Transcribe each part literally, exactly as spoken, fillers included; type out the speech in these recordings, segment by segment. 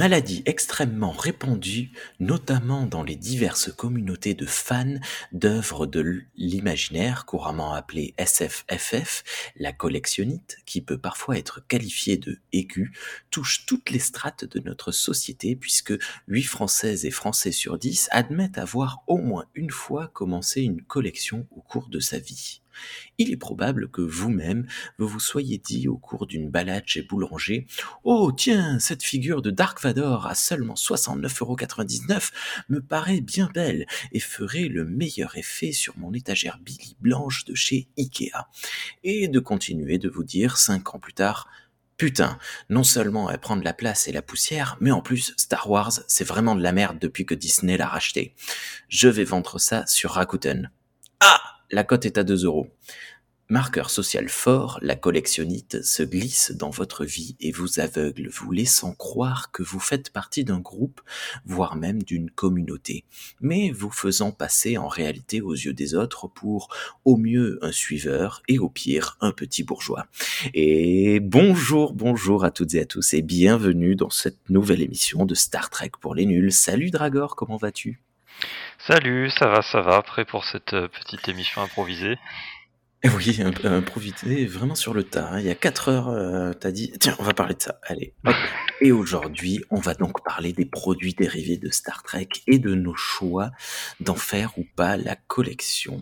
maladie extrêmement répandue, notamment dans les diverses communautés de fans d'œuvres de l'imaginaire, couramment appelée S F F F, la collectionnite, qui peut parfois être qualifiée de aiguë, touche toutes les strates de notre société puisque huit Françaises et Français sur dix admettent avoir au moins une fois commencé une collection au cours de sa vie. Il est probable que vous-même, vous vous soyez dit au cours d'une balade chez Boulanger « Oh tiens, cette figure de Dark Vador à seulement soixante-neuf euros quatre-vingt-dix-neuf me paraît bien belle et ferait le meilleur effet sur mon étagère Billy blanche de chez Ikea. » Et de continuer de vous dire, cinq ans plus tard, « Putain, non seulement elle prend de la place et la poussière, mais en plus, Star Wars, c'est vraiment de la merde depuis que Disney l'a racheté. Je vais vendre ça sur Rakuten. Ah ! La cote est à deux euros. » Marqueur social fort, la collectionnite se glisse dans votre vie et vous aveugle, vous laissant croire que vous faites partie d'un groupe, voire même d'une communauté, mais vous faisant passer en réalité aux yeux des autres pour, au mieux, un suiveur et au pire, un petit bourgeois. Et bonjour, bonjour à toutes et à tous et bienvenue dans cette nouvelle émission de Star Trek pour les nuls. Salut Dragor, comment vas-tu ? Salut, ça va, ça va, prêt pour cette euh, petite émission improvisée. Oui, improvisé vraiment sur le tas. Hein. Il y a quatre heures, euh, t'as dit, tiens, on va parler de ça. Allez, hop. Et aujourd'hui, on va donc parler des produits dérivés de Star Trek et de nos choix d'en faire ou pas la collection.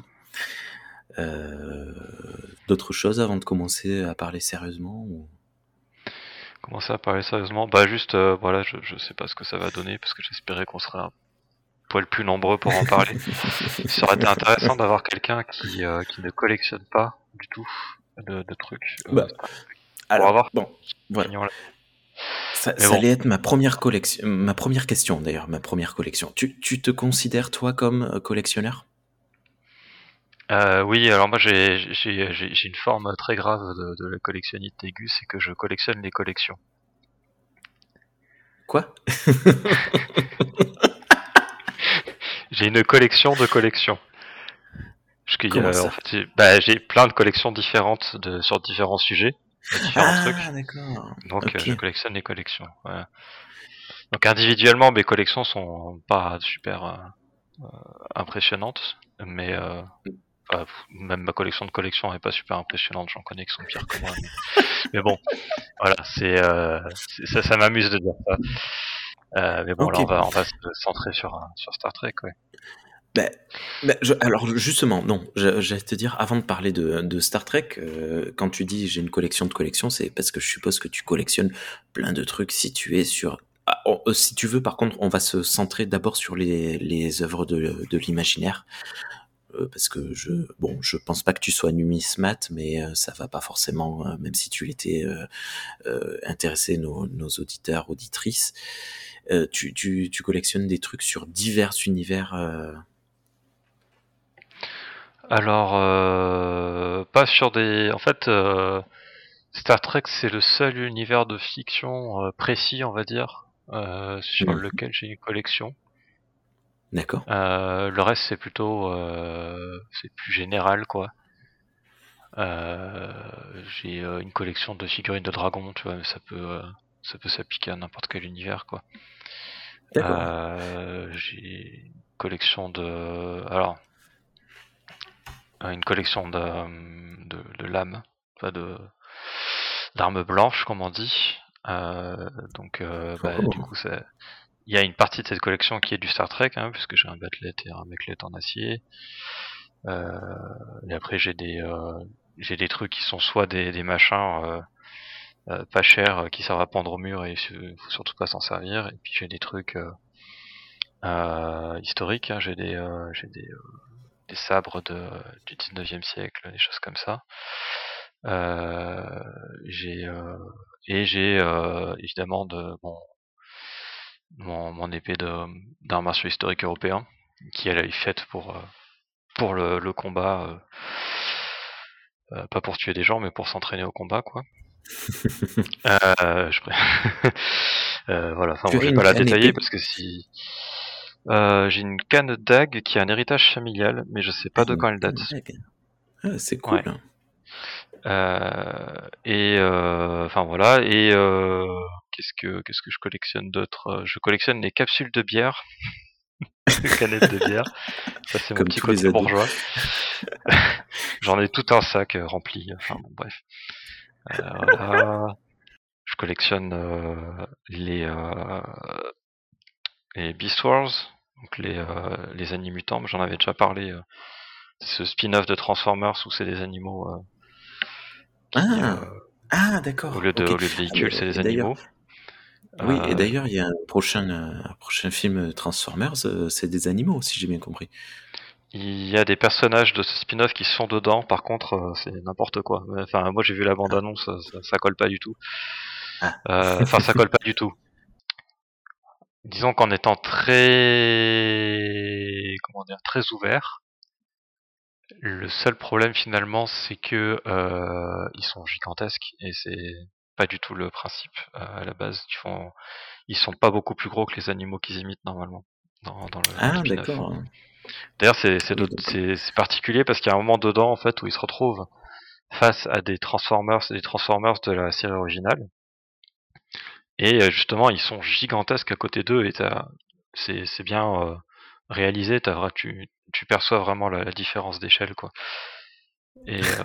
Euh, d'autres choses avant de commencer à parler sérieusement ou... Commencer à parler sérieusement, bah juste, euh, voilà, je, je sais pas ce que ça va donner parce que j'espérais qu'on serait un poil plus nombreux pour en parler. Ça aurait été intéressant d'avoir quelqu'un qui, euh, qui ne collectionne pas du tout de, de trucs. Euh, bah, pour alors, avoir bon, voilà. là. Ça, Mais ça bon. allait être ma première collection, ma première question d'ailleurs, ma première collection. Tu, tu te considères toi comme collectionneur ? Euh, oui, alors moi j'ai, j'ai, j'ai, j'ai une forme très grave de, de la collectionnite aiguë, c'est que je collectionne les collections. Quoi ? J'ai une collection de collections. Comment euh, ça ? en fait, j'ai, bah, j'ai plein de collections différentes de, sur différents sujets, de différents Ah, trucs. d'accord. Donc Ok. euh, je collectionne les collections. Voilà. Donc individuellement, mes collections sont pas super euh, impressionnantes, mais euh, euh, même ma collection de collections est pas super impressionnante. J'en connais qui sont pires que moi. Mais, mais bon, voilà, c'est, euh, c'est ça, ça m'amuse de dire ça. Euh, mais bon, Ok. là, on va, on va se centrer sur sur Star Trek, ouais. Ben, ben, je, alors justement, non, je- j'allais te dire, avant de parler de, de Star Trek, euh, quand tu dis j'ai une collection de collections, c'est parce que je suppose que tu collectionnes plein de trucs situés sur... Ah, oh, euh, si tu veux, par contre, on va se centrer d'abord sur les, les œuvres de, de l'imaginaire, euh, parce que je, bon, je pense pas que tu sois numismate, mais euh, ça va pas forcément, euh, même si tu l'étais euh, euh, intéressé, nos, nos auditeurs, auditrices. Euh, tu, tu, tu collectionnes des trucs sur divers univers. Euh, Alors, euh, pas sur des. En fait, euh, Star Trek, c'est le seul univers de fiction euh, précis, on va dire, euh, sur hmm. lequel j'ai une collection. D'accord. Euh, le reste, c'est plutôt, euh, c'est plus général, quoi. Euh, j'ai euh, une collection de figurines de dragons, tu vois, mais ça peut, euh, ça peut s'appliquer à n'importe quel univers, quoi. D'accord. Euh, j'ai une collection de, alors, une collection de, de, de lames, enfin de d'armes blanches, comme on dit. Euh, donc, euh, bah, du Oh. coup, ça, il y a une partie de cette collection qui est du Star Trek, hein, puisque j'ai un Bat'leth et un Mech'leth en acier. Euh, et après, j'ai des, euh, j'ai des trucs qui sont soit des, des machins euh, euh, pas chers euh, qui servent à pendre au mur et il faut surtout pas s'en servir. Et puis j'ai des trucs euh, euh, historiques. Hein, j'ai des, euh, j'ai des, euh, des sabres de, du dix-neuvième siècle, des choses comme ça. Euh, j'ai euh, et j'ai euh, évidemment de bon mon, mon épée de d'arts martiaux historiques européens qui elle est faite pour euh, pour le, le combat, euh, euh, pas pour tuer des gens mais pour s'entraîner au combat, quoi. euh, je... euh, voilà, enfin Tu bon, as je vais une pas la canne détailler épée. parce que si euh, j'ai une canne dague qui a un héritage familial mais je sais Ah, pas de une quand elle date. canne dague. Ah, c'est Ouais. cool. Euh, et euh, enfin voilà, et euh, qu'est-ce que qu'est-ce que je collectionne d'autre? Je collectionne les capsules de bière, les canettes de bière. Ça c'est mon Comme petit tous les côté ados. bourgeois. J'en ai tout un sac euh, rempli. Enfin bon bref. Euh, voilà. Je collectionne euh, les euh, les Beast Wars, donc les euh, les animutants. Mais j'en avais déjà parlé. Euh, ce spin-off de Transformers où c'est des animaux euh, qui euh, Ah, ah, au d'accord. lieu de Ok. au lieu de Ah, mais, véhicules c'est des et d'ailleurs, animaux. oui, et Euh, d'ailleurs, il y a un prochain, euh, un prochain film Transformers, euh, c'est des animaux, si j'ai bien compris. Il y a des personnages de ce spin-off qui sont dedans, par contre, euh, c'est n'importe quoi. Enfin, moi j'ai vu la Ah, bande-annonce, ça, ça, ça colle pas du tout. ah. Euh, Enfin, ça colle pas du tout. Disons qu'en étant très, comment dire, très ouvert, le seul problème finalement, c'est que euh, ils sont gigantesques et c'est pas du tout le principe euh, à la base. Ils font, ils sont pas beaucoup plus gros que les animaux qu'ils imitent normalement dans, dans le, dans le Ah, spin-off. d'accord. D'ailleurs, c'est c'est Oui, d'autres- donc. c'est- c'est particulier parce qu'il y a un moment dedans en fait où ils se retrouvent face à des Transformers, des Transformers de la série originale. Et euh, justement, ils sont gigantesques à côté d'eux et t'as- c'est c'est bien euh, réalisé. T'as vra- tu tu perçois vraiment la, la différence d'échelle quoi. Et euh,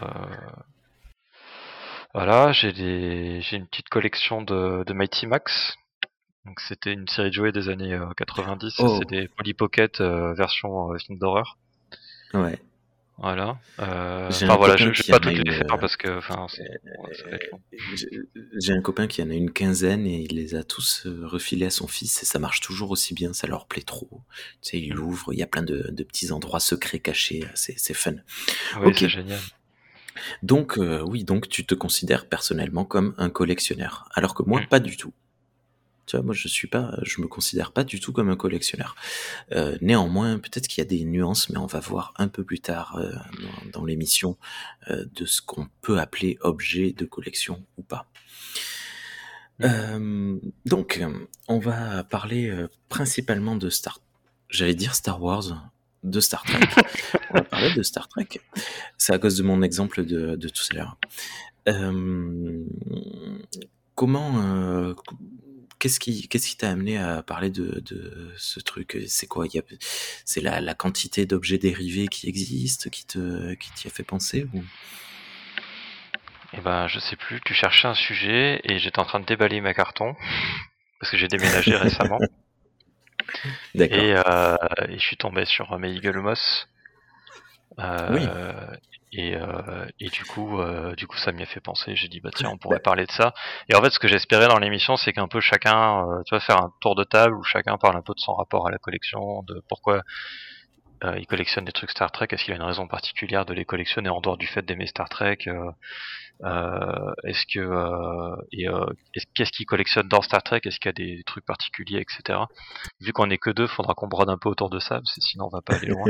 voilà, j'ai des j'ai une petite collection de, de Mighty Max. Donc c'était une série de jouets des années euh, quatre-vingt-dix. C'est Oh, des Polly Pocket euh, version euh, film d'horreur. ouais. Voilà. Euh, J'ai Enfin un voilà, je, copain je vais qui pas en a toutes les une. faire euh, parce que enfin c'est ouais, ça va être long. j'ai j'ai un copain qui en a une quinzaine et il les a tous euh, refilés à son fils et ça marche toujours aussi bien, ça leur plaît trop. Tu sais, il Mm. l'ouvre, il y a plein de, de petits endroits secrets cachés, c'est c'est fun. Oui, Ok, c'est génial. donc euh, oui, donc tu te considères personnellement comme un collectionneur, alors que moi Mm. pas du tout. Tu vois, moi je suis pas, je me considère pas du tout comme un collectionneur. Euh, néanmoins, peut-être qu'il y a des nuances, mais on va voir un peu plus tard euh, dans, dans l'émission euh, de ce qu'on peut appeler objet de collection ou pas. Mm. Euh, donc, euh, on va parler euh, principalement de Star. J'allais dire Star Wars, de Star Trek. On va parler de Star Trek. C'est à cause de mon exemple de, de tout à l'heure. Euh, comment, euh, qu'est-ce qui, qu'est-ce qui t'a amené à parler de, de ce truc? C'est quoi? Il y a, c'est la, la quantité d'objets dérivés qui existent qui te, qui t'y a fait penser ou? Et ben je sais plus, tu cherchais un sujet et j'étais en train de déballer ma carton parce que j'ai déménagé récemment et, D'accord. euh, et je suis tombé sur mes Eagle Moss Oui. euh, et, euh, et du coup euh, du coup ça m'y a fait penser. J'ai dit bah tiens on pourrait Bah, parler de ça. Et en fait ce que j'espérais dans l'émission c'est qu'un peu chacun euh, tu vois faire un tour de table où chacun parle un peu de son rapport à la collection, de pourquoi euh, il collectionne des trucs Star Trek, est-ce qu'il a une raison particulière de les collectionner en dehors du fait d'aimer Star Trek. euh, Euh, est-ce que euh, et euh, est-ce, qu'est-ce qu'il collectionne dans Star Trek? Est-ce qu'il y a des trucs particuliers, et cetera. Vu qu'on est que deux, faudra qu'on brode un peu autour de ça, parce que sinon on va pas aller loin.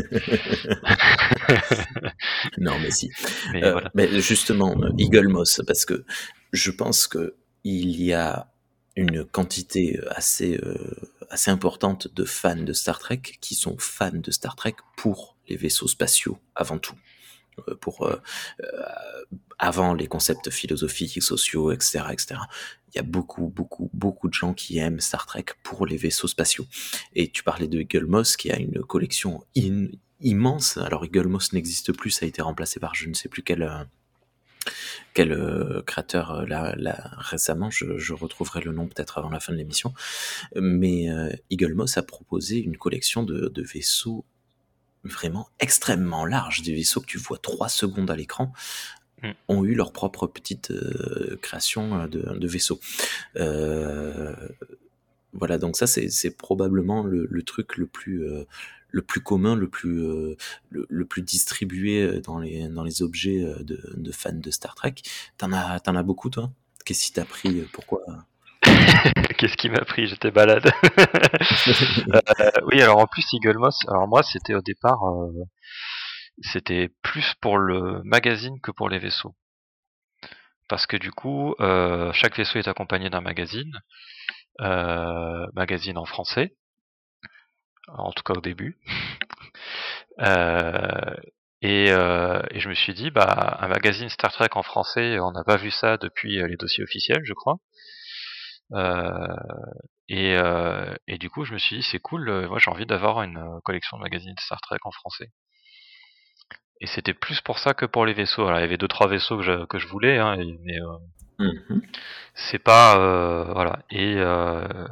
Non, mais si. Mais Euh, voilà. mais justement, euh, Eagle Moss, parce que je pense que il y a une quantité assez, euh, assez importante de fans de Star Trek qui sont fans de Star Trek pour les vaisseaux spatiaux avant tout. Euh, pour euh, euh, avant les concepts philosophiques, sociaux, et cetera, et cetera. Il y a beaucoup, beaucoup, beaucoup de gens qui aiment Star Trek pour les vaisseaux spatiaux. Et tu parlais de Eagle Moss qui a une collection in- immense. Alors Eagle Moss n'existe plus, ça a été remplacé par je ne sais plus quel euh, quel euh, créateur euh, là, là récemment. Je, je retrouverai le nom peut-être avant la fin de l'émission. Mais euh, Eagle Moss a proposé une collection de, de vaisseaux vraiment extrêmement large, des vaisseaux que tu vois trois secondes à l'écran, Mm. ont eu leur propre petite euh, création euh, de, de vaisseaux. Euh, voilà, donc ça c'est c'est probablement le, le truc le plus euh, le plus commun, le plus euh, le, le plus distribué euh, dans les dans les objets euh, de, de fans de Star Trek. T'en as t'en as beaucoup toi? Qu'est-ce qui t'a pris? euh, Pourquoi? Qu'est-ce qui m'a pris? J'étais balade. euh, oui, alors en plus Eagle Moss, alors moi c'était au départ, euh, c'était plus pour le magazine que pour les vaisseaux. Parce que du coup, euh, chaque vaisseau est accompagné d'un magazine, euh, magazine en français, en tout cas au début. Euh, et, euh, et je me suis dit, bah, un magazine Star Trek en français, on n'a pas vu ça depuis euh, les dossiers officiels, je crois. Euh, et, euh, et du coup, je me suis dit, c'est cool, euh, moi j'ai envie d'avoir une euh, collection de magazines de Star Trek en français. Et c'était plus pour ça que pour les vaisseaux. Alors, il y avait deux trois vaisseaux que je, que je voulais, hein, et- mais euh, Mhm. c'est pas euh, voilà. Et euh,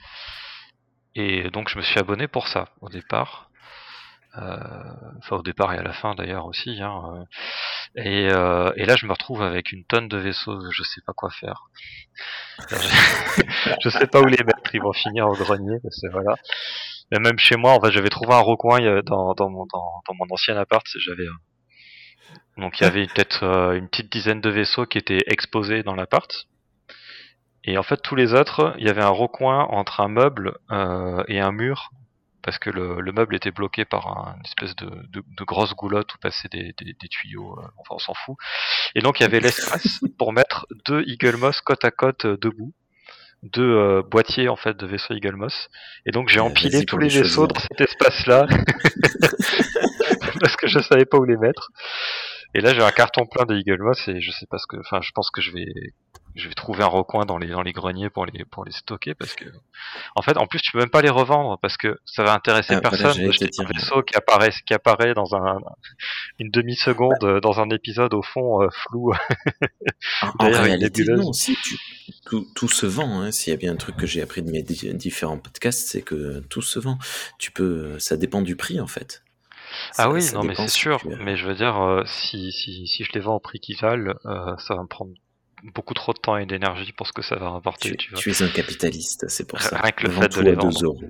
et donc je me suis abonné pour ça au départ. Euh, enfin au départ et à la fin d'ailleurs aussi. Hein, euh. et, euh, et là je me retrouve avec une tonne de vaisseaux, je sais pas quoi faire. Je, je sais pas où les mettre, ils vont finir au grenier parce que voilà. Mais même chez moi, en fait, j'avais trouvé un recoin il y a- dans, dans mon dans, dans mon ancien appart, j'avais euh, donc il y Ah, avait peut-être euh, une petite dizaine de vaisseaux qui étaient exposés dans l'appart. Et en fait, tous les autres, il y avait un recoin entre un meuble euh, et un mur, parce que le, le meuble était bloqué par un- une espèce de, de, de grosse goulotte où passaient des, des, des tuyaux, euh, enfin on s'en fout. Et donc il y avait l'espace pour mettre deux Eagle Moss côte à côte euh, debout, deux euh, boîtiers en fait de vaisseaux Eagle Moss. Et donc j'ai euh, empilé vas-y tous pour les les vaisseaux choisir. dans cet espace-là, parce que je savais pas où les mettre. Et là, j'ai un carton plein de Eagle Moss et je sais pas ce que, enfin, je pense que je vais, je vais trouver un recoin dans les dans les greniers pour les pour les stocker parce que, en fait, en plus, tu peux même pas les revendre parce que ça va intéresser Ah, voilà, personne j'allais te d'acheter un dire. vaisseau qui apparaît qui apparaît dans un une demi seconde dans un épisode au fond euh, flou En, en derrière une réalité, non, nébuleuse. si tu, tout, tout se vend, hein. S'il y a bien un truc que j'ai appris de mes di- différents podcasts, c'est que tout se vend. Tu peux, ça dépend du prix en fait. Ah Ça, oui, ça non mais dépend c'est si sûr, tu as. mais je veux dire, euh, si si si je les vends au prix qu'ils valent, euh, ça va me prendre beaucoup trop de temps et d'énergie pour ce que ça va rapporter, Tu, tu vois. tu es un capitaliste, c'est pour ça. Rien que le fait de Vends-tout les à deux vendre. euros.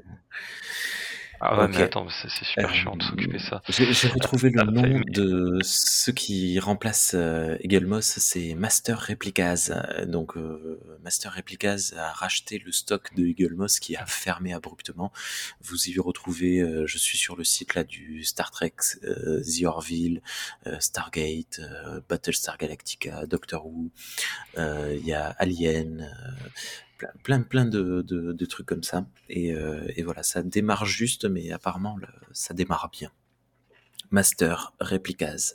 Ah ouais, mais Ok. attends, c'est c'est super Euh, chiant de s'occuper de ça. j'ai j'ai retrouvé le Euh, enfin, nom mais- de ceux qui remplacent euh, Eaglemoss, c'est Master Replicas. Euh, Donc euh, Master Replicas a racheté le stock de Eaglemoss qui a fermé abruptement. Vous y retrouvez, euh, je suis sur le site là du Star Trek, euh, The Orville, euh, Stargate, euh, Battlestar Galactica, Doctor Who. Euh, Il y a Alien. Euh, plein, plein, plein de, de, de trucs comme ça. Et, euh, et voilà, ça démarre juste, mais apparemment, le, ça démarre bien. Master Replicas.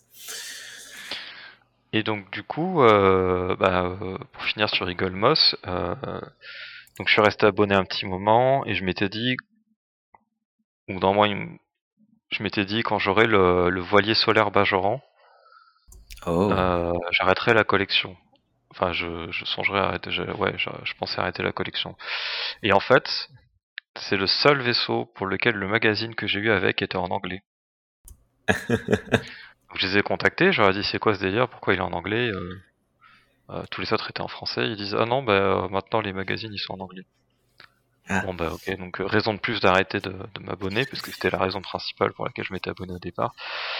Et donc du coup, euh, bah, euh, pour finir sur Eagle Moss, euh, donc je suis resté abonné un petit moment et je m'étais dit, ou dans moi, je m'étais dit quand j'aurai le, le voilier solaire Bajoran, Oh, euh, j'arrêterai la collection. Enfin, je, je songerai à arrêter. Je, ouais, je, je pensais arrêter la collection. Et en fait, c'est le seul vaisseau pour lequel le magazine que j'ai eu avec était en anglais. Donc, je les ai contactés, je leur ai dit c'est quoi ce délire, pourquoi il est en anglais. euh, euh, tous les autres étaient en français. Ils disent ah non, bah euh, maintenant les magazines ils sont en anglais. ah, Bon bah ok, donc euh, raison de plus d'arrêter de, de m'abonner, parce que c'était la raison principale pour laquelle je m'étais abonné au départ.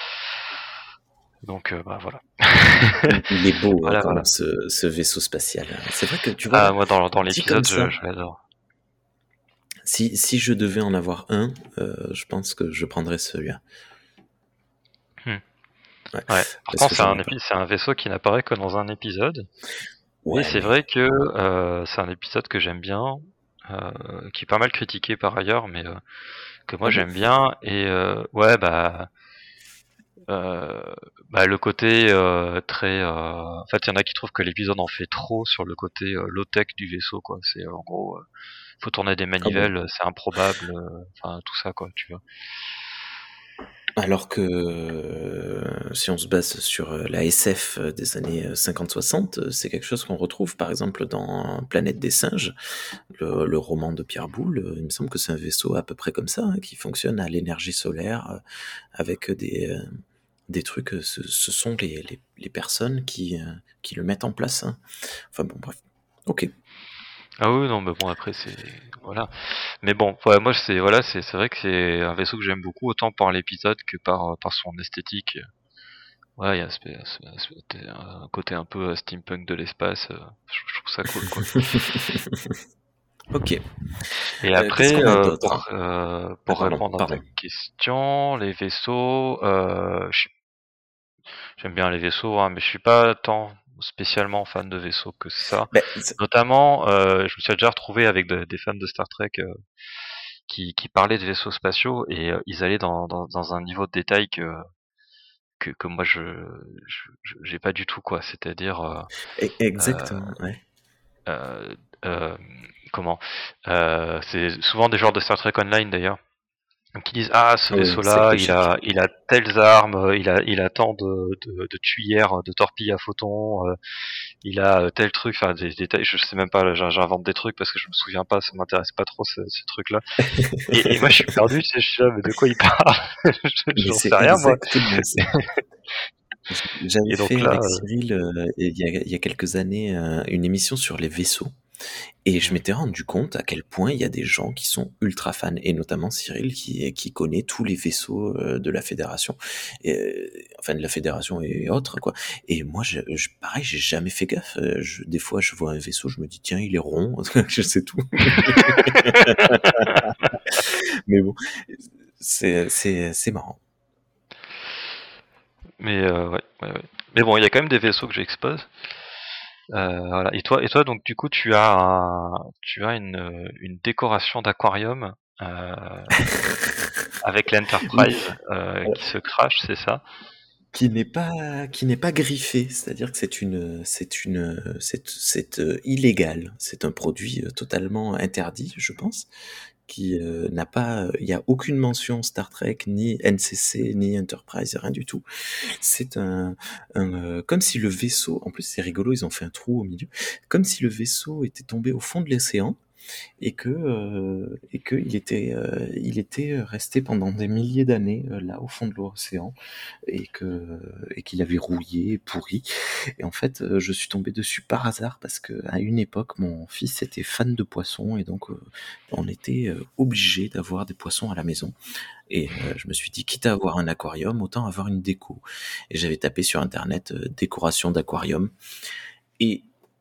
Donc euh, bah voilà. il est beau hein, Voilà quand même voilà. ce, ce vaisseau spatial. C'est vrai que tu vois, Ah moi dans, dans dit comme l'épisode je, ça, je l'adore. si, si je devais en avoir un, euh, je pense que je prendrais celui-là. Hmm. Ouais, Ouais. parce Pourtant que c'est j'en un ai pas. épi- c'est un vaisseau qui n'apparaît que dans un épisode. Mais Ouais, c'est mais vrai que euh, c'est un épisode que j'aime bien, euh, qui est pas mal critiqué par ailleurs, mais euh, que moi ah bon? j'aime bien. Et euh, ouais bah Euh, bah, le côté euh, très, euh, en fait, il y en a qui trouvent que l'épisode en fait trop sur le côté euh, low-tech du vaisseau, quoi. C'est euh, en gros, euh, faut tourner des Ah bon? manivelles, c'est improbable, euh, enfin tout ça, quoi, tu vois. Alors que euh, si on se base sur euh, la S F euh, des années euh, cinquante soixante, euh, c'est quelque chose qu'on retrouve par exemple dans Planète des singes, le, le roman de Pierre Boulle. euh, Il me semble que c'est un vaisseau à peu près comme ça, hein, qui fonctionne à l'énergie solaire euh, avec des, euh, des trucs. euh, Ce, ce sont les, les, les personnes qui, euh, qui le mettent en place, hein. Enfin bon, bref. Ok. Ah oui, non, mais bon après c'est voilà. Mais bon, ouais, moi c'est voilà, c'est c'est vrai que c'est un vaisseau que j'aime beaucoup autant par l'épisode que par par son esthétique. Ouais, il y a un, aspect- un aspect- un côté un peu euh, steampunk de l'espace. euh, je, je trouve ça cool, quoi. Ok. Et Euh, qu'est-ce après, qu'on a euh, d'autre? pour, euh, Ah pour pardon, répondre à ta pardon. question, les vaisseaux, euh, je suis- j'aime bien les vaisseaux, hein, mais je suis pas tant spécialement fan de vaisseaux que ça. Ben, c'est- Notamment, euh, je me suis déjà retrouvé avec de- des fans de Star Trek euh, qui, qui parlaient de vaisseaux spatiaux et euh, ils allaient dans, dans, dans un niveau de détail que, que, que moi je je- je- j'ai pas du tout, quoi. C'est-à-dire euh, e- euh, exactement, ouais. euh, euh, comment euh, C'est souvent des genres de Star Trek Online d'ailleurs. Donc ils disent ah ce Ouais, vaisseau c'est là il épique. a il a telles armes, il a il a tant de, de, de tuyères, de torpilles à photons, euh, il a euh, tel truc, enfin des détails, je sais même pas, là, j'in- j'invente des trucs parce que je me souviens pas, ça m'intéresse pas trop ce, ce truc là. Et, et moi je suis perdu, tu sais, je suis là mais de quoi il parle? Je- Mais J'en c'est sais rien moi. exactement ça. J- J'avais Et donc fait là, avec euh, Cyril euh, il y a, il y a quelques années euh, une émission sur les vaisseaux. Et je hmm. m'étais rendu compte à quel point il y a des gens qui sont ultra fans, et notamment Cyril qui, qui connaît tous les vaisseaux euh, de la fédération, et, euh, enfin de la fédération et autres quoi. Et moi, je, je- pareil, j'ai jamais fait gaffe. Euh, Je, des fois, je vois un vaisseau, je me dis tiens, il est rond, je sais tout. Mais bon, c'est c'est c'est marrant. mais euh, ouais, ouais, ouais. Mais bon, il y a quand même des vaisseaux que j'expose. Euh, voilà. Et toi, et toi, donc du coup, tu as un, tu as une, une décoration d'aquarium euh, avec Oui, l'Enterprise euh, qui se crache, c'est ça? qui n'est pas qui n'est pas griffé, c'est-à-dire que c'est une c'est une c'est c'est euh, illégal. C'est un produit euh, totalement interdit, je pense, qui euh, n'a pas, il y a aucune mention Star Trek, ni N C C, ni Enterprise, rien du tout. C'est un, un, euh, comme si le vaisseau, en plus c'est rigolo, ils ont fait un trou au milieu, comme si le vaisseau était tombé au fond de l'océan et que euh, et que il était euh, il était resté pendant des milliers d'années euh, là au fond de l'océan et que et qu'il avait rouillé, pourri. Et en fait, euh, je suis tombé dessus par hasard parce que à une époque, mon fils était fan de poissons et donc euh, on était euh, obligé d'avoir des poissons à la maison. Et euh, je me suis dit, quitte à avoir un aquarium, autant avoir une déco. Et j'avais tapé sur internet euh, décoration d'aquarium et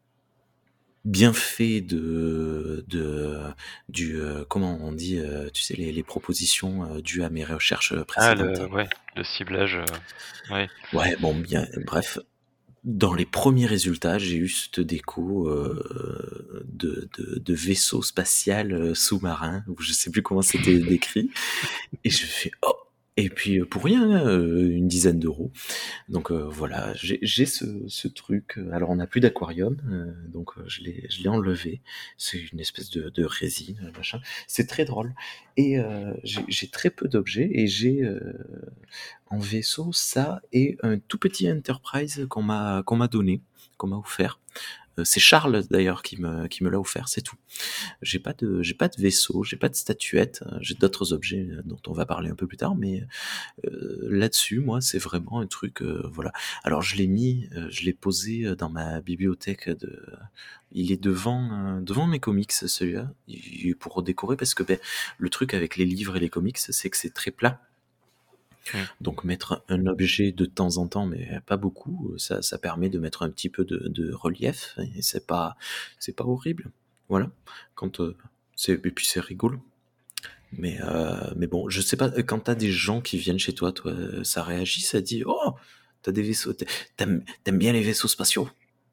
bien fait de de du euh, comment on dit, euh, tu sais les, les propositions euh, dues à mes recherches euh, Ah, précédentes. le, ouais, le ciblage, euh, ouais. Ouais, bon, bien, bref, dans les premiers résultats, j'ai eu cette déco euh, de, de, de vaisseau spatial euh, sous-marin, ou je sais plus comment c'était décrit, et je fais oh, et puis euh, pour rien, hein, euh, une dizaine d'euros. Donc euh, voilà, j'ai j'ai ce, ce truc. Alors on n'a plus d'aquarium, euh, donc euh, je l'ai je l'ai enlevé. C'est une espèce de, de résine, euh, machin. C'est très drôle. Et euh, j'ai j'ai très peu d'objets et j'ai euh, en vaisseau ça et un tout petit Enterprise qu'on m'a qu'on m'a donné, qu'on m'a offert. Euh, C'est Charles d'ailleurs qui me qui me l'a offert, c'est tout. J'ai pas de j'ai pas de vaisseau, j'ai pas de statuette, euh, j'ai d'autres objets euh, dont on va parler un peu plus tard, mais euh, là-dessus, moi, c'est vraiment un truc, euh, voilà. Alors je l'ai mis, euh, je l'ai posé euh, dans ma bibliothèque de. Il est devant euh, devant mes comics celui-là, il- pour décorer parce que ben, le truc avec les livres et les comics, c'est que c'est très plat. Hmm. Donc mettre un objet de temps en temps, mais pas beaucoup, ça, ça permet de mettre un petit peu de, de relief et c'est pas c'est pas horrible. Voilà. Quand euh, c'est et puis c'est rigolo. Mais, euh, mais bon, je sais pas, quand t'as des gens qui viennent chez toi, toi, ça réagit, ça dit, oh, t'as des vaisseaux, t'aimes, t'aimes bien les vaisseaux spatiaux?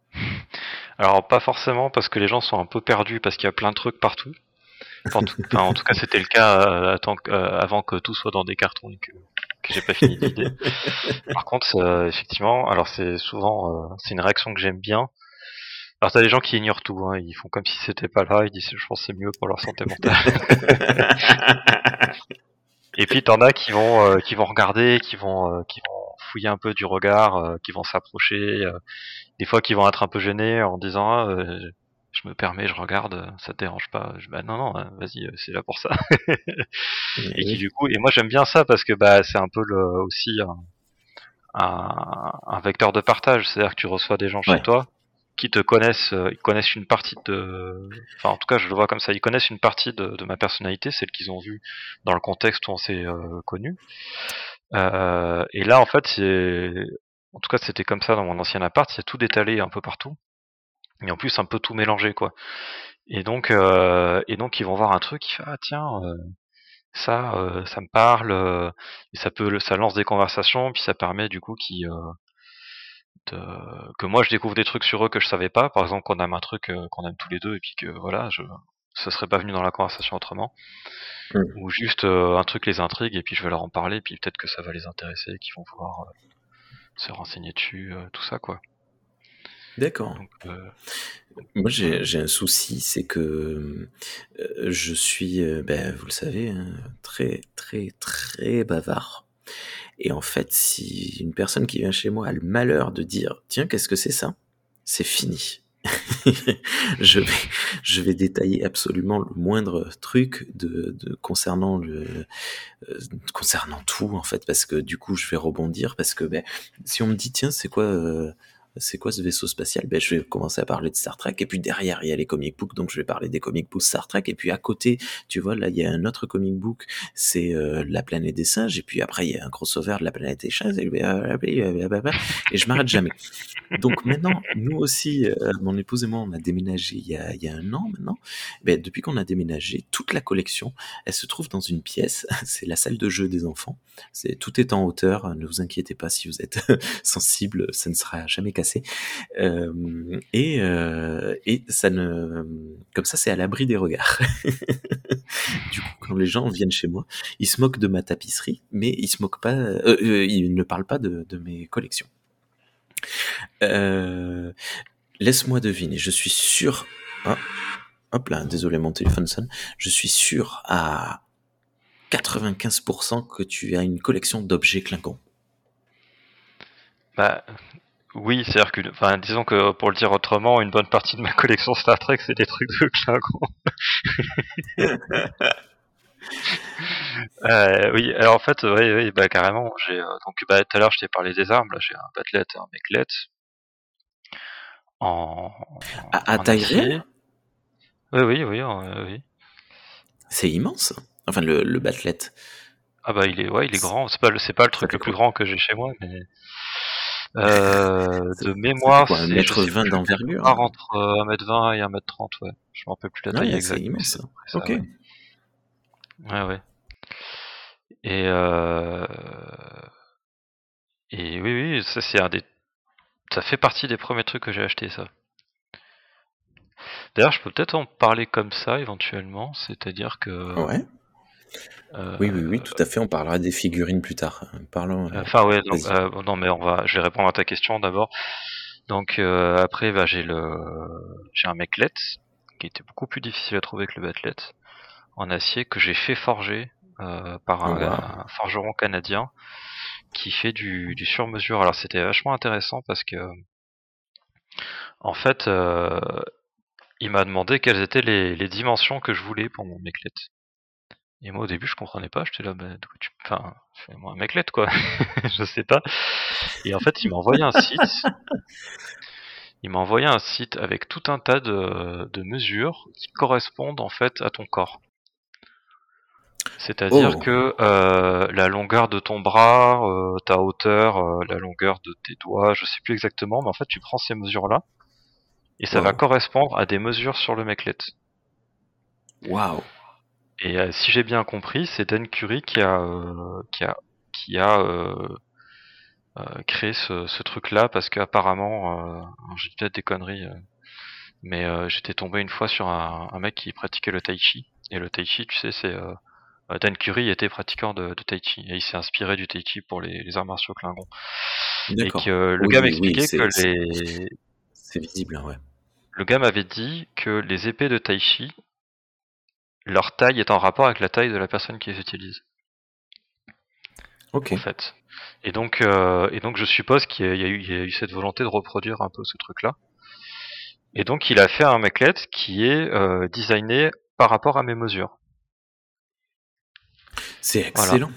Alors pas forcément parce que les gens sont un peu perdus parce qu'il y a plein de trucs partout. Enfin, en tout, enfin, en tout cas, c'était le cas euh, attends que- euh, avant que tout soit dans des cartons et que, que j'ai pas fini de vider. Par contre, euh, effectivement, alors c'est souvent, euh, c'est une réaction que j'aime bien. Alors t'as des gens qui ignorent tout, hein, ils font comme si c'était pas là, ils disent je pense que c'est mieux pour leur santé mentale. Et puis t'en as qui vont, euh, qui vont regarder, qui vont, euh, qui vont fouiller un peu du regard, euh, qui vont s'approcher, euh, des fois qui vont être un peu gênés en disant ah, euh, je me permets, je regarde, euh, ça te dérange pas. Je, bah non non, euh, vas-y, euh, c'est là pour ça. Eh Et qui oui. du coup, et moi j'aime bien ça parce que bah c'est un peu le, aussi un, un, un vecteur de partage, c'est-à-dire que tu reçois des gens chez Ouais. toi qui te connaissent, euh, ils connaissent une partie de, enfin en tout cas je le vois comme ça, ils connaissent une partie de, de ma personnalité, celle qu'ils ont vue dans le contexte où on s'est euh, connu. Euh, et là en fait c'est, en tout cas c'était comme ça dans mon ancien appart, il y a tout détalé un peu partout, et en plus un peu tout mélangé quoi. Et donc euh, et donc ils vont voir un truc, ils font ah tiens euh, ça euh, ça me parle, euh, et ça peut, ça lance des conversations, puis ça permet du coup qu'ils euh, de- que moi je découvre des trucs sur eux que je savais pas, par exemple qu'on aime un truc euh, qu'on aime tous les deux et puis que voilà, je ce serait pas venu dans la conversation autrement, Mm. ou juste euh, un truc les intrigue et puis je vais leur en parler et puis peut-être que ça va les intéresser et qu'ils vont vouloir euh, se renseigner dessus, euh, tout ça quoi. D'accord. Donc, euh, Moi, voilà. j'ai j'ai un souci, c'est que euh, je suis, euh, ben, vous le savez, hein, très, très, très bavard. Et en fait, si une personne qui vient chez moi a le malheur de dire, tiens, qu'est-ce que c'est ça? C'est fini. je vais, je vais détailler absolument le moindre truc de, de concernant le, euh, concernant tout en fait, parce que du coup, je vais rebondir parce que ben, si on me dit, tiens, c'est quoi, euh, c'est quoi ce vaisseau spatial? Ben, je vais commencer à parler de Star Trek, et puis derrière, il y a les comic books, donc je vais parler des comic books Star Trek, et puis à côté, tu vois, là, il y a un autre comic book, c'est euh, La planète des singes, et puis après, il y a un crossover de La planète des singes, et, et je m'arrête jamais. Donc maintenant, nous aussi, euh, mon épouse et moi, on a déménagé il y a, il y a un an maintenant. Ben, depuis qu'on a déménagé, toute la collection, elle se trouve dans une pièce. C'est la salle de jeu des enfants. C'est, tout est en hauteur. Ne vous inquiétez pas si vous êtes sensible, ça ne sera jamais cassé. Euh, et, euh, et ça ne, comme ça, c'est à l'abri des regards. Du coup, quand les gens viennent chez moi, ils se moquent de ma tapisserie, mais ils se moquent pas, euh, euh, ils ne parlent pas de, de mes collections. Euh, Laisse-moi deviner, je suis sûr. Ah, hop là, désolé, mon téléphone sonne. Je suis sûr à quatre-vingt-quinze pour cent que tu as une collection d'objets Klingon. Bah, oui, c'est-à-dire que, enfin, disons que pour le dire autrement, une bonne partie de ma collection Star Trek, c'est des trucs de Klingon. Euh, oui, alors en fait, oui, oui, bah carrément. J'ai euh, donc bah tout à l'heure je t'ai parlé des armes. Là, j'ai un Bat'leth et un Mechlet en, À, à en taille réelle? acier. Oui, oui, oui, euh, oui. C'est immense. Enfin, le, le Bat'leth. Ah bah il est, ouais, il est grand. C'est pas le, c'est pas le Ça truc fait le plus quoi? grand que j'ai chez moi, mais euh, Ça, de ça fait mémoire, quoi? Un c'est, je mètre sais vingt plus, quelque d'envergure? part entre euh, un mètre vingt et un mètre trente, ouais. Je me rappelle plus la taille Ouais, c'est exacte, mais immense, c'est à ça. peu près ça, Ok. ouais. Ouais, ouais. Et euh, et oui, oui, ça c'est un des, ça fait partie des premiers trucs que j'ai acheté, ça. D'ailleurs, je peux peut-être en parler comme ça éventuellement, c'est-à-dire que, Ouais. Oui, oui, oui, euh, tout à fait. On parlera des figurines plus tard. Parlons. euh, enfin ouais, donc, Vas-y. euh, non mais on va, je vais répondre à ta question d'abord. Donc euh, après, bah, j'ai le, j'ai un Mechlet qui était beaucoup plus difficile à trouver que le Bat'leth en acier que j'ai fait forger euh, par Oh, un, waouh. un forgeron canadien qui fait du, du sur-mesure. Alors c'était vachement intéressant parce que en fait, euh, il m'a demandé quelles étaient les, les dimensions que je voulais pour mon Mechlet. Et moi au début je comprenais pas, j'étais là, bah, de quoi tu, enfin, fais-moi un Mechlet quoi, je sais pas. Et en fait il m'a envoyé un site, il m'a envoyé un site avec tout un tas de, de mesures qui correspondent en fait à ton corps. C'est-à-dire Oh. que euh, la longueur de ton bras, euh, ta hauteur, euh, la longueur de tes doigts, je sais plus exactement, mais en fait tu prends ces mesures-là et ça va Waouh. correspondre à des mesures sur le Mechlet. Waouh. Et euh, si j'ai bien compris, c'est Dan Curie qui a euh, qui a qui a euh, euh, créé ce, ce truc-là parce qu'apparemment, euh, j'ai dit peut-être des conneries, euh, mais euh, j'étais tombé une fois sur un, un mec qui pratiquait le tai chi et le tai chi, tu sais, c'est euh, Dan Curie était pratiquant de, de tai chi et il s'est inspiré du tai chi pour les, les arts martiaux Klingon. Et que D'accord. euh, le gars Oui, oui, m'expliquait que c'est c'est les c'est visible, hein, ouais. le gars m'avait dit que les épées de tai chi, leur taille est en rapport avec la taille de la personne qui les utilise. Ok. En fait. Et donc, euh, et donc je suppose qu'il y a, il y a eu, il y a eu cette volonté de reproduire un peu ce truc-là. Et donc il a fait un Mechlet qui est euh, designé par rapport à mes mesures. C'est Voilà. excellent.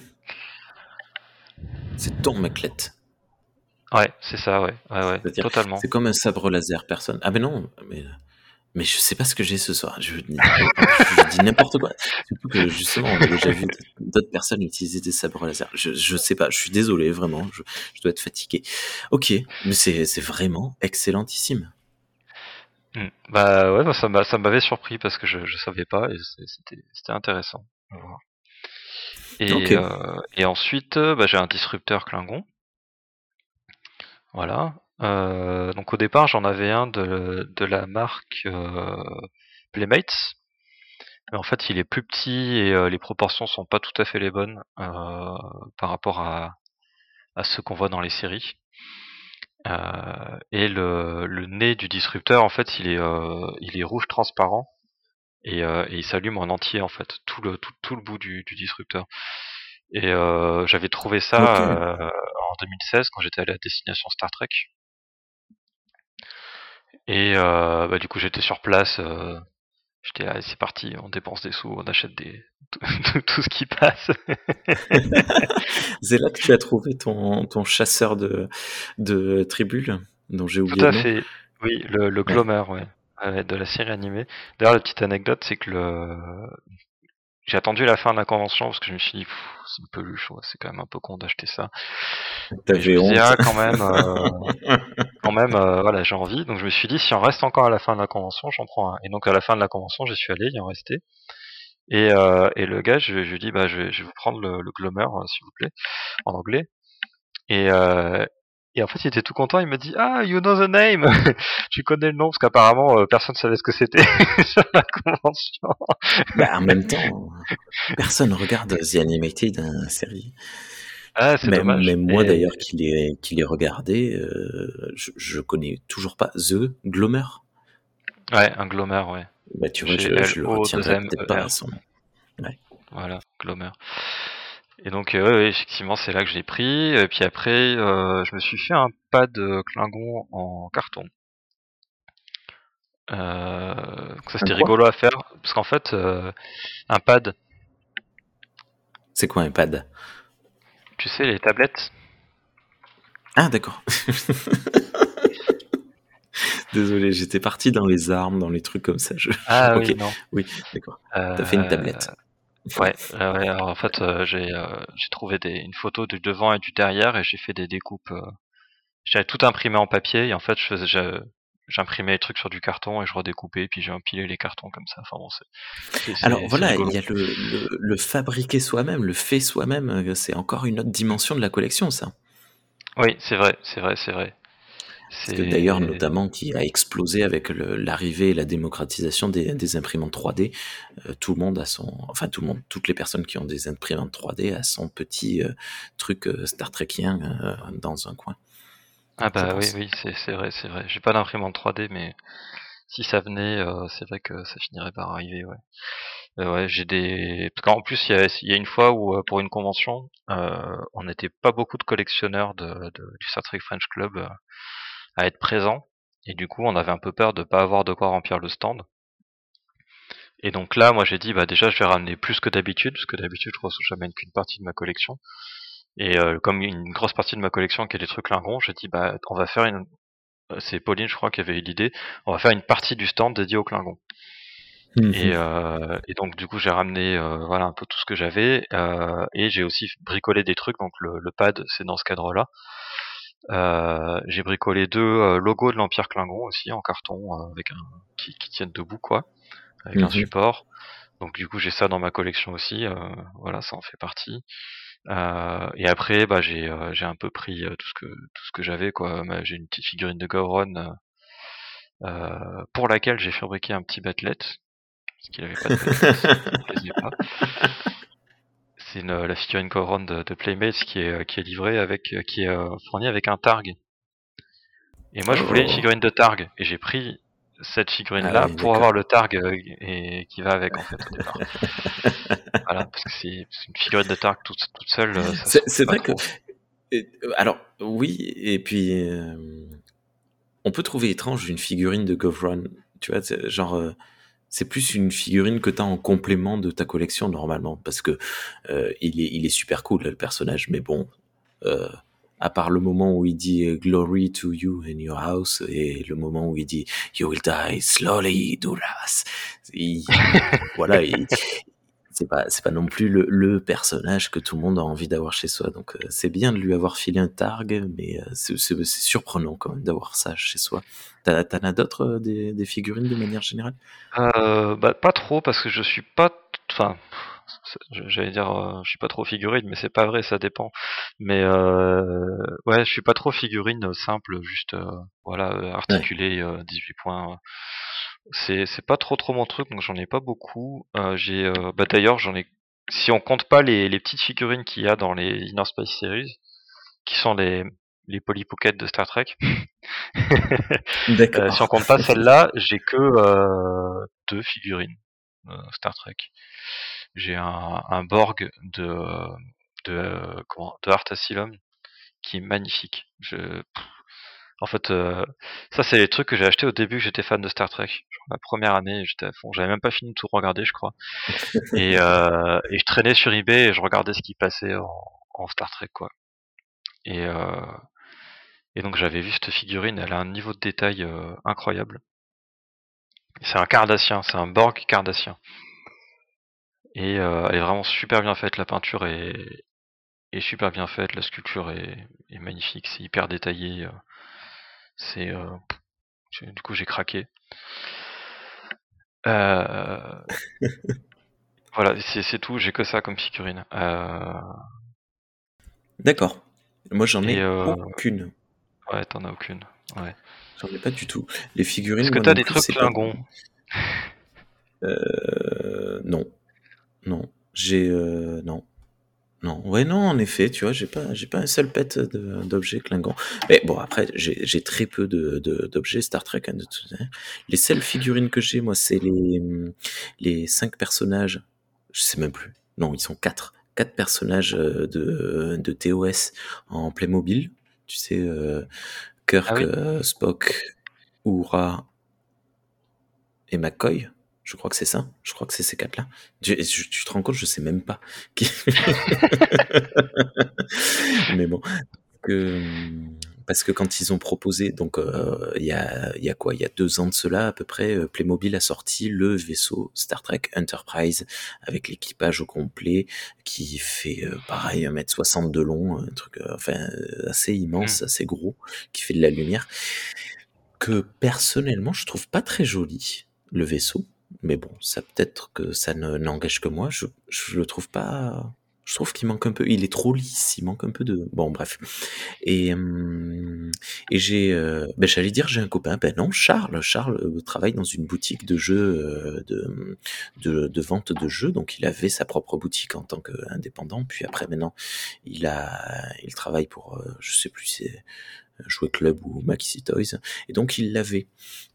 C'est ton Mechlet. Ouais, c'est ça, ouais, ouais, ouais, C'est-à-dire, totalement. c'est comme un sabre laser personne. Ah ben non, mais, mais je sais pas ce que j'ai ce soir. Je, je dis n'importe quoi. Surtout que justement, on a déjà vu d'autres personnes utiliser des sabres laser. Je, je sais pas, je suis désolé, vraiment. Je, je dois être fatigué. Ok, mais c'est, c'est vraiment excellentissime. Mm. Bah ouais, bah, ça m'a, ça m'avait surpris parce que je, je savais pas et c'est- c'était, c'était intéressant. À voir. Ok, Et, euh, et ensuite, euh, bah, j'ai un disrupteur Klingon. Voilà. Euh, donc au départ, j'en avais un de, de la marque euh, Playmates. Mais en fait, il est plus petit et euh, les proportions sont pas tout à fait les bonnes euh, par rapport à, à ceux qu'on voit dans les séries. Euh, et le, le nez du disrupteur, en fait, il est, euh, il est rouge transparent et, euh, et il s'allume en entier, en fait, tout le, tout, tout le bout du, du disrupteur. Et euh, j'avais trouvé Ok. ça euh, en deux mille seize quand j'étais allé à Destination Star Trek. Et euh, bah, du coup, j'étais sur place. Euh, j'étais là, c'est parti, on dépense des sous, on achète des tout, tout, tout ce qui passe. C'est là que tu as trouvé ton, ton chasseur de, de tribules, dont j'ai Tout oublié à le nom. fait. Oui, le, le Ouais. Glomer, ouais. Ouais, de la série animée. D'ailleurs, la petite anecdote, c'est que le j'ai attendu la fin de la convention parce que je me suis dit, pff, c'est une peluche, ouais, c'est quand même un peu con d'acheter ça. Mais je T'avais me suis dit, honte. ah, quand même, euh, quand même, euh, voilà, j'ai envie. Donc je me suis dit, si on reste encore à la fin de la convention, j'en prends un. Et donc à la fin de la convention, j'y suis allé, il en restait. Et, euh, et le gars, je, je lui dis, bah, je vais, je vais vous prendre le, le Glomer, euh, s'il vous plaît, en anglais. Et, euh, et en fait, il était tout content. Il me dit, ah, you know the name. Tu connais le nom parce qu'apparemment, euh, personne savait ce que c'était sur la convention. Bah, en même temps, personne regarde The Animated, hein, série. Ah, c'est Même, dommage. même moi Et d'ailleurs qui l'ai qui l'ai regardé, euh, je, je connais toujours pas The Glomer. ouais, un Glomer, ouais. Bah tu vois, je, je le retiendrai peut-être pas à G L O deux M E R. son nom. Ouais. Voilà, Glomer. Et donc, euh, ouais, ouais, effectivement, c'est là que je l'ai pris. Et puis après, euh, je me suis fait un pad Klingon en carton. Euh, donc ça, Un c'était quoi? rigolo à faire. Parce qu'en fait, euh, un pad, C'est quoi un pad? tu sais, les tablettes. Ah d'accord. Désolé, j'étais parti dans les armes, dans les trucs comme ça. Je... Ah Ok, oui, non. oui, d'accord. T'as fait une Euh, tablette. ouais, euh, ouais, alors en fait, euh, j'ai euh, j'ai trouvé des, une photo du devant et du derrière et j'ai fait des découpes. Euh, j'avais tout imprimé en papier et en fait, je faisais, je- j'imprimais les trucs sur du carton et je redécoupais puis j'ai empilé les cartons comme ça. Enfin bon, c'est c'est Alors c'est c'est voilà, il rigolo. y a le, le, le fabriquer soi-même, le fait soi-même, euh, c'est encore une autre dimension de la collection, ça. Oui, c'est vrai, c'est vrai, c'est vrai. Parce que d'ailleurs, C'est notamment, qui a explosé avec le- l'arrivée et la démocratisation des, des imprimantes trois D, euh, tout le monde a son, enfin tout le monde, toutes les personnes qui ont des imprimantes trois D a son petit euh, truc euh, Star Trekien euh, dans un coin, ah je bah oui, pense. oui, c'est c'est vrai, c'est vrai. J'ai pas d'imprimante trois D, mais si ça venait, euh, c'est vrai que ça finirait par arriver, ouais. Euh, ouais, j'ai des. Parce qu'en plus, il y a, il y a une fois où, euh, pour une convention, euh, on n'était pas beaucoup de collectionneurs de, de- du Star Trek French Club euh, à être présents. Et du coup, on avait un peu peur de pas avoir de quoi remplir le stand. Et donc là, moi, j'ai dit, bah déjà, je vais ramener plus que d'habitude, parce que d'habitude, je reçois jamais qu'une partie de ma collection. Et euh, comme une grosse partie de ma collection qui est des trucs Klingon, j'ai dit, bah, on va faire une. C'est Pauline, je crois, qui avait eu l'idée. On va faire une partie du stand dédiée au Klingon. Et, Mhm. euh, et donc du coup j'ai ramené euh, voilà un peu tout ce que j'avais euh, et j'ai aussi bricolé des trucs donc le, le pad c'est dans ce cadre-là. Euh, j'ai bricolé deux euh, logos de l'Empire Klingon aussi en carton euh, avec un qui, qui tiennent debout quoi avec un Mhm. support. Donc du coup j'ai ça dans ma collection aussi euh, voilà ça en fait partie. Euh, et après bah j'ai euh, j'ai un peu pris euh, tout ce que tout ce que j'avais quoi. Bah, j'ai une petite figurine de Gowron euh, euh, pour laquelle j'ai fabriqué un petit bat'let parce qu'il avait pas de bat'let, ça lui plaisait pas. C'est une, la figurine Gowron de, de Playmates qui est, qui est livrée avec, qui est euh, fournie avec un Targ. Et moi, je voulais une Oh. figurine de Targ. Et j'ai pris cette Ah figurine-là oui, pour d'accord. avoir le Targ euh, et, qui va avec, en fait, au départ. Voilà, parce que c'est c'est une figurine de Targ toute, toute seule, euh, ça se C'est trouve c'est pas vrai que, trop. et, euh, alors oui, et puis euh, on peut trouver étrange une figurine de Govron, tu vois, c'est genre euh, c'est plus une figurine que tu as en complément de ta collection normalement, parce que euh, il est il est super cool le personnage, mais bon, euh, à part le moment où il dit euh, Glory to you in your house et le moment où il dit You will die slowly, Duras, il- voilà, il- c'est pas c'est pas non plus le, le personnage que tout le monde a envie d'avoir chez soi. Donc euh, c'est bien de lui avoir filé un targ, mais euh, c'est c'est- c'est surprenant quand même d'avoir ça chez soi. T'as- T'en as d'autres euh, des, des figurines de manière générale? Euh, bah, pas trop, parce que je suis pas, enfin, c'est- j'allais dire, euh, je suis pas trop figurine, mais c'est pas vrai, ça dépend. Mais euh, ouais, je suis pas trop figurine euh, simple, juste, euh, voilà, euh, Ouais. articulé, euh, dix-huit points. C'est c'est pas trop trop mon truc, donc j'en ai pas beaucoup. Euh, j'ai, euh, bah d'ailleurs, j'en ai, si on compte pas les, les petites figurines qu'il y a dans les Inner Space Series, qui sont les les Polly Pocket de Star Trek. euh, si on D'accord. compte pas celle-là, j'ai que euh, deux figurines euh, Star Trek. J'ai un, un Borg de de euh, comment de Art Asylum qui est magnifique. Je, en fait, euh, ça c'est les trucs que j'ai acheté au début que j'étais fan de Star Trek. Genre, la première année, j'étais à fond. J'avais même pas fini de tout regarder, je crois. Et, euh, et je traînais sur eBay et je regardais ce qui passait en, en Star Trek, quoi. Et, euh, et donc j'avais vu cette figurine, elle a un niveau de détail euh, incroyable. C'est un Cardassien, c'est un Borg Cardassien. Et euh, elle est vraiment super bien faite, la peinture est, est super bien faite, la sculpture est, est magnifique, c'est hyper détaillé. C'est euh, du coup j'ai craqué. Euh, voilà, c'est, c'est tout, j'ai que ça comme figurine. Euh, D'accord. Moi, j'en et ai euh, aucune. ouais, t'en as aucune. Ouais. J'en ai pas du tout. Les figurines, Est-ce que moi t'as non des plus, trucs c'est pas. Klingons? Euh, non, non. J'ai euh, non, non. Ouais, non. En effet, tu vois, j'ai pas, j'ai pas un seul pet de- d'objets Klingon. Mais bon, après, j'ai j'ai très peu de de- d'objets Star Trek, hein, de toute façon. Les seules figurines que j'ai, moi, c'est les les cinq personnages. Je sais même plus. Non, ils sont quatre. Quatre personnages euh, de de T O S en Playmobil. Tu sais, euh, Ah Kirk, oui. euh, Spock, Uhura et McCoy. Je crois que c'est ça. Je crois que c'est ces quatre-là. Tu, tu- tu te rends compte, je sais même pas. qui- Mais bon, que, parce que quand ils ont proposé, donc euh, il y a, il y a quoi, il y a deux ans de cela à peu près, euh, Playmobil a sorti le vaisseau Star Trek Enterprise avec l'équipage au complet qui fait euh, pareil un mètre soixante de long, un truc euh, enfin euh, assez Hmm. immense, assez gros, qui fait de la lumière. Que personnellement, je trouve pas très joli, le vaisseau. Mais bon, ça peut-être que ça ne n'engage que moi. Je, je le trouve pas. Je trouve qu'il manque un peu. Il est trop lisse. Il manque un peu de. Bon, bref. Et hum, et j'ai. Euh, ben j'allais dire j'ai un copain. Ben non, Charles. Charles euh, travaille dans une boutique de jeux euh, de, de de vente de jeux. Donc il avait sa propre boutique en tant qu'indépendant. Puis après maintenant, il a il travaille pour euh, je sais plus c'est Jouet Club ou Maxi Toys. Et donc il l'avait.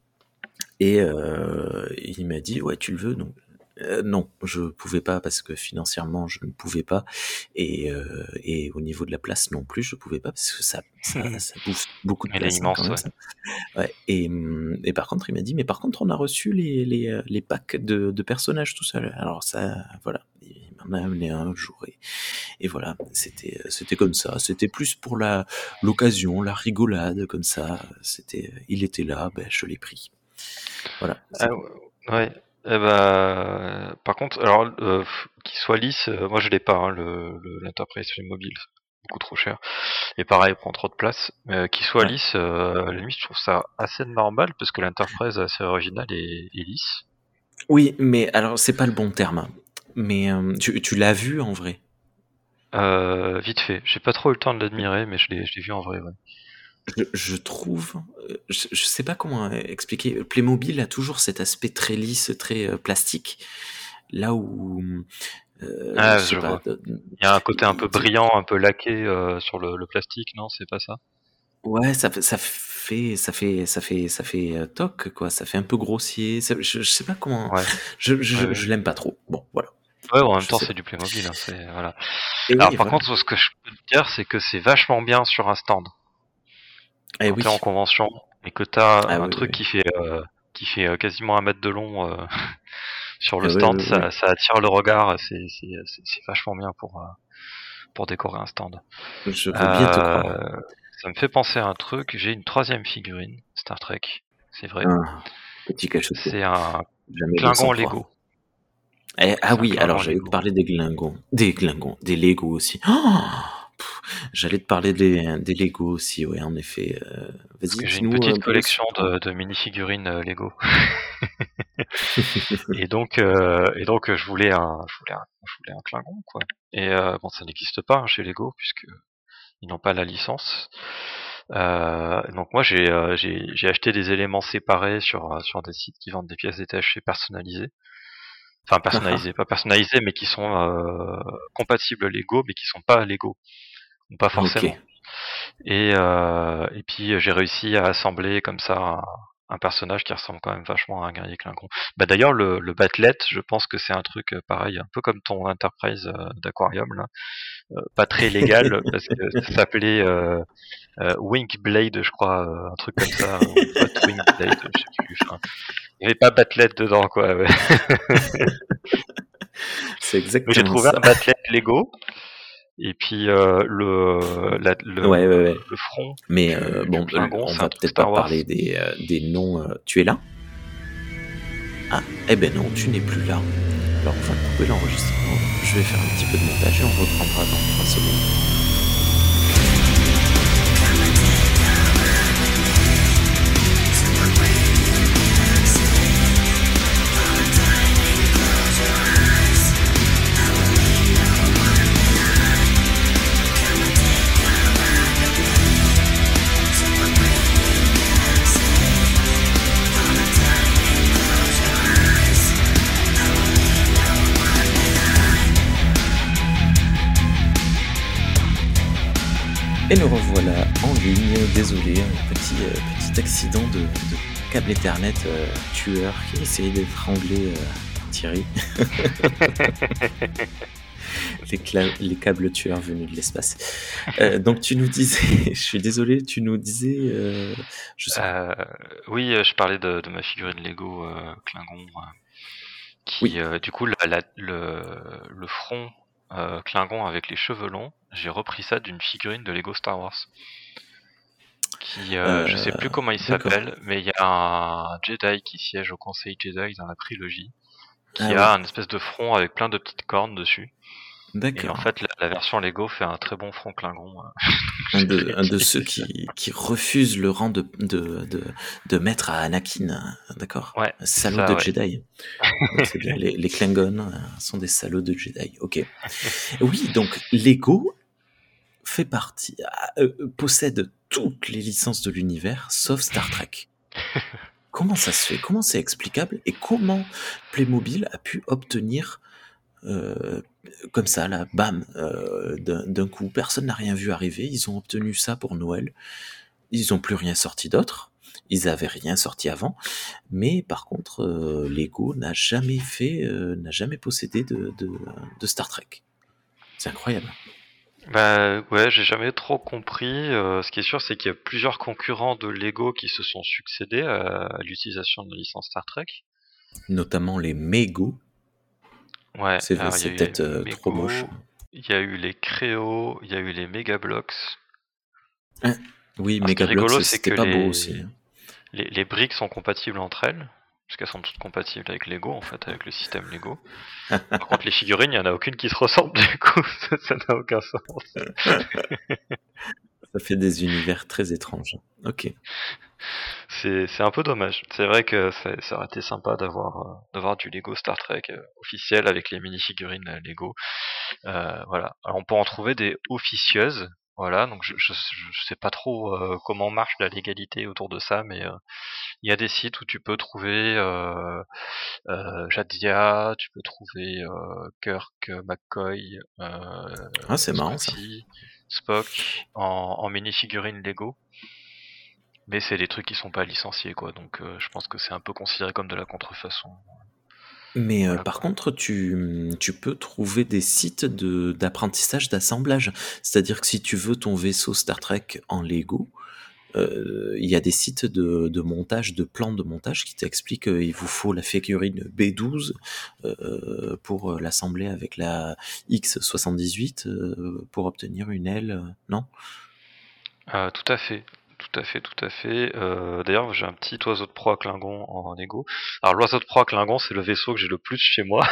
Et euh, il m'a dit ouais tu le veux donc euh, non je pouvais pas parce que financièrement je ne pouvais pas et euh, et au niveau de la place non plus je pouvais pas parce que ça ça ça bouffe beaucoup de Elle est place hein, quand immense, même ouais. ça. Ouais et hum, et par contre il m'a dit mais par contre on a reçu les les euh, les packs de de personnages tout seul alors ça voilà il m'en a amené un jour et, et voilà c'était c'était comme ça c'était plus pour la l'occasion la rigolade comme ça c'était il était là ben je l'ai pris voilà, c'est Ah, tout. ouais. Eh ben, par contre, alors euh, f- qu'il soit lisse, euh, moi je l'ai pas, hein, le, le- l'interface mobile, c'est beaucoup trop cher. Et pareil, il prend trop de place. Mais euh, qu'il soit Ouais. lisse, euh, à la limite, je trouve ça assez normal parce que l'interface assez originale est, est lisse. Oui, mais alors c'est pas le bon terme, hein. Mais euh, tu, tu l'as vu en vrai. Euh, vite fait. J'ai pas trop eu le temps de l'admirer, mais je l'ai, je l'ai vu en vrai, ouais. Je, je trouve, euh, je, je sais pas comment euh, expliquer. Playmobil a toujours cet aspect très lisse, très euh, plastique. Là où, euh, je Ah, sais je pas. vois. de- Il y a un côté un peu il- tu- brillant, un peu laqué euh, sur le, le plastique, non? C'est pas ça? ouais, ça, fait- ça fait, ça fait, ça fait, ça fait euh, toc quoi. Ça fait un peu grossier. Ça- je, je sais pas comment. Ouais, Je, ouais, je, ouais. je l'aime pas trop. Bon, voilà. Ouais, en même Je temps, sais c'est pas. du Playmobil, hein, c'est, voilà. Et Alors oui, par voilà. contre, ce que je peux te dire, c'est que c'est vachement bien sur un stand. Eh Quand t'es en oui. convention et que t'as Ah un oui, oui, truc oui. qui fait euh, qui fait euh, quasiment un mètre de long euh, sur le Ah oui, stand, oui, ça, oui. ça attire le regard. C'est c'est c'est c'est vachement bien pour euh, pour décorer un stand. Je veux bien te croire. Euh, Ça me fait penser à un truc. J'ai une troisième figurine Star Trek. C'est vrai. Ah, petit cachotier. C'est un Jamais deux sans Klingon trois. Lego. Eh, ah C'est un oui, alors Klingon j'allais te Lego. parler des glingons. Des glingons, des Lego aussi. Oh Pff, j'allais te parler des, des Lego aussi, ouais, en effet. Euh, Parce vas-y, que j'ai une dis-nous petite un peu sur collection ton... de, de mini-figurines euh, Lego. Et donc, euh, et donc, je voulais un, je voulais un, je voulais un Klingon, quoi. Et euh, bon, ça n'existe pas hein, chez Lego puisque ils n'ont pas la licence. Euh, donc moi, j'ai, euh, j'ai, j'ai acheté des éléments séparés sur euh, sur des sites qui vendent des pièces détachées personnalisées. Enfin, Ah, ah, personnalisées, pas personnalisées, mais qui sont euh, compatibles Lego, mais qui sont pas Lego, ou pas ok. forcément. Et, euh, et puis j'ai réussi à assembler comme ça un, un personnage qui ressemble quand même vachement à un guerrier Klingon. Bah d'ailleurs le, le Batlet, je pense que c'est un truc pareil, un peu comme ton Enterprise euh, d'Aquarium là, euh, pas très légal parce que ça s'appelait euh, euh, Wing Blade, je crois, euh, un truc comme ça, ou Bot Wing Blade, je sais plus. Enfin, il n'y avait pas Batlet dedans quoi. Ouais. C'est Mais j'ai exactement trouvé ça. un Batlet Lego. Et puis euh, le, la, le Ouais, ouais, ouais. le front Mais euh, du, du bon, Klingon, on c'est un va truc peut-être pas Star Wars. parler des, euh, des noms. euh, Tu es là? Ah, eh ben non, tu n'es plus là. Alors on va couper l'enregistrement. Je vais faire un petit peu de montage et on reprendra dans trois secondes. Et nous revoilà en ligne. Désolé, un petit, euh, petit accident de, de câble Ethernet euh, tueur qui a essayé d'étrangler euh, Thierry. les, cla- les câbles tueurs venus de l'espace. Euh, donc tu nous disais, je suis désolé, tu nous disais, euh, je sais plus. Euh, oui, je parlais de, de ma figurine Lego euh, Klingon, euh, qui Oui. euh, du coup la, la, le, le front euh, Klingon avec les cheveux longs, j'ai repris ça d'une figurine de Lego Star Wars. Qui, euh, je sais plus comment il d'accord. s'appelle, mais il y a un Jedi qui siège au Conseil Jedi dans la prélogie, qui Ah a oui, un espèce de front avec plein de petites cornes dessus. Et en d'accord. fait, la, la version Lego fait un très bon front Klingon. euh. Un J'ai de, un de réutilisé ceux ça. qui, qui refusent le rang de, de, de, de maître à Anakin, hein, d'accord. Ouais, Un c'est salaud ça, de ouais. Jedi. Donc c'est bien, les, les Klingons euh, sont des salauds de Jedi. Ok. Oui, donc Lego fait partie, euh, euh, possède toutes les licences de l'univers sauf Star Trek. Comment ça se fait? Comment c'est explicable? Et comment Playmobil a pu obtenir euh, comme ça, là, bam, euh, d'un, d'un coup, personne n'a rien vu arriver, ils ont obtenu ça pour Noël, ils n'ont plus rien sorti d'autre, ils avaient rien sorti avant, mais par contre, euh, Lego n'a jamais fait, euh, n'a jamais possédé de, de, de Star Trek. C'est incroyable. Bah ouais, j'ai jamais trop compris. Euh, ce qui est sûr, c'est qu'il y a plusieurs concurrents de Lego qui se sont succédés à, à l'utilisation de la licence Star Trek. Notamment les Mego, Ouais, c'est, alors il y a c'est eu les peut-être euh, trop moche. Mego, il y a eu les Créo, il y a eu les Megablox. Hein, oui, Alors, ce qui est Megablox, rigolo, c'est c'était que pas beau aussi. les, les, les briques sont compatibles entre elles, parce qu'elles sont toutes compatibles avec Lego, en fait, avec le système Lego. Par contre, les figurines, il n'y en a aucune qui se ressemble, du coup, ça ça n'a aucun sens. Ça fait des univers très étranges. Ok. C'est c'est un peu dommage. C'est vrai que ça, ça aurait été sympa d'avoir euh, d'avoir du Lego Star Trek euh, officiel avec les mini-figurines euh, Lego. Euh, voilà. Alors, on peut en trouver des officieuses. Voilà, donc je, je, je sais pas trop euh, comment marche la légalité autour de ça, mais euh, il y a des sites où tu peux trouver euh, euh, Jadia, tu peux trouver euh, Kirk, McCoy, euh, Ah, c'est marrant ça. Scotty, Spock en, en mini-figurines Lego. Mais c'est des trucs qui sont pas licenciés, quoi. Donc euh, je pense que c'est un peu considéré comme de la contrefaçon. Mais euh, Voilà, par quoi. contre, tu, tu peux trouver des sites de, d'apprentissage, d'assemblage. C'est-à-dire que si tu veux ton vaisseau Star Trek en Lego, euh, il y a des sites de, de montage, de plans de montage qui t'expliquent qu'il vous faut la figurine B douze euh, pour l'assembler avec la X soixante-dix-huit euh, pour obtenir une aile, euh, non? Euh, tout à fait. Tout à fait, tout à fait. Euh, D'ailleurs, j'ai un petit oiseau de proie Klingon en Lego. Alors, l'oiseau de proie Klingon, c'est le vaisseau que j'ai le plus chez moi.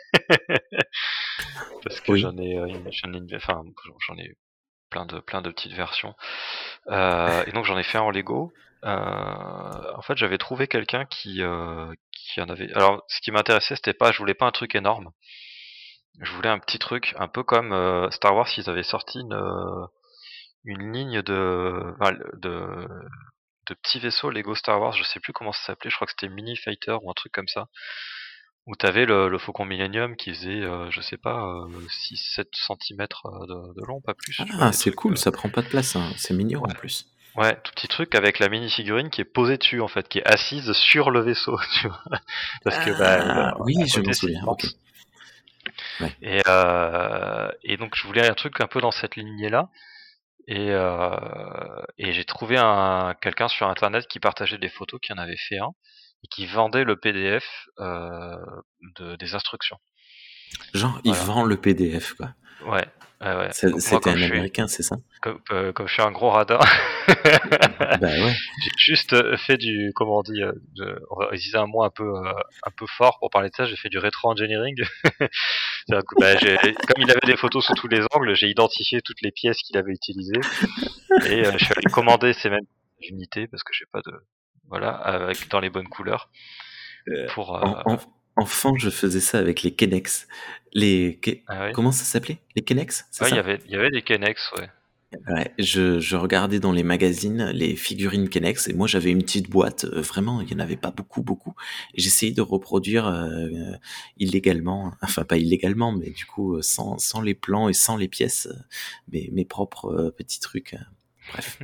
Parce que Oui. j'en ai, euh, une- j'en ai, une- enfin, j'en ai plein de, plein de petites versions. Euh, et donc, j'en ai fait un en Lego. Euh, en fait, j'avais trouvé quelqu'un qui, euh, qui en avait. Alors, ce qui m'intéressait, c'était pas, je voulais pas un truc énorme. Je voulais un petit truc, un peu comme euh, Star Wars, ils avaient sorti une, euh, une ligne de, enfin, de, de petits vaisseaux Lego Star Wars, je sais plus comment ça s'appelait, je crois que c'était Mini Fighter ou un truc comme ça, où t'avais le, le Faucon Millennium qui faisait, euh, je sais pas, euh, six sept centimètres de, de long, pas plus, tu vois, Ah, des c'est trucs. cool, euh, ça prend pas de place, hein. C'est mignon Ouais, en plus. ouais, tout petit truc avec la mini-figurine qui est posée dessus, en fait, qui est assise sur le vaisseau, tu vois. Parce que, bah, le- Ah, oui, à je m'en côté, c'est souviens. Ok. immense. Ouais. Et, euh, et donc, je voulais un truc un peu dans cette lignée-là. Et, euh, et j'ai trouvé un quelqu'un sur internet qui partageait des photos, qui en avait fait un et qui vendait le P D F euh, de, des instructions. Genre, il Voilà. vend le P D F, quoi. Ouais, ouais, ouais. C'est- Donc moi, C'était comme un je suis Américain, c'est ça? comme, euh, comme je suis un gros radin, Bah ouais. j'ai juste euh, fait du, comment on dit, euh, de, on va utiliser un mot un peu euh, un peu fort pour parler de ça. J'ai fait du rétro-engineering. C'est-à-dire que, bah, j'ai, comme il avait des photos sous tous les angles, j'ai identifié toutes les pièces qu'il avait utilisées. Et euh, je suis allé commander ces mêmes unités parce que j'ai pas de, voilà, avec dans les bonnes couleurs Euh, pour en- euh, en- enfant, je faisais ça avec les Kennex. Les Ke- ah oui, Comment ça s'appelait? Les Kennex, c'est ouais, il y ça? avait il y avait des Kennex, ouais. Ouais, je, je regardais dans les magazines les figurines Kennex et moi j'avais une petite boîte, euh, vraiment, il y en avait pas beaucoup, beaucoup. Et j'essayais de reproduire euh, illégalement, enfin pas illégalement, mais du coup euh, sans, sans les plans et sans les pièces, euh, mes, mes propres euh, petits trucs. euh. Bref.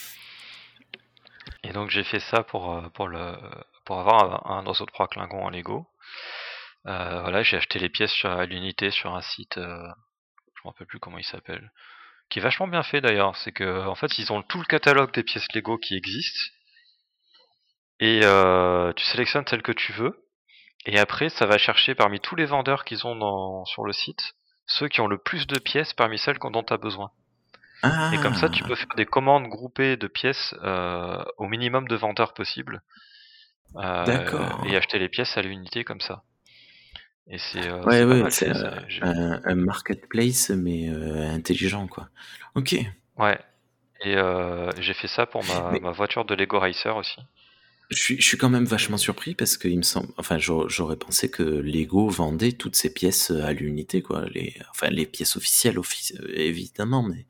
Et donc j'ai fait ça pour euh, pour le pour avoir un, un oiseau de proie Klingon en Lego. Euh, voilà, j'ai acheté les pièces sur, à l'unité sur un site, euh, je me rappelle plus comment il s'appelle, qui est vachement bien fait d'ailleurs. C'est que en fait ils ont tout le catalogue des pièces Lego qui existent et euh, tu sélectionnes celle que tu veux. Et après, ça va chercher parmi tous les vendeurs qu'ils ont dans, sur le site, ceux qui ont le plus de pièces parmi celles dont tu as besoin. Et comme ça, tu Ah, peux faire des commandes groupées de pièces euh, au minimum de vendeurs possible euh, et d'accord. acheter les pièces à l'unité comme ça. Et c'est euh, Ouais, c'est pas ouais, mal c'est fait. euh, c'est- j'ai- un, un marketplace, mais euh, intelligent, quoi. Ok. Ouais. Et euh, j'ai fait ça pour ma, Mais ma voiture de Lego Racer aussi. je suis, je suis quand même vachement Et surpris parce qu'il me semble, enfin, j'aurais j'aurais pensé que Lego vendait toutes ses pièces à l'unité, quoi. Les, enfin, les pièces officielles, offici- évidemment, mais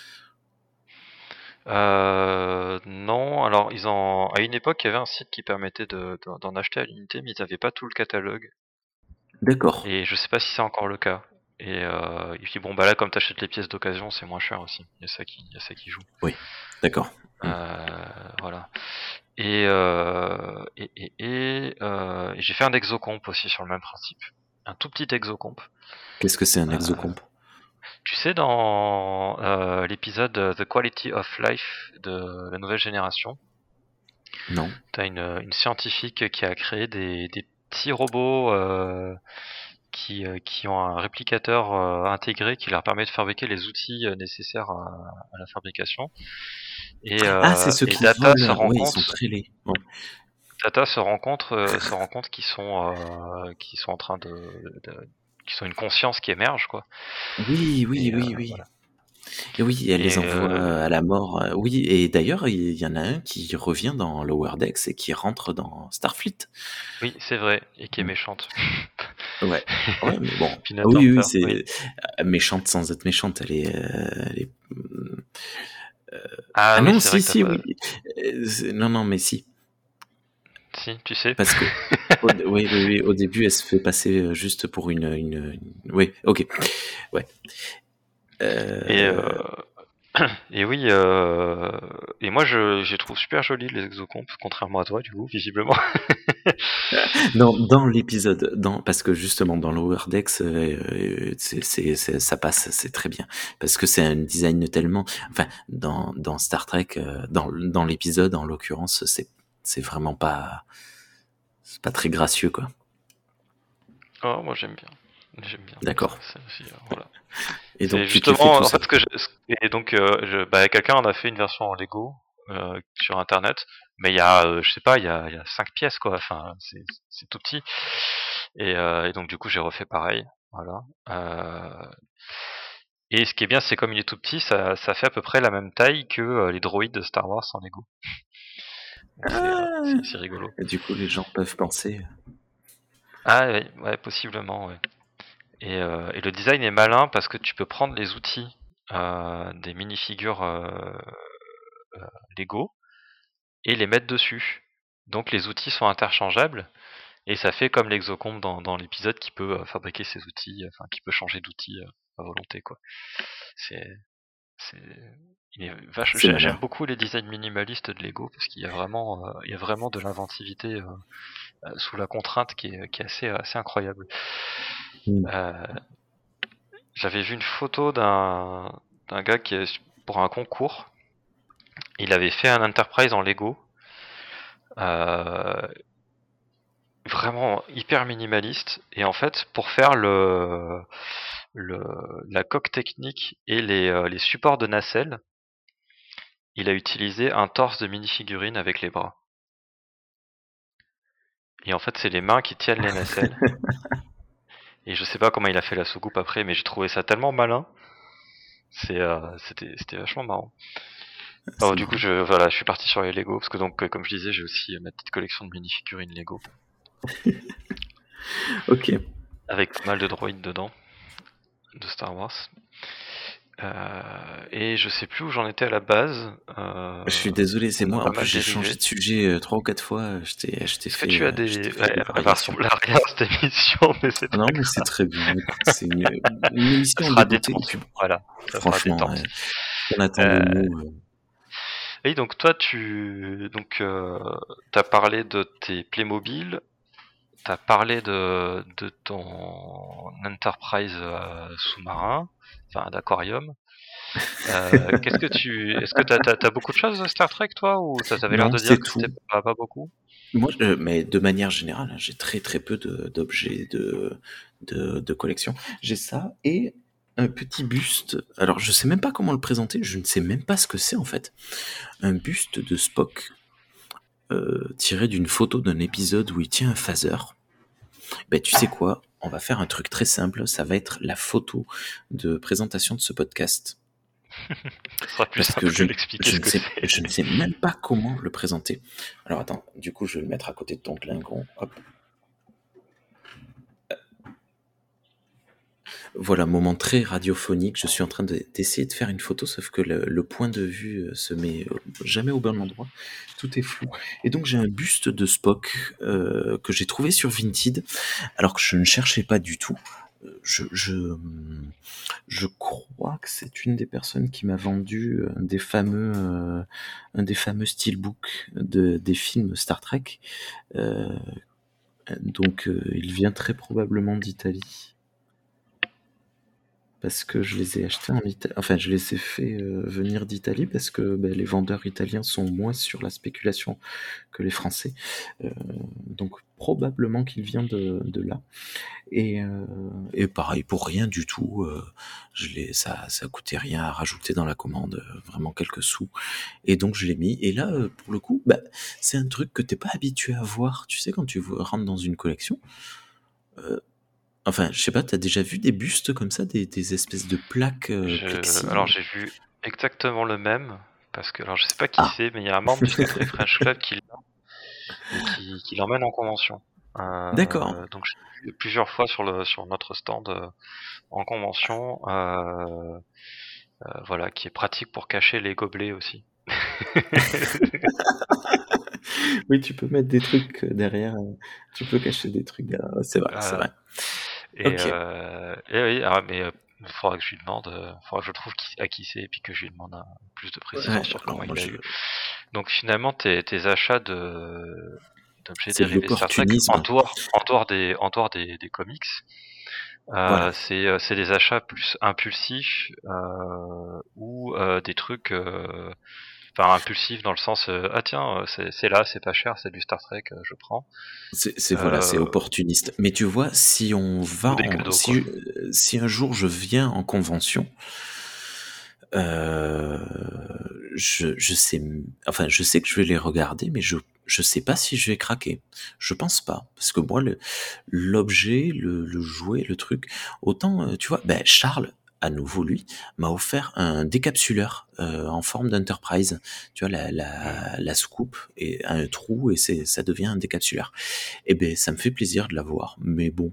euh, non, alors ils ont à une époque il y avait un site qui permettait de, de- d'en acheter à l'unité, mais ils n'avaient pas tout le catalogue. d'accord. Et je sais pas si c'est encore le cas. Et, euh, et puis bon bah là comme t'achètes les pièces d'occasion c'est moins cher aussi. Il y a ça qui, il y a ça qui joue. Oui, d'accord. Hmm. Euh, voilà. Et, euh, et, et, et, euh, et j'ai fait un exocomp aussi sur le même principe. Un tout petit exocomp. Qu'est-ce que c'est un Euh, exocomp? tu sais dans euh, l'épisode euh, The Quality of Life de la nouvelle génération, Non. t'as une, une scientifique qui a créé des, des petits robots euh, qui, euh, qui ont un réplicateur euh, intégré qui leur permet de fabriquer les outils euh, nécessaires à, à la fabrication. Et, Ah, c'est euh, ceux et qui Data se volent. rend Ouais, ils sont compte, très laids. Ouais. Data se rend compte, euh, se rend compte qu'ils sont, euh, qu'ils sont en train de, de qu'ils ont une conscience qui émerge, quoi. Oui, oui, Et euh, oui, oui. voilà. Et oui, elle les Et envoie euh, à la mort. euh, Oui, et d'ailleurs, il y en a un qui revient dans Lower Decks et qui rentre dans Starfleet. oui, c'est vrai, et qui est Hmm. méchante. Ouais. Ouais, mais bon. Peanut Ah oui, oui, Hunter, oui. c'est euh, méchante sans être méchante. Elle est, euh, elle est- hmm. Ah Ah oui, non, c'est vrai si, que t'as si, pas. oui. Euh, c'est- Non, non, mais si. Si, tu sais. Parce que, au- oui, oui, oui, au début, elle se fait passer euh, juste pour une, une, une- Oui, ok. Ouais. Et euh, Euh, Et oui, euh, et moi je, je les trouve super jolis les exocompes, contrairement à toi du coup, visiblement. Dans, dans l'épisode, dans, parce que justement dans Lower Decks, euh, c'est, c'est, c'est- ça passe, c'est très bien, parce que c'est un design tellement, enfin, dans, dans Star Trek, euh, dans, dans l'épisode en l'occurrence, c'est, c'est vraiment pas, c'est pas très gracieux, quoi. Oh, moi j'aime bien, j'aime bien. Ça, D'accord. c'est aussi, euh, voilà. Et C'est donc tu t'es fait justement, tout en ça. fait, ce que je, ce- et donc, euh, je, bah, quelqu'un en a fait une version en Lego euh, sur Internet, mais il y a, euh, je sais pas, il y a, il y a cinq pièces quoi. Enfin, c'est, c'est tout petit. Et, euh, et donc du coup, j'ai refait pareil. Voilà. Euh, et ce qui est bien, c'est comme il est tout petit, ça, ça fait à peu près la même taille que euh, les droïdes de Star Wars en Lego. Donc c'est, euh, Ah, c'est, c'est rigolo. et du coup, les gens peuvent penser. Ah ouais, ouais, possiblement, ouais. Et, euh, et le design est malin parce que tu peux prendre les outils euh, des minifigures euh, Lego et les mettre dessus. Donc les outils sont interchangeables Et ça fait comme l'exocombe dans, dans l'épisode qui peut euh, fabriquer ses outils, enfin qui peut changer d'outils euh, à volonté quoi. C'est, c'est, il est vache. C'est J'aime malin. beaucoup les designs minimalistes de Lego parce qu'il y a vraiment, euh, il y a vraiment de l'inventivité euh, euh, sous la contrainte qui est, qui est assez, assez incroyable. Mm. Euh, J'avais vu une photo d'un, d'un gars qui est pour un concours. Il avait fait un Enterprise en Lego. Euh, Vraiment hyper minimaliste et en fait pour faire le, le la coque technique et les, euh, les supports de nacelle, il a utilisé un torse de minifigurine avec les bras. Et en fait c'est les mains qui tiennent les nacelles. Et je sais pas comment il a fait la soucoupe après, mais j'ai trouvé ça tellement malin. C'est euh, c'était c'était vachement marrant. C'est Alors du coup marrant. je voilà je suis parti sur les Lego parce que donc euh, comme je disais j'ai aussi euh, ma petite collection de minifigurines Lego Ok. avec pas mal de droïdes dedans de Star Wars. Euh, et je sais plus où j'en étais à la base. Euh, Je suis désolé, c'est on a moi. En pas plus, mal j'ai changé dérivé. de sujet euh, trois ou quatre fois. Je t'ai, je t'ai Est-ce que fait, tu as euh, je t'ai des... fait Ouais, des elle va variations. ressembler à rien cette émission, mais c'est Ah pas non, mais c'est grave. très bien. Écoute, c'est une, une Ça émission sera dégoûtée. Et détente. puis, Voilà, ça sera franchement, détente. ouais, on attend le Euh, mot. euh, et donc toi, tu donc euh, t'as parlé de tes Playmobil, t'as parlé de de ton Enterprise euh, sous-marin, enfin d'aquarium. Euh, qu'est-ce que tu, est-ce que t'as, t'as, t'as beaucoup de choses de Star Trek toi ou ça t'avais l'air Non, de c'est dire que tout. c'était pas, pas beaucoup? Moi, je- mais de manière générale, hein, j'ai très très peu de- d'objets de, de, de collection. J'ai ça et un petit buste. Alors, je sais même pas comment le présenter. Je ne sais même pas ce que c'est en fait. Un buste de Spock euh, tiré d'une photo d'un épisode où il tient un phaser. Ben, tu sais quoi? On va faire un truc très simple. Ça va être la photo de présentation de ce podcast. Ce sera plus Parce que simple je, que d'expliquer je ce ne que sais, c'est. je ne sais même pas comment le présenter. Alors attends, du coup, je vais le mettre à côté de ton Klingon. Hop. Voilà, moment très radiophonique. Je suis en train de- d'essayer de faire une photo, sauf que le, le point de vue euh, se met euh, jamais au bon endroit. Tout est flou. Et donc j'ai un buste de Spock euh, que j'ai trouvé sur Vinted, alors que je ne cherchais pas du tout. Euh, Je, je, je crois que c'est une des personnes qui m'a vendu un des fameux, euh, un des fameux steelbooks de, des films Star Trek. Euh, donc euh, il vient très probablement d'Italie. Parce que je les ai achetés en Italie, enfin je les ai fait euh, venir d'Italie parce que ben, les vendeurs italiens sont moins sur la spéculation que les Français. Euh, donc probablement qu'il vient de, de là. Et, euh, et pareil, pour rien du tout, euh, je l'ai, ça, ça coûtait rien à rajouter dans la commande, euh, vraiment quelques sous. Et donc je l'ai mis. Et là, euh, pour le coup, bah, c'est un truc que t'es pas habitué à voir. Tu sais, quand tu rentres dans une collection, euh, enfin, je sais pas, t'as déjà vu des bustes comme ça, des, des espèces de plaques euh, Je, alors plexi? j'ai vu exactement le même, parce que, alors je sais pas qui Ah, c'est, mais il y a un membre du Star Trek French Club qui l'a et qui, qui l'emmène en convention. d'accord. Euh, donc j'ai vu plusieurs fois sur le sur notre stand euh, en convention, euh, euh, voilà, qui est pratique pour cacher les gobelets aussi. Oui, tu peux mettre des trucs euh, derrière, euh, tu peux cacher des trucs derrière. Ouais, c'est vrai, c'est Euh, vrai. et, Ok. euh, et oui, ah, mais il faudra que je lui demande, euh, faudra que je trouve qui, à qui c'est et puis que je lui demande un, plus de précision Ouais, sur alors comment il moi, l'a je... eu. Donc finalement, tes, tes achats de d'objets c'est de dérivés Star Trek en l'opportunisme. dehors, en dehors des, en dehors des, des comics, Voilà. euh, c'est euh, c'est des achats plus impulsifs euh, ou euh, des trucs, euh, enfin impulsifs dans le sens euh, ah tiens euh, c'est c'est là, c'est pas cher, c'est du Star Trek, euh, je prends. C'est c'est- voilà, c'est Euh, opportuniste. Mais tu vois, si on va ou des en, cadeaux quoi. si, euh, si un jour je viens en convention, euh, je, je sais, enfin, je sais que je vais les regarder, mais je, je sais pas si je vais craquer. Je pense pas. Parce que moi, le, l'objet, le, le jouet, le truc, autant, euh, tu vois, ben, Charles, à nouveau lui, m'a offert un décapsuleur euh, en forme d'Enterprise. Tu vois, la, Hmm. la, la scoop et un trou et c'est, ça devient un décapsuleur. Et ben, ça me fait plaisir de l'avoir. Mais bon,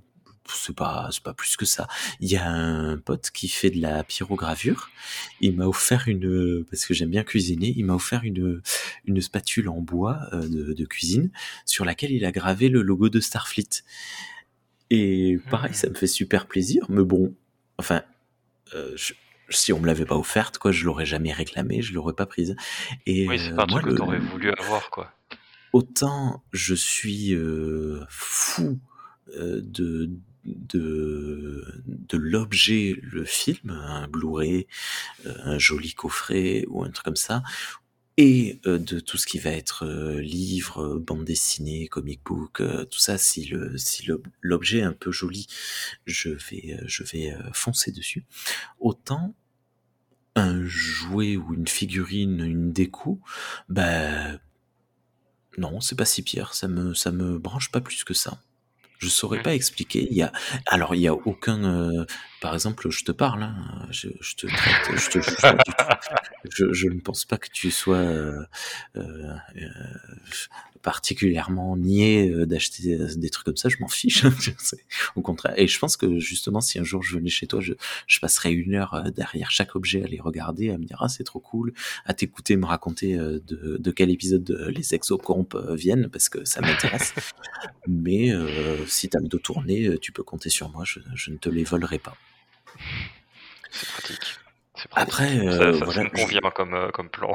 c'est pas, c'est pas plus que ça. Il y a un pote qui fait de la pyrogravure. Il m'a offert une, parce que j'aime bien cuisiner, il m'a offert une, une spatule en bois euh, de, de cuisine sur laquelle il a gravé le logo de Starfleet. Et pareil, ça me fait super plaisir, mais bon, enfin, euh, je- si on me l'avait pas offerte, quoi, je l'aurais jamais réclamée, je l'aurais pas prise. Et Oui, c'est euh, pas un moi, truc que le, t'aurais voulu avoir, quoi. autant je suis euh, fou euh, de de de l'objet, le film, un Blu-ray, euh, un joli coffret ou un truc comme ça, et euh, de tout ce qui va être euh, livre, euh, bande dessinée, comic book, euh, tout ça. Si le si le- l'objet est un peu joli, je vais euh, je vais euh, foncer dessus. Autant un jouet ou une figurine, une déco, bah non, c'est pas si pire. Ça me ça me branche pas plus que ça. Je saurais Mhm. pas expliquer. Il y a alors il y a aucun euh, par exemple, je te parle, hein, je, je te traite, je te juge pas du tout. Je, je ne pense pas que tu sois euh, euh, euh, particulièrement niais euh, d'acheter des trucs comme ça. Je m'en fiche. C'est- Au contraire. Et je pense que justement, si un jour je venais chez toi, je, je passerais une heure euh, derrière chaque objet à les regarder, à me dire ah c'est trop cool, à t'écouter me raconter euh, de, de quel épisode de les exocompes euh, viennent parce que ça m'intéresse. Mais euh, si t'as le dos tourné, euh, tu peux compter sur moi. Je, je ne te les volerai pas. C'est pratique. C'est Après, pratique. Ça, euh, ça, ça voilà, me je, convient comme, euh, comme plan.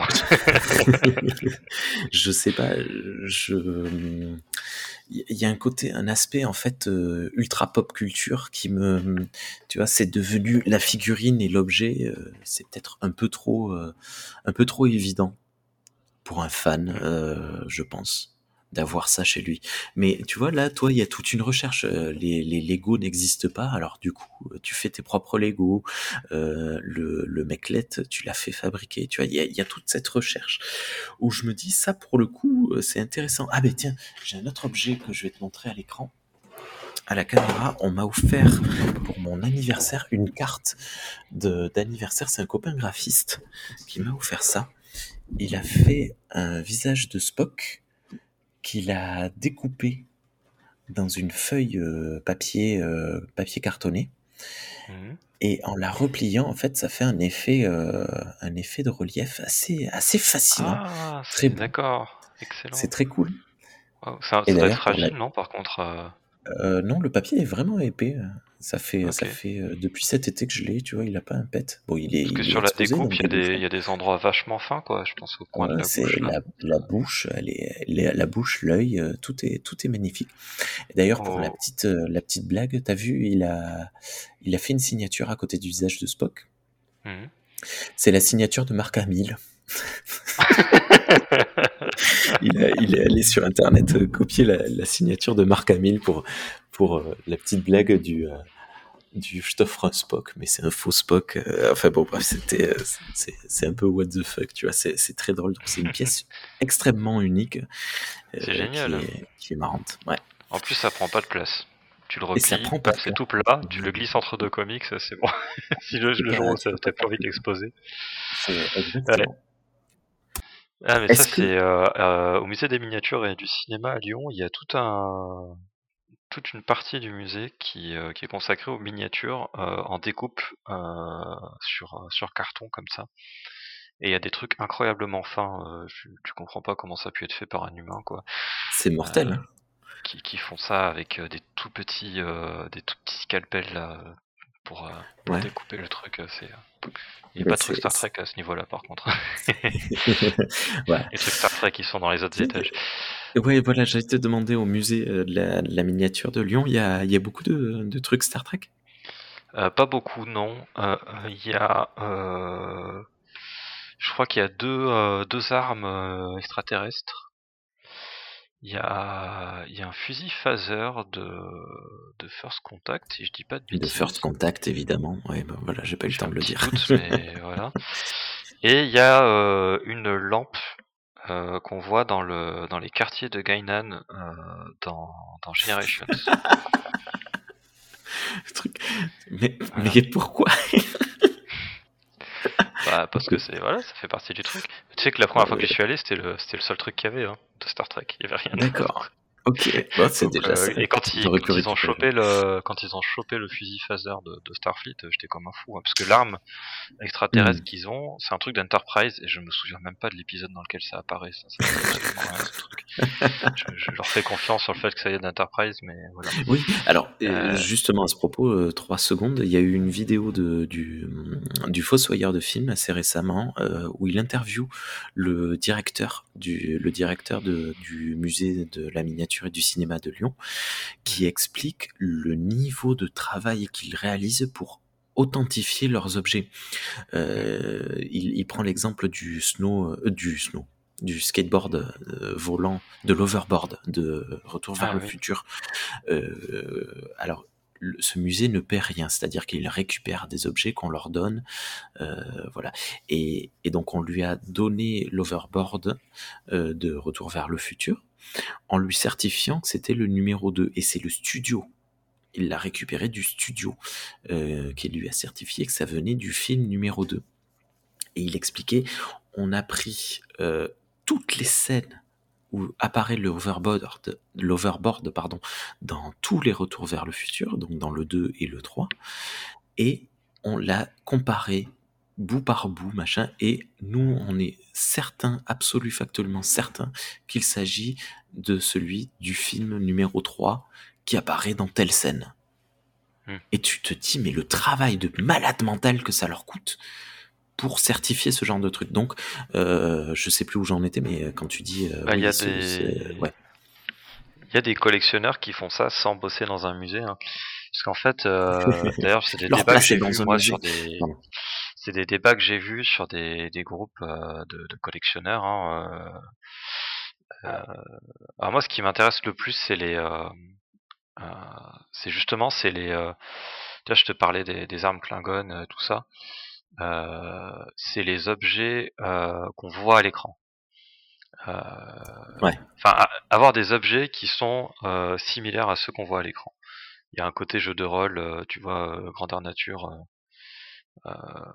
je sais pas, je, il y a un côté, un aspect en fait euh, ultra pop culture qui me, tu vois, c'est devenu la figurine et l'objet, euh, c'est peut-être un peu trop, euh, un peu trop évident pour un fan, euh, je pense, d'avoir ça chez lui. Mais tu vois, là, toi, il y a toute une recherche. Euh, Les, les Lego n'existent pas, alors du coup, euh, tu fais tes propres Lego. Euh, le, le meclet, tu l'as fait fabriquer. Tu vois, il y a, il y a toute cette recherche où je me dis, ça, pour le coup, euh, c'est intéressant. Ah ben tiens, j'ai un autre objet que je vais te montrer à l'écran. À la caméra, on m'a offert pour mon anniversaire une carte de d'anniversaire. C'est un copain graphiste qui m'a offert ça. Il a fait un visage de Spock qu'il a découpé dans une feuille euh, papier euh, papier cartonné Mhm. et en la repliant en fait ça fait un effet euh, un effet de relief assez assez fascinant, Ah, très c'est beau, d'accord. c'est Excellent. très cool. Wow. Ça, Et ça doit être d'ailleurs pour la fragile, non, par contre euh, euh, non, le papier est vraiment épais. Ça fait Ok. ça fait euh, depuis cet été que je l'ai, tu vois, il a pas un pet. Bon, il est Parce que il est sur la exposé dans découpe, il y a des des, il bouchons. y a des endroits vachement fins, quoi. Je pense au coin de Ouais, la c'est bouche, là. la, la bouche, elle est, la, la bouche, l'œil, euh, tout est, tout est magnifique. Et d'ailleurs, pour la Oh. petite, euh, la petite blague, t'as vu, il a, il a fait une signature à côté du visage de Spock. Mhm. C'est la signature de Mark Hamill. Il, a- il est allé sur Internet euh, copier la, la signature de Mark Hamill pour, pour euh, la petite blague du, euh, du je t'offre un Spock, mais c'est un faux Spock. Euh, enfin bon, bref, c'était, euh, c'est, c'est un peu what the fuck, tu vois, c'est, c'est très drôle. Donc c'est une pièce extrêmement unique C'est euh, qui génial. est, qui est marrante. Ouais. En plus, ça prend pas de place. Tu le Et ça replies, prend pas bah, de c'est place. tout plat, tu le glisses entre deux comics, ça, c'est bon. Si le, Et le jour t'as- où tu ça- peux pas t'as plus faire envie plus. d'exposer. C'est Ouais. exactement. Ah, mais ça, Est-ce que c'est euh, euh, au musée des miniatures et du cinéma à Lyon, il y a tout un, toute une partie du musée qui, euh, qui est consacrée aux miniatures euh, en découpe euh, sur, sur carton comme ça. Et il y a des trucs incroyablement fins. Euh, tu, tu comprends pas comment ça a pu être fait par un humain, quoi. c'est mortel, Euh, hein? qui, qui font ça avec euh, des tout petits, euh, des tout petits scalpels là pour, euh, pour Ouais. découper le truc. euh, C'est, euh, il n'y a Ben pas de truc c'est, Star c'est- Trek à ce niveau-là, par contre. voilà. Les trucs Star Trek, ils sont dans les autres Tu sais, étages. ouais, voilà, j'allais te demander au musée euh, de la, de la miniature de Lyon, il y a, il y a beaucoup de, de trucs Star Trek? Euh, pas beaucoup, non. Euh, Il y a, euh, je crois qu'il y a deux, euh, deux armes euh, extraterrestres. Il y a, il y a un fusil phaser de, de First Contact, si je dis pas de De First bêtises. Contact, évidemment. Ouais, ben voilà, j'ai pas eu le J'ai temps un de le petit dire. doute, mais voilà. Et il y a euh, une lampe euh, qu'on voit dans le dans les quartiers de Gainan euh, dans, dans Generations. Le truc. Mais, Voilà. mais pourquoi? Bah parce que c'est voilà, ça fait partie du truc. Tu sais que la première fois que j'y Euh, suis allé, c'était le c'était le seul truc qu'il y avait hein, de Star Trek. Il y avait rien D'accord. d'autre. Ok, bon, c'est Donc, déjà euh, ça. et quand ils, T'aurais pu quand ils ont récupérer. chopé le, quand ils ont chopé le fusil phaser de, de Starfleet, euh, j'étais comme un fou, hein, parce que l'arme extraterrestre Hmm. qu'ils ont, c'est un truc d'Enterprise, et je me souviens même pas de l'épisode dans lequel ça apparaît. Ça, ça me dit absolument rien, ce truc. Je, je leur fais confiance sur le fait que ça y est d'Enterprise, mais voilà. Oui, alors euh, Euh, justement à ce propos, euh, trois secondes, il y a eu une vidéo de, du, du Fossoyeur de film assez récemment euh, où il interviewe le directeur du, le directeur de, du musée de la miniature et du cinéma de Lyon, qui explique le niveau de travail qu'ils réalisent pour authentifier leurs objets. Euh, il, il prend l'exemple du snow, euh, du snow, du skateboard euh, volant, de l'overboard, de Retour vers Ah le oui. futur. Euh, alors, le- ce musée ne perd rien, c'est-à-dire qu'il récupère des objets qu'on leur donne, euh, voilà. Et, et donc on lui a donné l'overboard euh, de Retour vers le futur, en lui certifiant que c'était le numéro deux. Et c'est le studio. Il l'a récupéré du studio euh, qui lui a certifié que ça venait du film numéro deux. Et il expliquait, on a pris euh, toutes les scènes où apparaît le hoverboard, l'overboard pardon, dans tous les retours vers le futur, donc dans le deux et le trois, et on l'a comparé bout par bout, machin, et nous, on est certain, absolu factuellement certain, qu'il s'agit de celui du film numéro trois qui apparaît dans telle scène. Hmm. Et tu te dis, mais le travail de malade mental que ça leur coûte pour certifier ce genre de truc. Donc, euh, je sais plus où j'en étais, mais quand tu dis, euh, Bah, il y oui, a ce, c'est, des, ouais. il y a des collectionneurs qui font ça sans bosser dans un musée, hein. Parce qu'en fait, euh, d'ailleurs, c'est des Leur débats que place est j'ai vus dans un moi sur musée. des, Pardon. c'est des débats que j'ai vus sur des, des groupes euh, de, de collectionneurs, hein, euh, euh, alors moi, ce qui m'intéresse le plus, c'est les, euh, euh, c'est justement, c'est les, euh, tu vois, je te parlais des, des armes Klingon, euh, tout ça. Euh, c'est les objets euh, qu'on voit à l'écran. Euh, Ouais. Enfin, a- avoir des objets qui sont euh, similaires à ceux qu'on voit à l'écran. Il y a un côté jeu de rôle, euh, tu vois, euh, grandeur nature. Euh,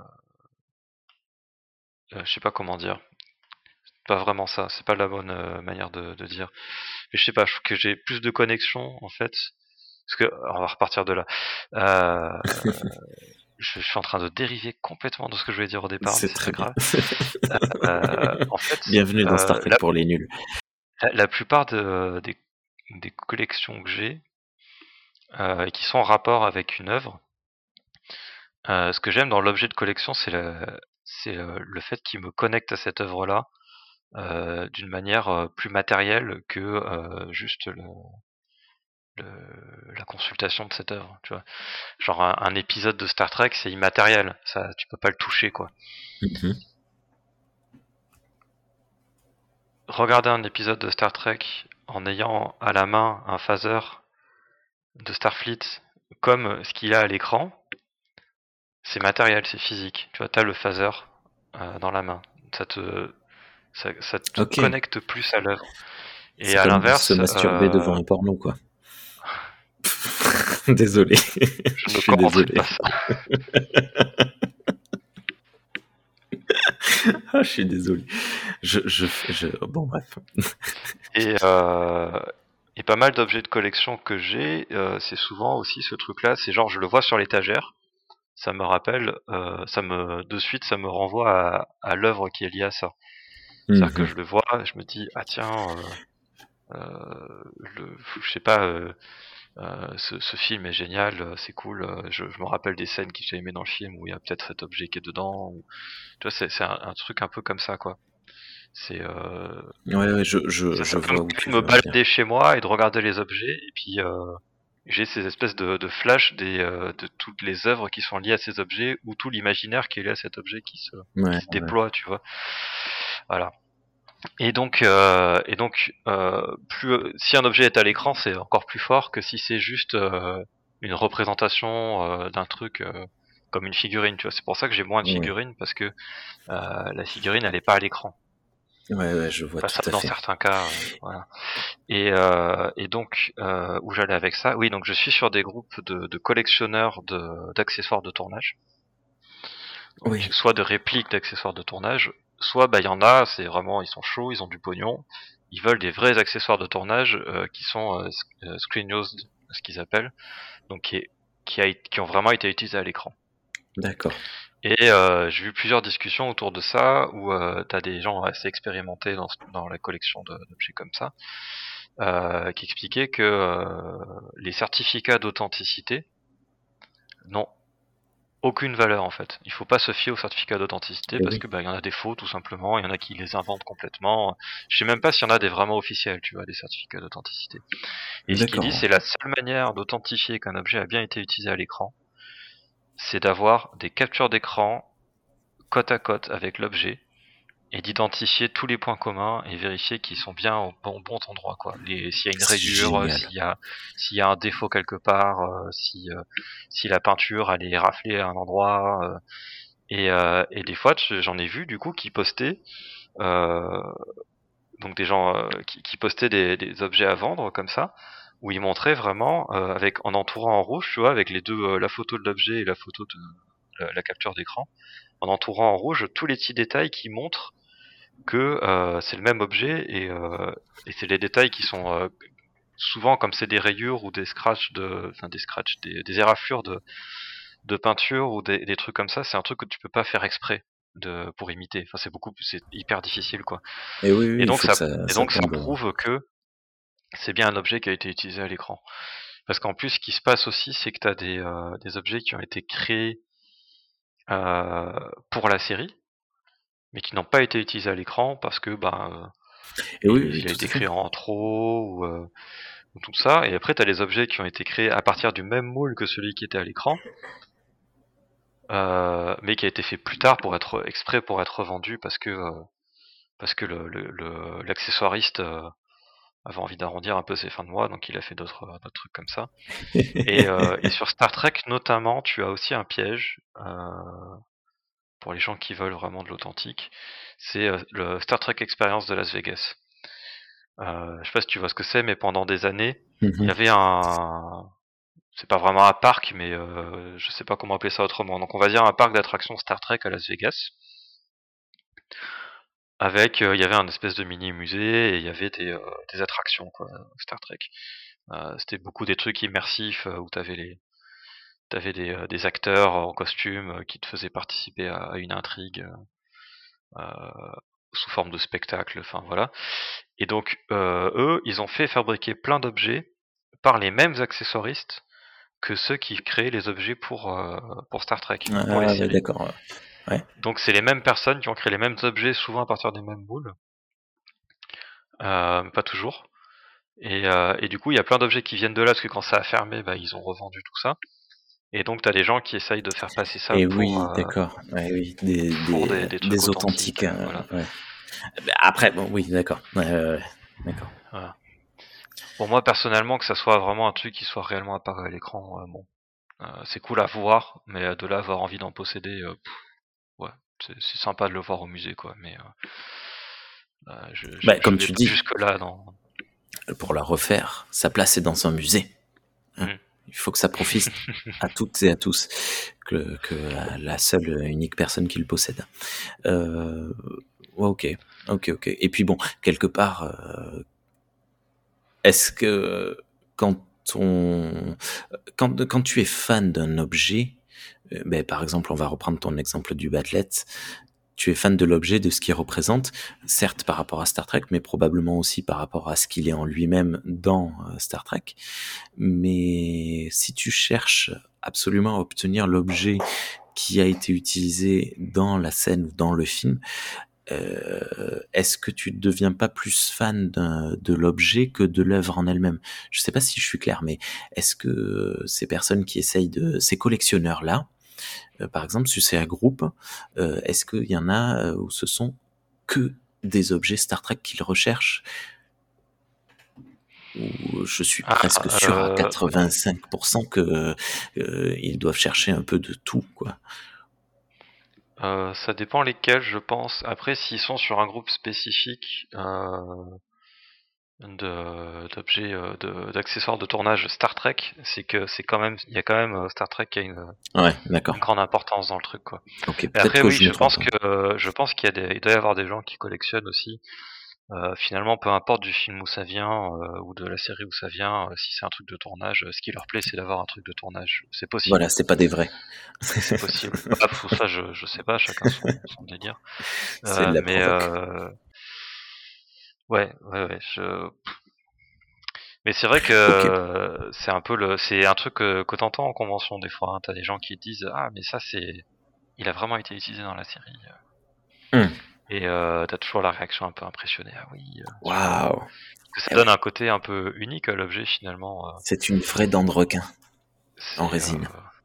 euh, je sais pas comment dire. Pas vraiment ça. C'est pas la bonne euh, manière de, de dire. Mais je sais pas. Je trouve que j'ai plus de connexion en fait. Parce que alors, on va repartir de là. Euh, je, je suis en train de dériver complètement de ce que je voulais dire au départ, mais C'est c'est pas très bien. grave. Euh, en fait, Bienvenue dans Star euh, Trek la, pour les nuls. la, la plupart de, des, des collections que j'ai euh, et qui sont en rapport avec une œuvre, euh, ce que j'aime dans l'objet de collection, c'est le, c'est le, le fait qu'il me connecte à cette œuvre-là euh, d'une manière euh, plus matérielle que euh, juste le, le, la consultation de cette œuvre. Tu vois, genre un, un épisode de Star Trek, c'est immatériel, ça, tu peux pas le toucher, quoi. Mhm. Regarder un épisode de Star Trek en ayant à la main un phaser de Starfleet comme ce qu'il a à l'écran, c'est matériel, c'est physique. Tu vois, t'as le phaser euh, dans la main. Ça te, ça, ça te Ok. connecte plus à l'œuvre. Et C'est à comme se l'inverse, masturber devant euh, un porno, quoi. Désolé. je Je ne suis commenterai désolé. pas ça. Ah, je suis désolé. Je, je, je, bon, bref. Et, euh, et pas mal d'objets de collection que j'ai, euh, c'est souvent aussi ce truc-là. C'est genre, je le vois sur l'étagère, ça me rappelle, euh, ça me, de suite, ça me renvoie à, à l'œuvre qui est liée à ça. C'est-à-dire que Mhm. je le vois, je me dis, ah tiens, euh, euh, le, je sais pas, euh, euh, ce, ce film est génial, euh, c'est cool. euh, Je, je me rappelle des scènes que j'ai aimées dans le film où il y a peut-être cet objet qui est dedans. Ou, tu vois, c'est, c'est un, un truc un peu comme ça, quoi. C'est, euh, Ouais, ouais, je, je, ça, je ça peut me vois où permettre tu de me veux en venir. balader chez moi et de regarder les objets, et puis euh, j'ai ces espèces de, de flash des, euh, de toutes les œuvres qui sont liées à ces objets, ou tout l'imaginaire qui est lié à cet objet qui se, Ouais, qui se ouais. déploie, tu vois. Voilà. Et donc, euh, et donc, euh, plus si un objet est à l'écran, c'est encore plus fort que si c'est juste euh, une représentation euh, d'un truc euh, comme une figurine. Tu vois, c'est pour ça que j'ai moins de Ouais, figurines parce que euh, la figurine, elle est pas à l'écran. ouais, ouais, je vois Enfin, tout ça à dans fait. certains cas, euh, voilà. Et, euh, et donc, euh, où j'allais avec ça, oui, donc je suis sur des groupes de, de collectionneurs de, d'accessoires de tournage, donc Oui. soit de répliques d'accessoires de tournage, soit bah il y en a, c'est vraiment ils sont chauds, ils ont du pognon, ils veulent des vrais accessoires de tournage euh, qui sont euh, euh, screen used, ce qu'ils appellent, donc qui, est, qui, a, qui ont vraiment été utilisés à l'écran. D'accord. Et euh, j'ai vu plusieurs discussions autour de ça où euh, t'as des gens assez expérimentés dans, dans la collection de, d'objets comme ça euh, qui expliquaient que euh, les certificats d'authenticité n'ont aucune valeur en fait. Il faut pas se fier aux certificats d'authenticité Et parce oui. que bah il y en a des faux tout simplement, il y en a qui les inventent complètement. Je sais même pas s'il y en a des vraiment officiels, tu vois, des certificats d'authenticité. Et ce qu'il dit, D'accord. c'est la seule manière d'authentifier qu'un objet a bien été utilisé à l'écran, c'est d'avoir des captures d'écran côte à côte avec l'objet et d'identifier tous les points communs et vérifier qu'ils sont bien au bon, bon endroit quoi. Les, s'il y a une C'est rayure, euh, génial. s'il y a s'il y a un défaut quelque part, euh, si euh, si la peinture elle est raflée à un endroit euh, et euh, et des fois tu- j'en ai vu du coup qui postaient euh, donc des gens euh, qui, qui postaient des, des objets à vendre comme ça où ils montraient vraiment euh, avec en entourant en rouge, tu vois, avec les deux euh, la photo de l'objet et la photo de la, la capture d'écran, en entourant en rouge tous les petits détails qui montrent que euh, c'est le même objet et, euh, et c'est les détails qui sont euh, souvent comme c'est des rayures ou des scratchs de, enfin des scratchs, des, des éraflures de, de peinture ou des, des trucs comme ça, c'est un truc que tu peux pas faire exprès de pour imiter. Enfin c'est beaucoup, c'est hyper difficile quoi. Et oui, oui, Et il donc faut que ça, ça, et ça donc ça tombe. prouve que c'est bien un objet qui a été utilisé à l'écran. Parce qu'en plus, ce qui se passe aussi, c'est que tu as des, euh, des objets qui ont été créés euh, pour la série, mais qui n'ont pas été utilisés à l'écran parce que ben Et oui, oui, il a tout à été fait. créé en trop ou, euh, ou tout ça. Et après, tu as les objets qui ont été créés à partir du même moule que celui qui était à l'écran, euh, mais qui a été fait plus tard pour être exprès pour être revendu parce que euh, parce que le, le, le- l'accessoiriste euh, avait envie d'arrondir un peu ses fins de mois, donc il a fait d'autres, d'autres trucs comme ça. Et, euh, et sur Star Trek notamment, tu as aussi un piège euh, pour les gens qui veulent vraiment de l'authentique. C'est euh, le Star Trek Experience de Las Vegas. Euh, je sais pas si tu vois ce que c'est, mais pendant des années, il y Mhm. avait un, c'est pas vraiment un parc, mais euh, je sais pas comment appeler ça autrement. Donc on va dire un parc d'attractions Star Trek à Las Vegas. Avec, euh, il y avait un espèce de mini musée et il y avait des, euh, des attractions quoi, Star Trek. Euh, c'était beaucoup des trucs immersifs euh, où t'avais les, t'avais des, euh, des acteurs en costume euh, qui te faisaient participer à, à une intrigue euh, sous forme de spectacle. Enfin voilà. Et donc euh, eux, ils ont fait fabriquer plein d'objets par les mêmes accessoiristes que ceux qui créaient les objets pour euh, pour Star Trek, pour les Ah ouais, séries. d'accord. Ouais. Donc c'est les mêmes personnes qui ont créé les mêmes objets, souvent à partir des mêmes moules, euh, pas toujours. Et, euh, et du coup, il y a plein d'objets qui viennent de là, parce que quand ça a fermé, bah, ils ont revendu tout ça. Et donc, t'as des gens qui essayent de faire passer ça Et pour, oui, euh, d'accord. Ouais, oui, des, pour des, des, euh, des trucs des authentiques. authentiques. euh, euh, voilà. ouais. Bah, après, bon, oui, d'accord. Ouais, ouais, ouais, d'accord. Voilà. Pour moi, personnellement, que ça soit vraiment un truc qui soit réellement apparu à l'écran, euh, bon, euh, c'est cool à voir, mais euh, de là avoir envie d'en posséder, euh, pff, ouais, c'est, c'est sympa de le voir au musée, quoi. Mais euh, euh, je, je, Bah, je comme vais tu pas dis, jusque là dans. pour la refaire, sa place est dans un musée. Hein. Hmm. Il faut que ça profite à toutes et à tous, que, que à la seule unique personne qui le possède. Euh, ouais, ok, ok, ok. Et puis bon, quelque part, euh, est-ce que quand on, quand, quand tu es fan d'un objet, euh, ben, par exemple, on va reprendre ton exemple du Batlet, tu es fan de l'objet, de ce qu'il représente, certes par rapport à Star Trek, mais probablement aussi par rapport à ce qu'il est en lui-même dans euh, Star Trek. Mais si tu cherches absolument à obtenir l'objet qui a été utilisé dans la scène ou dans le film, euh, est-ce que tu ne deviens pas plus fan d'un- de l'objet que de l'œuvre en elle-même? Je sais pas si je suis clair, mais est-ce que ces personnes qui essayent de, ces collectionneurs-là, euh, par exemple, si c'est un groupe, euh, est-ce qu'il y en a euh, où ce sont que des objets Star Trek qu'ils recherchent? Où je suis presque Ah, sûr à euh, quatre-vingt-cinq pour cent que euh, ils doivent chercher un peu de tout, quoi. euh, ça dépend lesquels, je pense. Après, s'ils sont sur un groupe spécifique, euh, de d'objets euh, de d'accessoires de tournage Star Trek, c'est que c'est quand même il y a quand même euh, Star Trek qui a une, Ouais, d'accord. une grande importance dans le truc quoi. Ok, Et peut-être après que oui, je me je pense trompe. que euh, je pense qu'il y a des il doit y avoir des gens qui collectionnent aussi Euh, finalement, peu importe du film où ça vient euh, ou de la série où ça vient, euh, si c'est un truc de tournage, euh, ce qui leur plaît, c'est d'avoir un truc de tournage. C'est Voilà, possible. c'est pas des vrais. C'est possible. Bah, pour ça, je, je sais pas, chacun son, son délire. C'est de Euh, la mais provoque. euh, ouais, ouais, ouais. Je... Mais c'est vrai que Ok. euh, c'est un peu le, c'est un truc que, que t'entends en convention des fois. Hein. T'as des gens qui te disent ah mais ça c'est, il a vraiment été utilisé dans la série. Hmm. Et euh, t'as toujours la réaction un peu impressionnée. Ah oui, euh, super. Waouh. Que ça Eh donne oui. un côté un peu unique à l'objet finalement. Euh, C'est une vraie dent de requin en c'est résine. euh...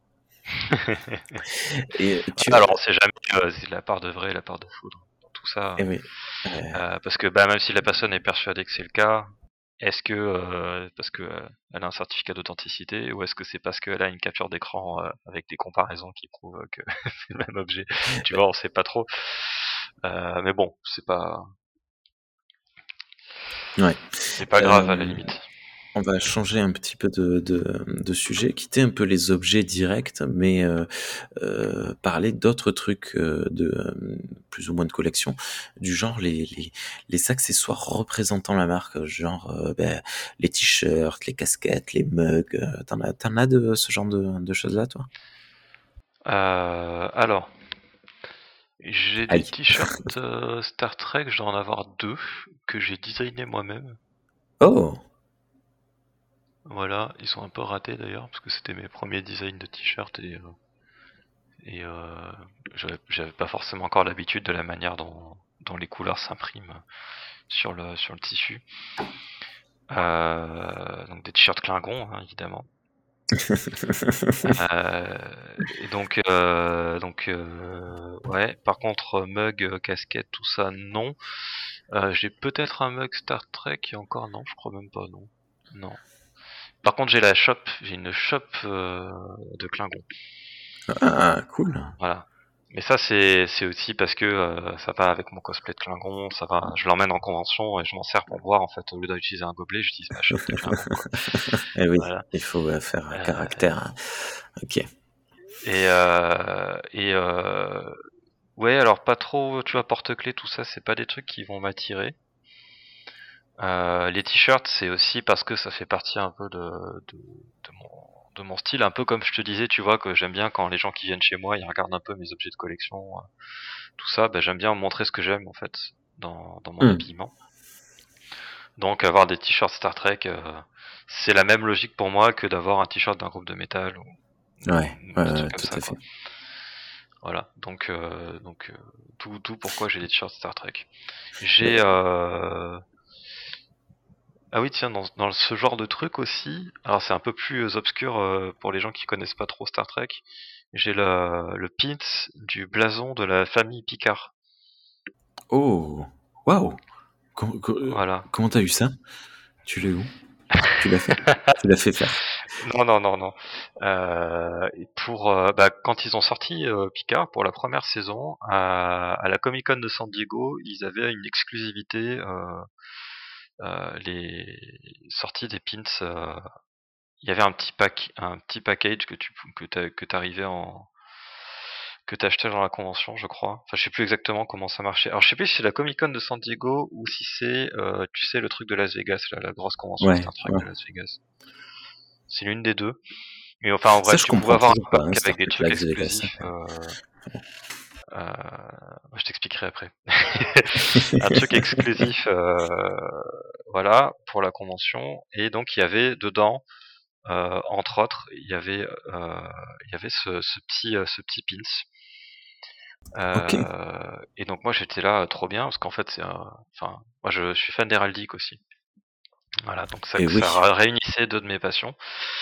Et tu, alors on sait jamais euh, c'est la part de vrai, et la part de faux dans, dans tout ça. eh oui. Euh, Euh, parce que bah même si la personne est persuadée que c'est le cas, est-ce que euh, parce que euh, elle a un certificat d'authenticité ou est-ce que c'est parce qu'elle a une capture d'écran euh, avec des comparaisons qui prouvent que c'est le même objet. Tu vois, on sait pas trop. Euh, mais bon, c'est pas ouais. c'est pas grave à la Euh, limite. on va changer un petit peu de, de, de sujet, quitter un peu les objets directs, mais euh, euh, parler d'autres trucs euh, de euh, plus ou moins de collection, du genre les, les, les accessoires représentant la marque, genre euh, ben, les t-shirts, les casquettes, les mugs. euh, T'en as, t'en as de ce genre de, de choses-là, toi? Euh, alors, j'ai des Aïe. t-shirts euh, Star Trek, je dois en avoir deux que j'ai designé moi-même. Oh, Voilà, ils sont un peu ratés d'ailleurs parce que c'était mes premiers designs de t-shirts et euh, et euh, j'avais j'avais pas forcément encore l'habitude de la manière dont, dont les couleurs s'impriment sur le sur le tissu. Euh, donc des t-shirts Klingon hein, évidemment. Euh, et donc euh, donc euh, ouais. Par contre mug, euh, casquette, tout ça non. Euh, j'ai peut-être un mug Star Trek et encore non, je crois même pas non. Non. Par contre j'ai la shop, j'ai une shop euh, de Klingon. ah, cool. Voilà. Mais ça c'est c'est aussi parce que euh, ça va avec mon cosplay de Klingon, ça va, je l'emmène en convention et je m'en sers pour boire en fait au lieu d'utiliser un gobelet, j'utilise ma chope de Klingon quoi. Eh oui, Voilà. il faut euh, faire un Euh, caractère. Hein. Ok. et euh, et euh, ouais alors pas trop, tu vois porte-clés tout ça c'est pas des trucs qui vont m'attirer. Euh, les t-shirts c'est aussi parce que ça fait partie un peu de de, de mon de mon style, un peu comme je te disais, tu vois que j'aime bien quand les gens qui viennent chez moi ils regardent un peu mes objets de collection. Tout ça, bah, j'aime bien montrer ce que j'aime en fait dans, dans mon Hmm. habillement. Donc avoir des t-shirts Star Trek, euh, c'est la même logique pour moi que d'avoir un t-shirt d'un groupe de métal ou, Ouais, ou ouais, des ouais, trucs comme tout ça à quoi. fait. Voilà, donc euh, donc euh, tout tout pourquoi j'ai des t-shirts Star Trek. J'ai euh... ah oui tiens dans, dans ce genre de truc aussi. Alors c'est un peu plus obscur euh, pour les gens qui connaissent pas trop Star Trek. J'ai le le pins du blason de la famille Picard. Oh, waouh! Com- co- euh, Voilà. Comment t'as eu ça? Tu l'as où? Tu l'as fait? Tu l'as fait faire? Non, non, non, non. Euh, et pour euh, bah, quand ils ont sorti euh, Picard pour la première saison à, à la Comic Con de San Diego, ils avaient une exclusivité, euh, euh, les sorties des pins. euh, Il y avait un petit pack, un petit package que tu que t'as- que t'arrivais en que t'achetais dans la convention, je crois. Enfin, je sais plus exactement comment ça marchait. Alors, je sais plus si c'est la Comic Con de San Diego ou si c'est, euh, tu sais, le truc de Las Vegas, là, la grosse convention Ouais, Star Trek ouais. de Las Vegas. C'est l'une des deux. Mais enfin, en Ça, bref, je tu pouvais comprends avoir toujours un pas, hein, pack Star avec des Trek trucs Las Vegas. exclusifs. Euh, euh, je t'expliquerai après. Un truc exclusif, euh, voilà, pour la convention. Et donc, il y avait dedans, euh, entre autres, il y avait, euh, il y avait ce, ce petit, euh, ce petit pins. Ok. Euh, et donc moi j'étais là euh, trop bien parce qu'en fait c'est un, enfin moi je suis fan d'héraldique aussi. Voilà donc ça Et ça oui. réunissait deux de mes passions.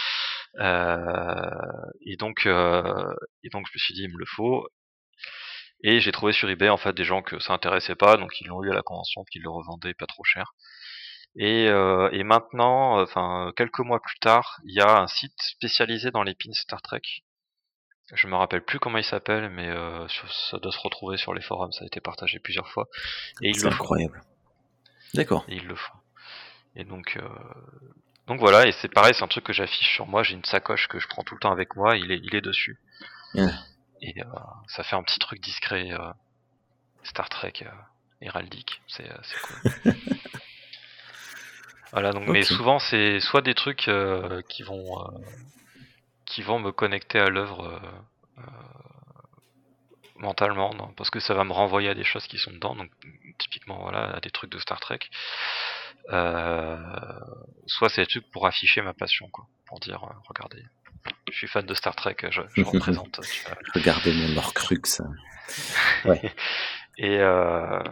Euh, et donc euh, et donc je me suis dit il me le faut. Et j'ai trouvé sur eBay en fait des gens que ça intéressait pas, donc ils l'ont eu à la convention, qu'ils le revendaient pas trop cher. Et, euh, et maintenant, enfin quelques mois plus tard, il y a un site spécialisé dans les pins Star Trek. Je me rappelle plus comment il s'appelle, mais euh, ça doit se retrouver sur les forums, ça a été partagé plusieurs fois. Et ils C'est le font. incroyable. D'accord. Et ils le font. Et donc, euh, donc voilà, et c'est pareil, c'est un truc que j'affiche sur moi. J'ai une sacoche que je prends tout le temps avec moi, il est, il est dessus. Yeah. Et euh, ça fait un petit truc discret, euh, Star Trek. euh. héraldique, c'est, c'est cool. Voilà, donc, okay. Mais souvent c'est soit des trucs euh, qui vont euh, qui vont me connecter à l'œuvre euh, euh, mentalement, non, parce que ça va me renvoyer à des choses qui sont dedans, donc typiquement voilà, à des trucs de Star Trek. Euh, soit c'est des trucs pour afficher ma passion, quoi, pour dire euh, regardez, je suis fan de Star Trek, je, je représente. Tu vois. Regardez mon Horcrux. Ouais. Et euh,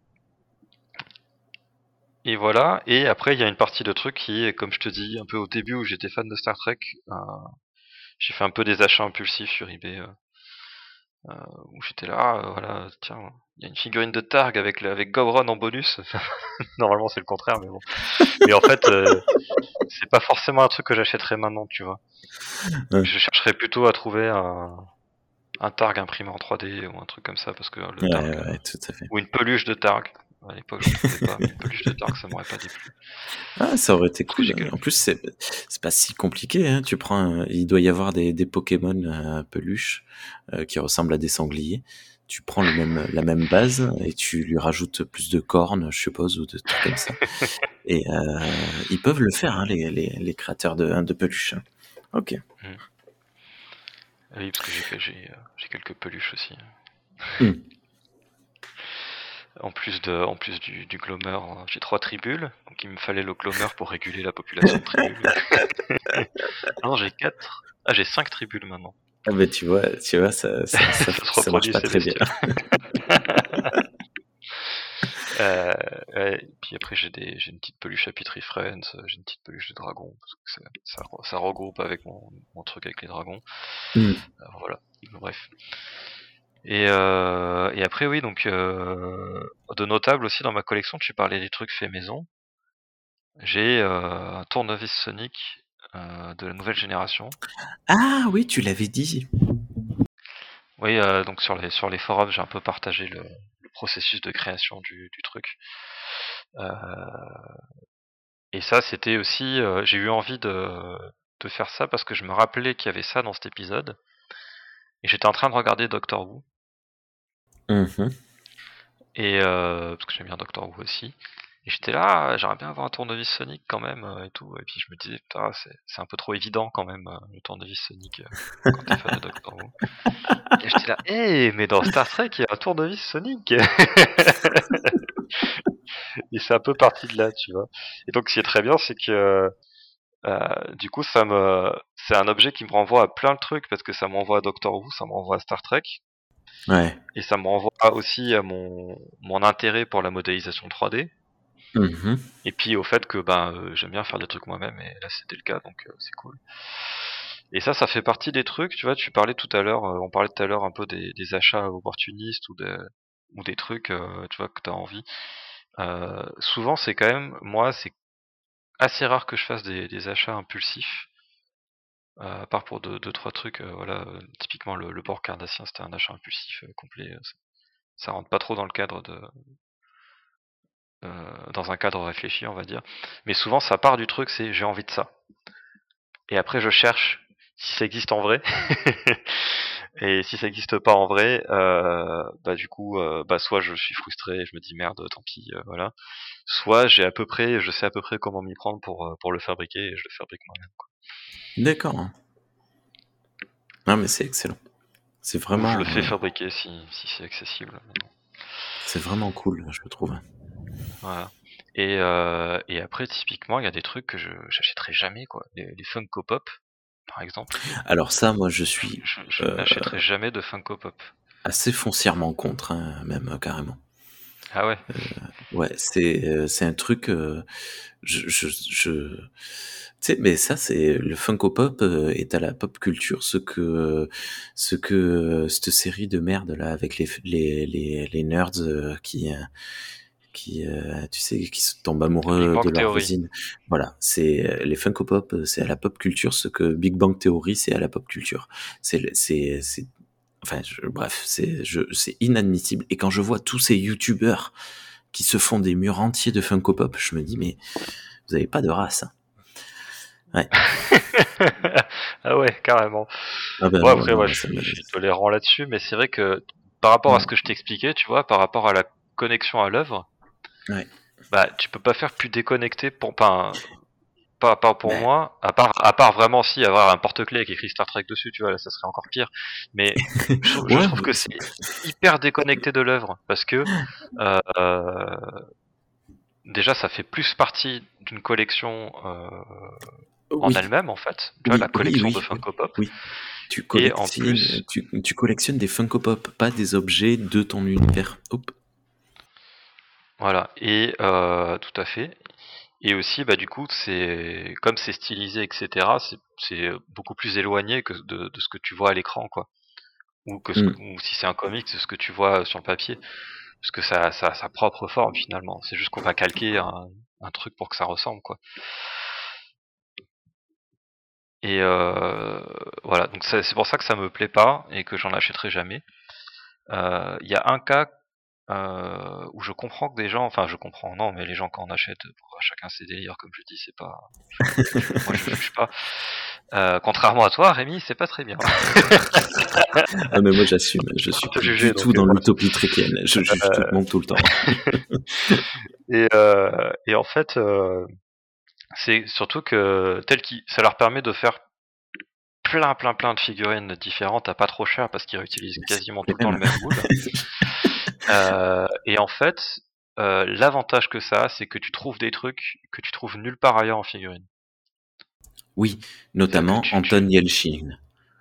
Et voilà, et après il y a une partie de trucs qui est, comme je te dis, un peu au début où j'étais fan de Star Trek, euh, j'ai fait un peu des achats impulsifs sur eBay, euh, euh, où j'étais là, euh, voilà, tiens, il y a une figurine de Targ avec, le, avec Gowron en bonus, normalement c'est le contraire, mais bon. Mais en fait, euh, c'est pas forcément un truc que j'achèterais maintenant, tu vois. Ouais. Je chercherais plutôt à trouver un, un Targ imprimé en trois D ou un truc comme ça, parce que le ouais, Targ, ouais, euh, tout à fait. Ou une peluche de Targ. À l'époque, je ne trouvais pas, mais une peluche de Targ, ça m'aurait pas déplu. Ah, ça aurait été cool. Hein. En plus, c'est, c'est pas si compliqué. Hein. Tu prends, un, il doit y avoir des, des Pokémon euh, peluches euh, qui ressemblent à des sangliers. Tu prends le même, la même base et tu lui rajoutes plus de cornes, je suppose, ou de trucs comme ça. Et euh, ils peuvent le faire, hein, les, les, les créateurs de, de peluches. Ok. Mmh. Oui, parce que j'ai, j'ai, j'ai quelques peluches aussi. Mmh. En plus, de, en plus du, du Glomer, j'ai trois tribules, donc il me fallait le Glomer pour réguler la population de tribules. Non, j'ai quatre. Ah, j'ai cinq tribules maintenant. Ah bah tu vois, tu vois, ça, ça, ça, ça, ça marche pas très bien. euh, ouais, puis après j'ai des, j'ai une petite peluche Happy Friends, j'ai une petite peluche de dragon, parce que ça, ça, ça regroupe avec mon, mon truc avec les dragons. Mm. Euh, voilà, bref. Et, euh, et après oui, donc euh, de notable aussi dans ma collection, tu parlais des trucs faits maison. J'ai euh, un tournevis Sonic euh, de la nouvelle génération. Ah oui, tu l'avais dit. Oui, euh, donc sur les sur les forums, j'ai un peu partagé le, le processus de création du, du truc. Euh, et ça, c'était aussi, euh, j'ai eu envie de de faire ça parce que je me rappelais qu'il y avait ça dans cet épisode. Et j'étais en train de regarder Doctor Who. Mm-hmm. Et euh, parce que j'aime bien Doctor Who aussi. Et j'étais là, j'aimerais bien avoir un tournevis Sonic quand même et tout. Et puis je me disais, putain, c'est, c'est un peu trop évident quand même le tournevis Sonic euh, quand t'es fan de Doctor Who. Et j'étais là, hé, hey, mais dans Star Trek, il y a un tournevis Sonic. Et c'est un peu parti de là, tu vois. Et donc, ce qui est très bien, c'est que euh, du coup, ça me, c'est un objet qui me renvoie à plein de trucs parce que ça m'envoie à Doctor Who, ça me renvoie à Star Trek. Ouais. Et ça me renvoie aussi à mon, mon intérêt pour la modélisation trois D. Mm-hmm. Et puis au fait que ben euh, j'aime bien faire des trucs moi-même et là c'était le cas, donc euh, c'est cool. Et ça, ça fait partie des trucs, tu vois, tu parlais tout à l'heure, euh, on parlait tout à l'heure un peu des, des achats opportunistes ou des, ou des trucs, euh, tu vois, que t'as envie. Euh, souvent c'est quand même, moi c'est assez rare que je fasse des, des achats impulsifs. Euh, à part pour deux, deux trois trucs, euh, voilà, euh, typiquement le, le port cardassien c'était un achat impulsif euh, complet, ça, ça rentre pas trop dans le cadre de... Euh, dans un cadre réfléchi on va dire. Mais souvent ça part du truc, c'est j'ai envie de ça. Et après je cherche si ça existe en vrai. Et si ça existe pas en vrai, euh, bah du coup, euh, bah soit je suis frustré, et je me dis merde, tant pis, euh, voilà. Soit j'ai à peu près, je sais à peu près comment m'y prendre pour pour le fabriquer et je le fabrique moi-même, quoi. D'accord. Non mais c'est excellent. C'est vraiment. Ou je le fais euh... fabriquer si si c'est accessible. C'est vraiment cool, je trouve. Voilà. Et euh, et après typiquement il y a des trucs que je j'achèterai jamais, quoi. Les, les Funko Pop, par exemple. Alors ça, moi, je suis. Je, je euh, n'achèterai jamais de Funko Pop. Assez foncièrement contre, hein, même euh, carrément. Ah ouais. Euh, ouais, c'est euh, c'est un truc. Euh, je je je. Tu sais, mais ça, c'est le Funko Pop euh, est à la pop culture ce que ce que euh, cette série de merde là avec les les les, les nerds euh, qui euh, qui euh, tu sais qui se tombent amoureux de leur voisine. Voilà, c'est les Funko Pop, c'est à la pop culture ce que Big Bang Theory c'est à la pop culture. C'est c'est c'est enfin je, bref, c'est je c'est inadmissible. Et quand je vois tous ces youtubeurs qui se font des murs entiers de Funko Pop, je me dis mais vous avez pas de race. Hein. Ouais. Ah ouais, carrément. Ah ben bon, non, après, non, moi, ouais, je, me... je suis tolérant là-dessus, mais c'est vrai que par rapport à ce que je t'expliquais, tu vois, par rapport à la connexion à l'œuvre, Ouais. bah tu peux pas faire plus déconnecté pour pas. Pas, pas pour Ben, moi, à part, à part vraiment si avoir un porte-clés avec écrit Star Trek dessus, tu vois, là ça serait encore pire. Mais je, trou- je ouais, trouve que c'est hyper déconnecté de l'œuvre parce que euh, euh, déjà ça fait plus partie d'une collection euh, en oui, elle-même en fait, tu vois, la oui, oui, collection de oui, oui, Funko Pop. oui. Tu Et en collectionnes, plus, tu, tu collectionnes des Funko Pop, pas des objets de ton univers. Hop. voilà, et euh, tout à fait. Et aussi, bah du coup, c'est comme c'est stylisé, et cetera. C'est c'est beaucoup plus éloigné que de, de ce que tu vois à l'écran, quoi. Ou que ce que, Mm. ou si c'est un comic, c'est ce que tu vois sur le papier, parce que ça, ça a sa propre forme finalement. C'est juste qu'on va calquer un, un truc pour que ça ressemble, quoi. Et euh, voilà, donc c'est c'est pour ça que ça me plaît pas et que j'en achèterai jamais. Euh, Il y a un cas euh, où je comprends que des gens, enfin je comprends, non, mais les gens quand on achète, pour chacun ses délires, comme je dis, c'est pas, je, je, moi je juge pas. Euh, contrairement à toi, Rémi, c'est pas très bien. Ah, mais moi j'assume, je suis Te pas juger, du tout donc dans euh, voilà. l'utopie tréquienne. Je juge tout le monde tout le temps. Et, euh, et en fait, euh, c'est surtout que tel qui, ça leur permet de faire plein, plein, plein de figurines différentes à pas trop cher parce qu'ils réutilisent Mais c'est quasiment les tout le temps le mêmes. même moule. Euh, et en fait, euh, l'avantage que ça a, c'est que tu trouves des trucs que tu trouves nulle part ailleurs en figurine. Oui, C'est-à-dire que notamment tu, tu... Anton Yelchin.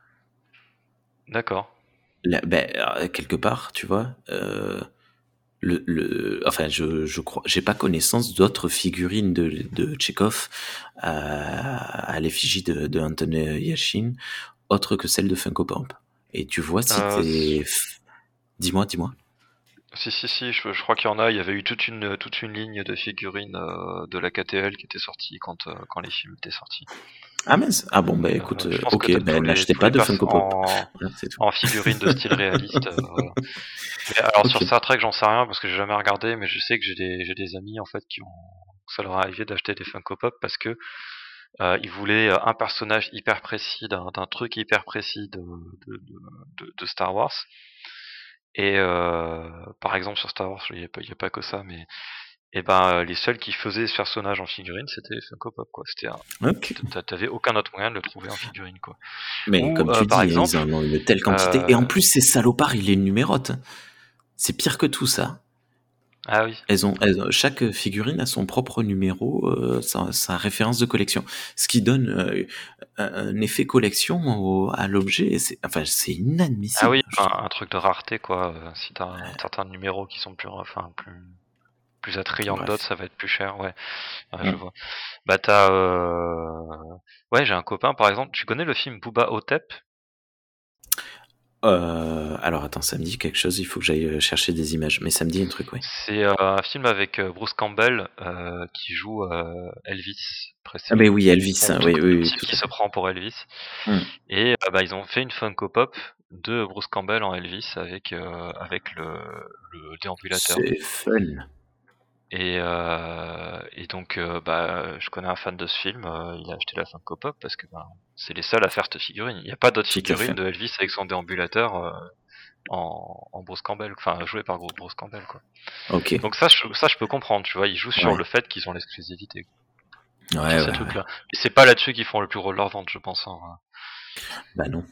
D'accord. Là, ben, euh, quelque part, tu vois, euh, le, le, enfin, je, je crois, j'ai pas connaissance d'autres figurines de, de Tchekhov à, à l'effigie de, de Anton Yelchin, autre que celle de Funko Pop. Et tu vois, si Euh, t'es, f- dis-moi, dis-moi. si, si, si, je, je crois qu'il y en a. Il y avait eu toute une, toute une ligne de figurines euh, de la K T L qui était sortie quand, euh, quand les films étaient sortis. Ah mince. Ah bon, bah écoute, Euh, je euh, pense que ok, t'as tous ben les, n'achetez tous pas les de persos Funko Pop. en, Voilà, c'est tout. en figurines de style réaliste. Euh, voilà. Mais alors sur Ok. Star Trek, j'en sais rien parce que j'ai jamais regardé, mais je sais que j'ai des, j'ai des amis en fait qui ont, ça leur est arrivé d'acheter des Funko Pop parce que euh, ils voulaient euh, un personnage hyper précis d'un, d'un truc hyper précis de, de, de, de, de Star Wars. Et euh, par exemple sur Star Wars, il n'y a, pas- il y a pas que ça, mais et ben euh, les seuls qui faisaient ce personnage en figurine, c'était les Funko Pop, quoi. C'était un, Ok. t'a- t'avais aucun autre moyen de le trouver en figurine, quoi. Mais Ou comme euh, tu par dis, hein, ils exemple, en ont une telle quantité. Et en euh, plus, ces salopards, ils les numérotent. C'est pire que tout ça. ah oui, Elles ont, elles ont- chaque figurine a son propre numéro, euh, sa, sa référence de collection, ce qui donne euh, un, un effet collection au- à l'objet. et c'est- Enfin, c'est ah oui, inadmissible, je un, trouve. un truc de rareté, quoi. Euh, si t'as un, certains numéros qui sont plus, enfin plus plus attrayants que d'autres, Bref. ça va être plus cher, ouais. Ouais, je Mm. vois. Bah t'as, euh... ouais, j'ai un copain, par exemple. Tu connais le film Booba Hotep? Euh, alors attends, ça me dit quelque chose. Il faut que j'aille euh, chercher des images. Mais ça me dit un truc, oui. C'est euh, un film avec euh, Bruce Campbell euh, qui joue euh, Elvis Ah Presley, ben oui, Elvis. enfin, le, Hein, type, oui, oui, le oui, type tout qui à se fait. prend pour Elvis. Mm. Et euh, bah, ils ont fait une Funko Pop de Bruce Campbell en Elvis avec euh, avec le, le déambulateur. C'est fun. Et, euh, et donc euh, bah je connais un fan de ce film, euh, il a acheté la Funko Pop parce que bah, c'est les seuls à faire cette figurine. Il n'y a pas d'autres Tout à figurines fait. de Elvis avec son déambulateur euh, en, en Bruce Campbell, enfin joué par Bruce Campbell, quoi. Ok. Donc ça je, ça je peux comprendre, tu vois, ils jouent sur Ouais. le fait qu'ils ont l'exclusivité sur Ouais, ces ouais, ouais. trucs-là. Et c'est pas là-dessus qu'ils font le plus gros de leur vente, je pense, hein. Bah non.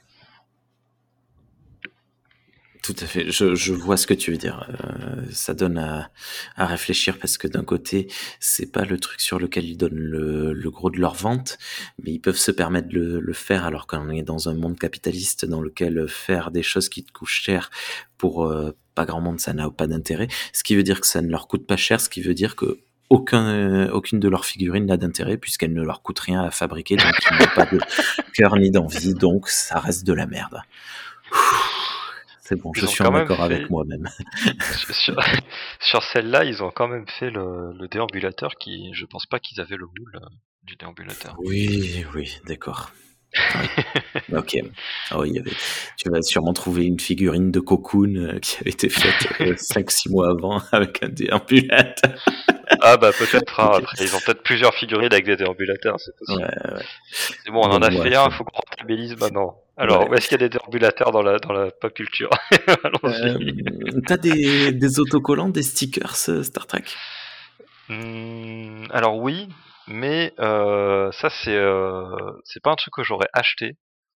Tout à fait, je, je vois ce que tu veux dire. Euh, ça donne à, à réfléchir parce que d'un côté, c'est pas le truc sur lequel ils donnent le, le gros de leur vente, mais ils peuvent se permettre de le, le faire alors qu'on est dans un monde capitaliste dans lequel faire des choses qui te coûtent cher pour euh, pas grand monde, ça n'a pas d'intérêt. Ce qui veut dire que ça ne leur coûte pas cher, ce qui veut dire que aucun, euh, aucune de leurs figurines n'a d'intérêt puisqu'elle ne leur coûte rien à fabriquer, donc ils n'ont pas de cœur ni d'envie, donc ça reste de la merde. C'est bon, je Ils ont suis quand en même accord avec fait moi-même. sur, sur, sur celle-là, ils ont quand même fait le, le déambulateur qui, je pense pas qu'ils avaient le moule euh, du déambulateur. Oui, oui, d'accord. Oui, ok. Ah oui, il y avait... Tu vas sûrement trouver une figurine de Cocoon euh, qui avait été faite euh, cinq six mois avant avec un déambulateur. Ah bah peut-être, hein, Ok. après ils ont peut-être plusieurs figurines avec des déambulateurs, c'est Ouais, possible. ouais. C'est bon, on en Bon, a fait bref. un, faut qu'on rentabilise maintenant. Alors, Ouais. où est-ce qu'il y a des déambulateurs dans la, dans la pop culture? Euh, Allons-y. T'as des, des autocollants, des stickers euh, Star Trek? Hum, alors oui, mais euh, ça c'est euh, c'est pas un truc que j'aurais acheté.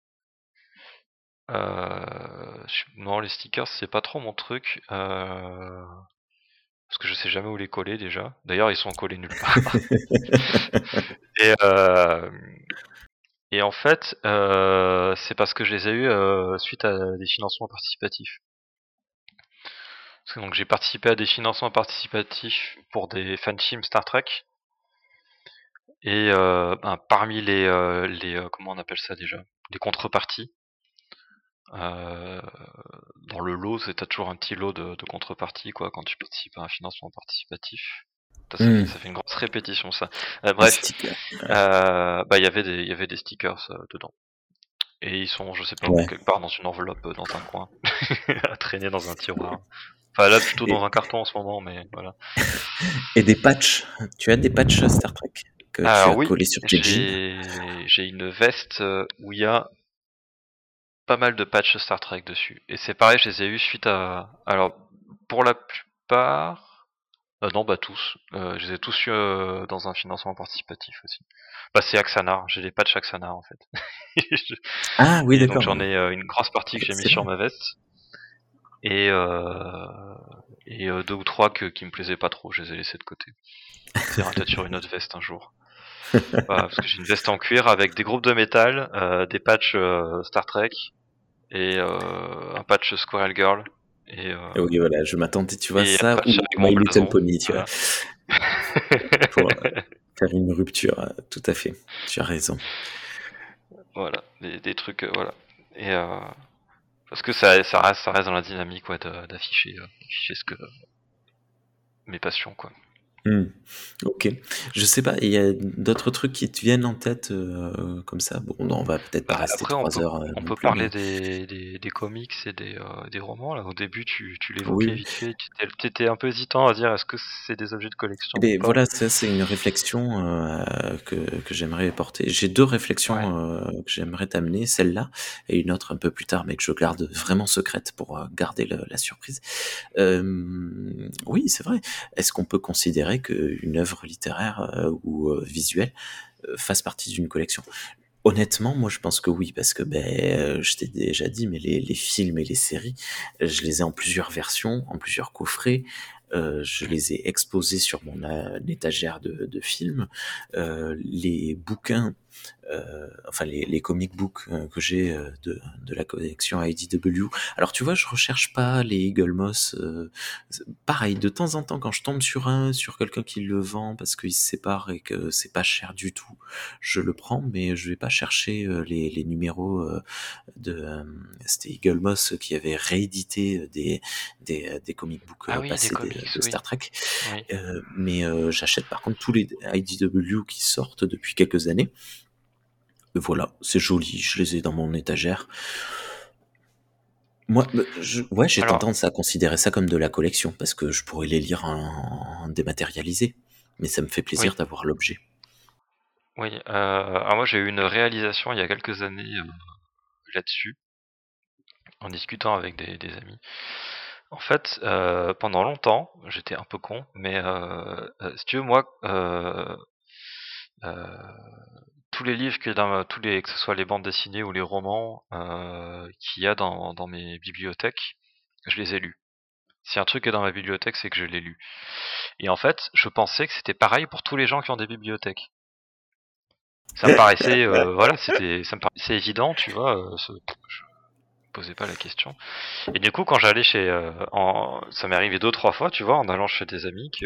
Euh, je- non, les stickers c'est pas trop mon truc. Euh, parce que je sais jamais où les coller déjà. D'ailleurs, ils sont collés nulle part. Et, euh, et en fait, euh, c'est parce que je les ai eus euh, suite à des financements participatifs. Parce que donc j'ai participé à des financements participatifs pour des fanteams Star Trek. Et euh, ben, parmi les, euh, les euh, comment on appelle ça déjà, les contreparties. Euh, dans le lot, c'est t'as toujours un petit lot de, de contrepartie quoi quand tu participes à un financement participatif. Putain, Ça fait, Hmm, ça fait une grosse répétition ça. Euh, un bref, sticker. euh, bah il y avait des il y avait des stickers euh, dedans et ils sont je sais pas où Ouais. quelque part dans une enveloppe euh, dans un coin à traîner dans un tiroir. Enfin là plutôt Et, dans un carton en ce moment mais voilà. et des patchs. Tu as des patchs Star Trek que tu Alors as oui, collés sur tes jeans? j'ai j'ai une veste euh, où il y a pas mal de patchs Star Trek dessus. Et c'est pareil, je les ai eu suite à. Alors, pour la plupart. Euh, non, bah tous. Euh, je les ai tous eu euh, dans un financement participatif aussi. Bah, c'est Axanar, j'ai les patchs Axanar en fait. Ah oui, Et donc d'accord. j'en ai euh, une grosse partie que j'ai mis sur Excellent. ma veste. Et, euh, et euh, deux ou trois que, qui me plaisaient pas trop, je les ai laissés de côté. On verra peut-être sur une autre veste un jour. Voilà, parce que j'ai une veste en cuir avec des groupes de métal, euh, des patchs euh, Star Trek, et euh, un patch Squirrel Girl et, euh, Et oui, voilà, je m'attendais, tu vois, et un ça patch ou avec mon My Little blason. Pony, tu vois, Voilà. pour euh, faire une rupture. euh, Tout à fait. Tu as raison. Voilà, des, des trucs, euh, voilà. Et euh, parce que ça, ça reste, ça reste dans la dynamique, ouais, de- d'afficher, euh, afficher ce que mes passions, quoi. Hmm. Ok. Je sais pas, il y a d'autres trucs qui te viennent en tête euh, comme ça. Bon, non, on va peut-être pas Bah, rester après, on trois peut, heures euh, on non peut plus, parler mais des, des, des comics et des, euh, des romans. Là, au début, tu, tu l'évoquais oui. vite fait. Tu étais un peu hésitant à dire est-ce que c'est des objets de Eh collection ou ben pas. voilà, ça c'est une réflexion euh, que, que j'aimerais porter. J'ai deux Ouais. réflexions euh, que j'aimerais t'amener, celle-là et une autre un peu plus tard, mais que je garde vraiment secrète pour euh, garder le- la surprise. Euh, oui, c'est vrai. Est-ce qu'on peut considérer qu'une œuvre littéraire euh, ou euh, visuelle euh, fasse partie d'une collection? Honnêtement, moi je pense que oui, parce que ben, euh, je t'ai déjà dit, mais les, les films et les séries, euh, je les ai en plusieurs versions, en plusieurs coffrets. Euh, je les ai exposés sur mon euh, étagère de, de films. Euh, les bouquins, euh, enfin les, les comic books euh, que j'ai euh, de, de la collection I D W. Alors tu vois, je recherche pas les Eagle Moss. Euh, c'est- pareil, de temps en temps, quand je tombe sur un, sur quelqu'un qui le vend parce qu'il se sépare et que c'est pas cher du tout, je le prends, mais je vais pas chercher euh, les, les numéros euh, de. Euh, c'était Eagle Moss qui avait réédité des, des, euh, des comic books Ah euh, oui, des passés de, comics, de oui. Star Trek. Oui. Euh, mais euh, j'achète par contre tous les I D W qui sortent depuis quelques années. Voilà, c'est joli, je les ai dans mon étagère. Moi, bah, je, ouais, j'ai Alors, tendance à considérer ça comme de la collection parce que je pourrais les lire en, en dématérialisé, mais ça me fait plaisir oui, d'avoir l'objet. oui. Euh, alors moi, j'ai eu une réalisation il y a quelques années euh, là-dessus, en discutant avec des, des amis. En fait, euh, pendant longtemps, j'étais un peu con, mais euh, euh, si tu veux, moi, euh, euh, tous les livres que dans tous les que ce soit les bandes dessinées ou les romans euh, qu'il y a dans, dans mes bibliothèques, je les ai lus. Si un truc est dans ma bibliothèque, c'est que je l'ai lu. Et en fait, je pensais que c'était pareil pour tous les gens qui ont des bibliothèques. Ça me paraissait, euh, voilà, c'était, ça me paraissait évident, tu vois. Euh, ce- je posais pas la question. Et du coup, quand j'allais chez, euh, en, ça m'est arrivé deux trois fois, tu vois, en allant chez des amis que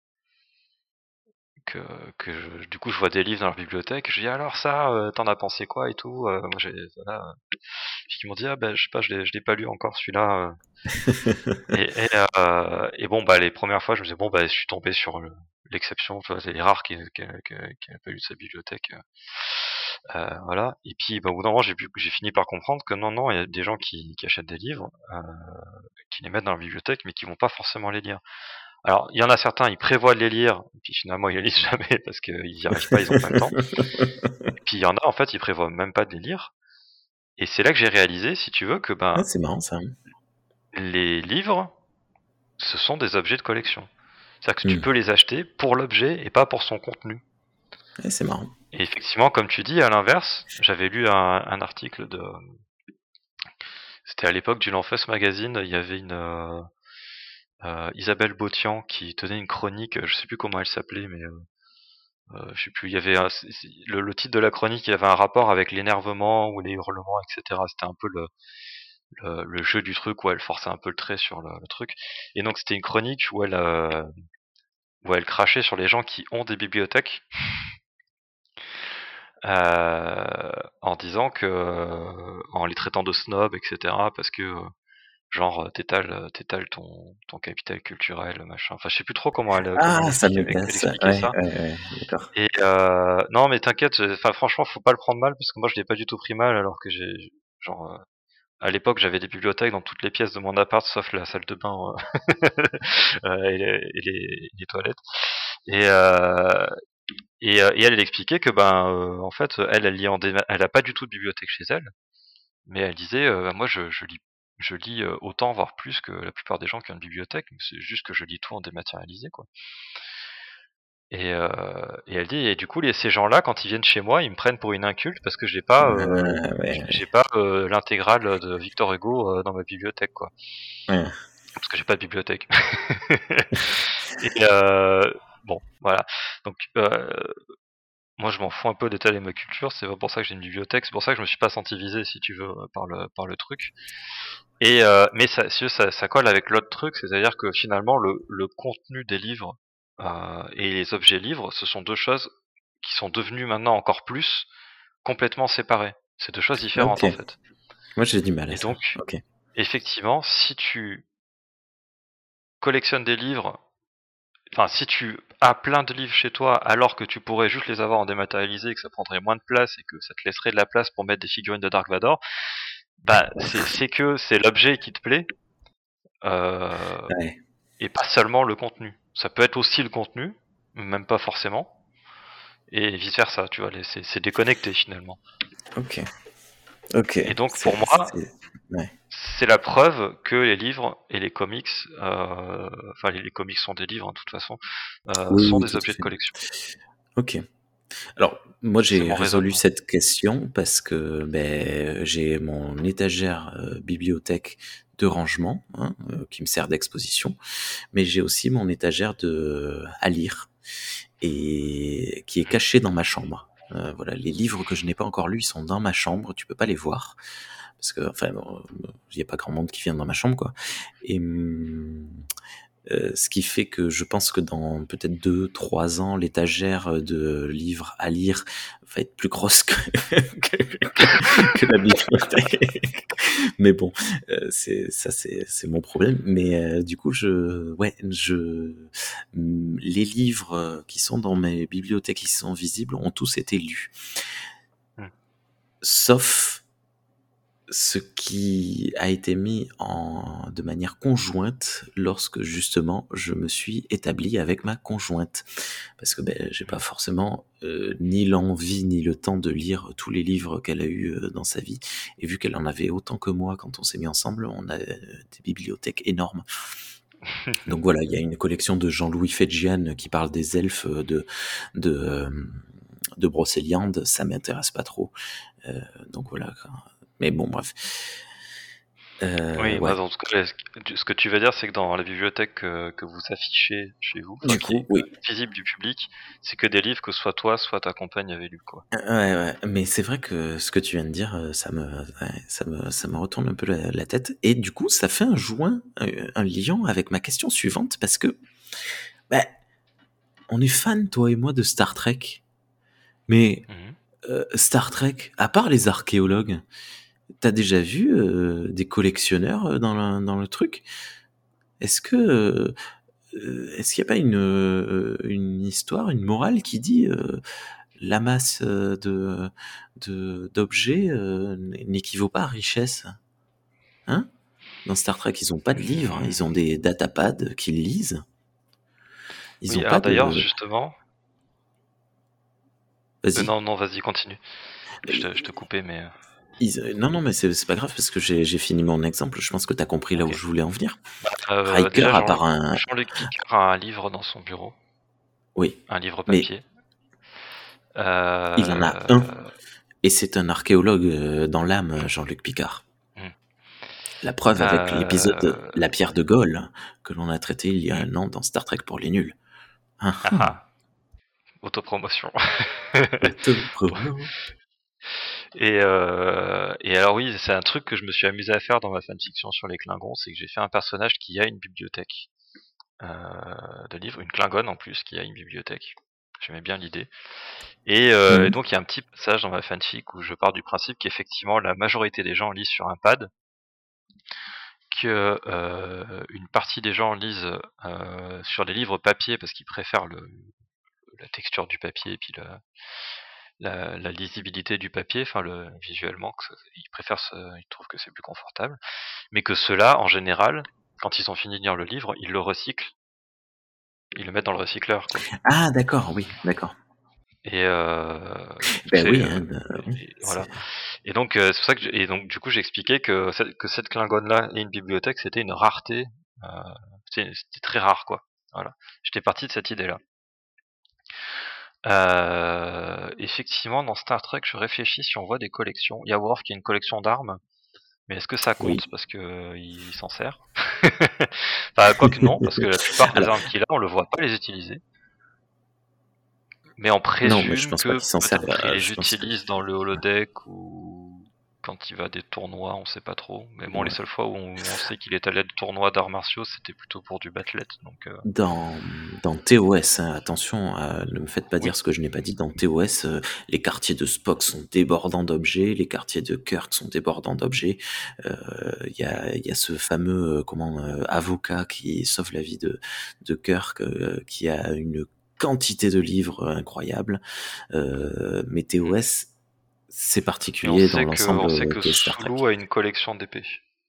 que, que je- du coup je vois des livres dans leur bibliothèque, je dis alors ça, euh, t'en as pensé quoi et tout. Euh, moi j'ai voilà, euh, ils m'ont dit ah ben je sais pas, je l'ai, je l'ai pas lu encore celui-là. euh. Et, et, euh, et bon bah les premières fois je me disais bon bah je suis tombé sur le- l'exception, tu vois, c'est les rares qui qui, qui, qui a pas lu de sa bibliothèque. euh. Euh, voilà. Et puis bah, au bout d'un moment j'ai pu- j'ai fini par comprendre que non non il y a des gens qui, qui achètent des livres, euh, qui les mettent dans leur bibliothèque mais qui vont pas forcément les lire. Alors, il y en a certains, ils prévoient de les lire, et puis finalement ils les lisent jamais parce qu'ils n'y arrivent pas, ils ont pas le temps. Et puis il y en a, en fait, ils prévoient même pas de les lire, Et c'est là que j'ai réalisé, si tu veux, que ben Ouais, c'est marrant ça. les livres, ce sont des objets de collection. C'est-à-dire que tu Hmm. peux les acheter pour l'objet et pas pour son contenu. Ouais, c'est marrant. Et effectivement, comme tu dis, à l'inverse, j'avais lu un, un article de... C'était à l'époque du L'Enfance Magazine, il y avait une... Euh, euh, Isabelle Botian qui tenait une chronique, je sais plus comment elle s'appelait, mais... Euh, euh, je sais plus, il y avait un, le, le titre de la chronique, il y avait un rapport avec l'énervement ou les hurlements, et cetera. C'était un peu le, le, le jeu du truc où elle forçait un peu le trait sur le, le truc. Et donc c'était une chronique où elle, euh, où elle crachait sur les gens qui ont des bibliothèques, euh, en disant que, euh, en les traitant de snobs, et cetera. Parce que, euh, genre, t'étales, t'étales ton, ton capital culturel, machin. Enfin, je sais plus trop comment elle, comment elle Ah, ça expliquait, me elle passe. expliquait Ouais, ça. ouais, ouais, d'accord. Et euh, non, mais t'inquiète. Enfin, franchement, faut pas le prendre mal parce que moi, je l'ai pas du tout pris mal, alors que j'ai, genre, euh, à l'époque, j'avais des bibliothèques dans toutes les pièces de mon appart, sauf la salle de bain euh, et, les, et les, les toilettes. Et, euh, et, euh, et elle, elle expliquait que ben, euh, en fait, elle, elle lit en déma- elle a pas du tout de bibliothèque chez elle, mais elle disait, euh, moi, je, je lis, je lis euh, autant, voire plus que la plupart des gens qui ont une bibliothèque. C'est juste que je lis tout en dématérialisé, quoi. Et, euh, et elle dit, et du coup, les, ces gens-là, quand ils viennent chez moi, ils me prennent pour une inculte parce que j'ai pas, euh, Euh, ouais, j'ai pas euh, l'intégrale de Victor Hugo euh, dans ma bibliothèque, quoi. ouais. Parce que j'ai pas de bibliothèque. Et euh, bon, voilà. Donc, euh, moi, je m'en fous un peu d'étaler ma culture. C'est pas pour ça que j'ai une bibliothèque. C'est pour ça que je me suis pas senti visé, si tu veux, par le par le truc. Et euh, mais ça, si ça, ça colle avec l'autre truc, c'est-à-dire que finalement, le le contenu des livres euh, et les objets livres, ce sont deux choses qui sont devenues maintenant encore plus complètement séparées. C'est deux choses Ok. différentes en fait. Moi, j'ai du mal à Et ça. donc, Ok. effectivement, si tu collectionnes des livres, enfin, si tu as plein de livres chez toi alors que tu pourrais juste les avoir en dématérialisé, que ça prendrait moins de place et que ça te laisserait de la place pour mettre des figurines de Dark Vador, bah c'est c'est que c'est l'objet qui te plaît euh, Ouais. et pas seulement le contenu. Ça peut être aussi le contenu, même pas forcément, et vice versa. Tu vois, les- c'est c'est déconnecté finalement. Ok. Ok. Et donc C'est, pour moi, c'est... Ouais. c'est la preuve que les livres et les comics, euh, enfin les, les comics sont des livres hein, de toute façon, euh, Oui, sont oui, des tout à objets de fait. collection. Ok. Alors, moi, C'est j'ai mon résolu raisonnement. cette question parce que ben, j'ai mon étagère euh, bibliothèque de rangement hein, euh, qui me sert d'exposition, mais j'ai aussi mon étagère de à lire et qui est cachée dans ma chambre. Euh, voilà, les livres que je n'ai pas encore lus, ils sont dans ma chambre, tu peux pas les voir parce que enfin, il y a pas grand monde qui vient dans ma chambre quoi. Et hum, euh, ce qui fait que je pense que dans peut-être deux, trois ans, l'étagère de livres à lire va être plus grosse que, que, que- que la bibliothèque. Mais bon, euh, c'est ça, c'est c'est mon problème. Mais euh, du coup, je, ouais, je, mm, les livres euh, qui sont dans mes bibliothèques, qui sont visibles, ont tous été lus, Hmm. sauf ce qui a été mis en de manière conjointe lorsque justement je me suis établi avec ma conjointe parce que ben j'ai pas forcément euh, ni l'envie ni le temps de lire tous les livres qu'elle a eu euh, dans sa vie et vu qu'elle en avait autant que moi quand on s'est mis ensemble on a euh, des bibliothèques énormes donc voilà il y a une collection de Jean-Louis Fedjian qui parle des elfes euh, de de euh, de Brocéliande ça m'intéresse pas trop euh, donc voilà quoi. Mais bon bref. Euh, Oui, bah, ouais. en tout cas, ce que tu veux dire, c'est que dans la bibliothèque que, que vous affichez chez vous, enfin Du qui coup, est oui. visible du public, c'est que des livres que soit toi, soit ta compagne avait lu, quoi. Ouais, ouais. Mais c'est vrai que ce que tu viens de dire, euh, ça me, ouais, ça me, ça me retourne un peu la, la tête. Et du coup, ça fait un joint, un, un lien avec ma question suivante parce que, bah, on est fan, toi et moi, de Star Trek. Mais Mhm. euh, Star Trek, à part les archéologues, t'as déjà vu euh, des collectionneurs euh, dans le, dans le truc? Est-ce que euh, euh, est-ce qu'il n'y a pas une, euh, une histoire, une morale qui dit euh, la masse euh, de de- d'objets euh, n'équivaut pas à richesse? Hein? Dans Star Trek, ils ont pas de livres, hein, ils ont des datapads qu'ils lisent. Ils Oui, ont pas alors d'ailleurs, de... justement, euh, Vas-y. non, non, vas-y, continue. Je te, je te coupais, mais. euh, Ils, euh, non, non, mais c'est c'est pas grave parce que j'ai j'ai fini mon exemple. Je pense que t'as compris là où Ok. je voulais en venir. Euh, Riker, déjà, à Jean- part un... Jean-Luc Picard a un livre dans son bureau, Oui, un livre mais papier. il en a un. Euh... Et c'est un archéologue euh, dans l'âme, Jean-Luc Picard. hmm. La preuve avec l'épisode Euh... La pierre de Gaulle, que l'on a traité il y a hmm. un an dans Star Trek pour les nuls. Ah, Ah ah. ah. Autopromotion. Auto-promo. Et, euh, et alors oui, c'est un truc que je me suis amusé à faire dans ma fanfiction sur les Klingons, c'est que j'ai fait un personnage qui a une bibliothèque euh, de livres, une Klingonne en plus qui a une bibliothèque. J'aimais bien l'idée. Et, euh, et Mhm. donc il y a un petit passage dans ma fanfic où je pars du principe qu'effectivement la majorité des gens lisent sur un pad, que euh, une partie des gens lisent euh, sur des livres papier parce qu'ils préfèrent le, la texture du papier et puis le, la, la lisibilité du papier, enfin le visuellement, que ça- ils préfèrent, ce, ils trouvent que c'est plus confortable, mais que ceux-là, en général, quand ils ont fini de lire le livre, ils le recyclent, ils le mettent dans le recycleur, quoi. Ah, d'accord, oui, d'accord. Et euh, Ben c'est oui, euh, hein, euh, oui, et c'est... voilà. Et donc euh, c'est pour ça que j'ai- et donc du coup j'ai expliqué que cette, que cette Klingonne-là et une bibliothèque, c'était une rareté, euh, c'était c'était très rare, quoi. Voilà. J'étais parti de cette idée-là. Euh, effectivement, dans Star Trek, je réfléchis si on voit des collections. Il y a Worf qui a une collection d'armes. Mais est-ce que ça Oui. compte parce que euh, il s'en sert? Enfin, quoique non, parce que la plupart des Alors, armes qu'il a, on le voit pas les utiliser. Mais on non, mais je présume pense pas que qu'ils s'en servent. peut-être il euh, les je pense que... utilise dans le holodeck ou quand il va à des tournois, on sait pas trop. Mais bon, les Ouais. seules fois où on, on sait qu'il est allé à des tournois d'arts martiaux, c'était plutôt pour du battle. Donc euh, Dans, dans T O S, hein, attention, euh, ne me faites pas oui. dire ce que je n'ai pas dit. Dans T O S, euh, les quartiers de Spock sont débordants d'objets, les quartiers de Kirk sont débordants d'objets. Euh, Il y, a, il y a ce fameux euh, comment euh, avocat qui sauve la vie de, de Kirk, euh, qui a une quantité de livres incroyable. Euh, mais Mm. T O S, c'est Et on particulier dans sait que on l'ensemble sait euh, que qui est Star Trek. Sulu a une collection d'épées.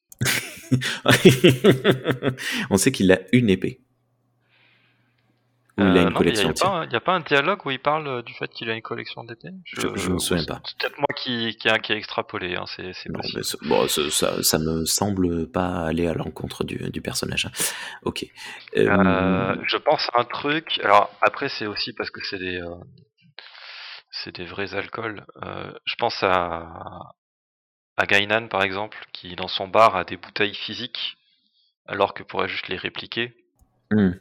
On sait qu'il a une épée. Ou il a Euh, une non, mais il n'y collection a, y a pas entière. un- y a pas un dialogue où il parle euh, du fait qu'il a une collection d'épées je, Je, je me ou souviens c'est pas. peut-être moi qui, qui, a, qui a extrapolé, hein, c'est, c'est Non, mais possible. ça, bon, ça, ça, ça me semble pas aller à l'encontre du, du personnage. hein. Ok. Euh, Euh, je pense à un truc. Alors après, c'est aussi parce que c'est des, euh, c'est des vrais alcools. Euh, je pense à, à Gainan par exemple, qui dans son bar a des bouteilles physiques, alors que pourrait juste les répliquer. hmm.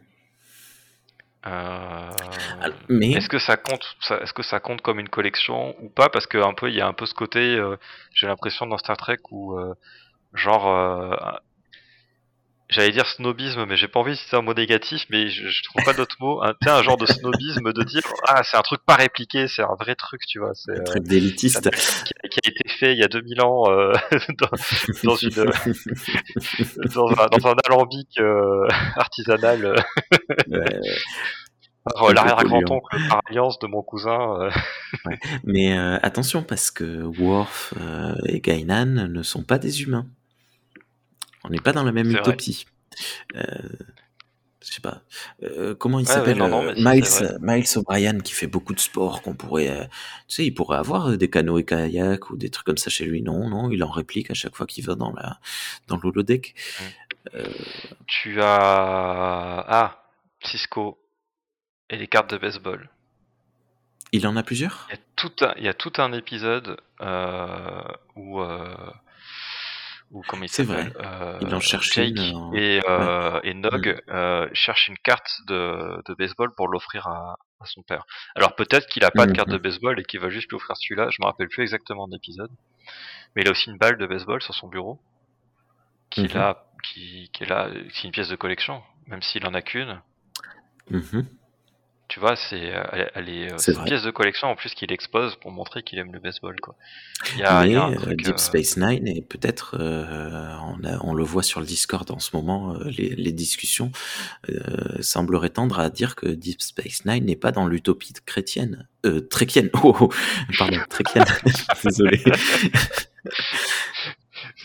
Euh, Alors, mais est-ce que ça compte ça, Est-ce que ça compte comme une collection ou pas? Parce que un peu, il y a un peu ce côté, euh, j'ai l'impression dans Star Trek où euh, genre euh, j'allais dire snobisme, mais j'ai pas envie de citer un mot négatif, mais je, je trouve pas d'autre mot. Un, tu sais, un genre de snobisme de dire ah c'est un truc pas répliqué, c'est un vrai truc, tu vois. C'est un euh, truc c'est un d'élitiste. album qui a, qui a été fait il y a deux mille ans euh, dans, dans une dans un, dans un alambic euh, artisanal euh, Ouais, par euh, un peu polluant. l'arrière-grand-oncle par alliance de mon cousin. euh. Ouais. Mais euh, attention, parce que Worf euh, et Guinan ne sont pas des humains. On n'est pas dans la même C'est vrai. utopie. Euh, je sais pas. Euh, comment il Ouais, ouais, s'appelle non, non, euh, mais si, c'est vrai. Miles, Miles O'Brien qui fait beaucoup de sport, qu'on pourrait, euh, tu sais, il pourrait avoir euh, des canoës kayak ou des trucs comme ça chez lui. Non, non, il en réplique à chaque fois qu'il va dans la dans l'holodeck. Mm. Euh, Tu as ah Cisco et les cartes de baseball. il en a plusieurs. Il y a tout un, il y a tout un épisode euh, où, euh, où comment il C'est s'appelle vrai. euh, Il en cherche une. Jake En... et, Ouais. euh, et Mm. Nog euh, cherchent une carte de, de baseball pour l'offrir à, à son père. Alors peut-être qu'il a pas de carte de Mhm. baseball et qu'il va juste lui offrir celui-là. Je me rappelle plus exactement de l'épisode, mais il a aussi une balle de baseball sur son bureau qu'il Mhm. a, qui, qui est là, c'est une pièce de collection, même s'il en a qu'une. Mhm. Tu vois, c'est, elle, elle est, euh, C'est c'est une vrai. pièce de collection en plus qu'il expose pour montrer qu'il aime le baseball, quoi. Il y a, il y a un Mais euh, truc. Deep Euh, Space Nine et peut-être euh, on, a- on le voit sur le Discord en ce moment, euh, les, les discussions euh, sembleraient tendre à dire que Deep Space Nine n'est pas dans l'utopie chrétienne, euh, tréquienne. Oh, oh, pardon, tréquienne. Désolé.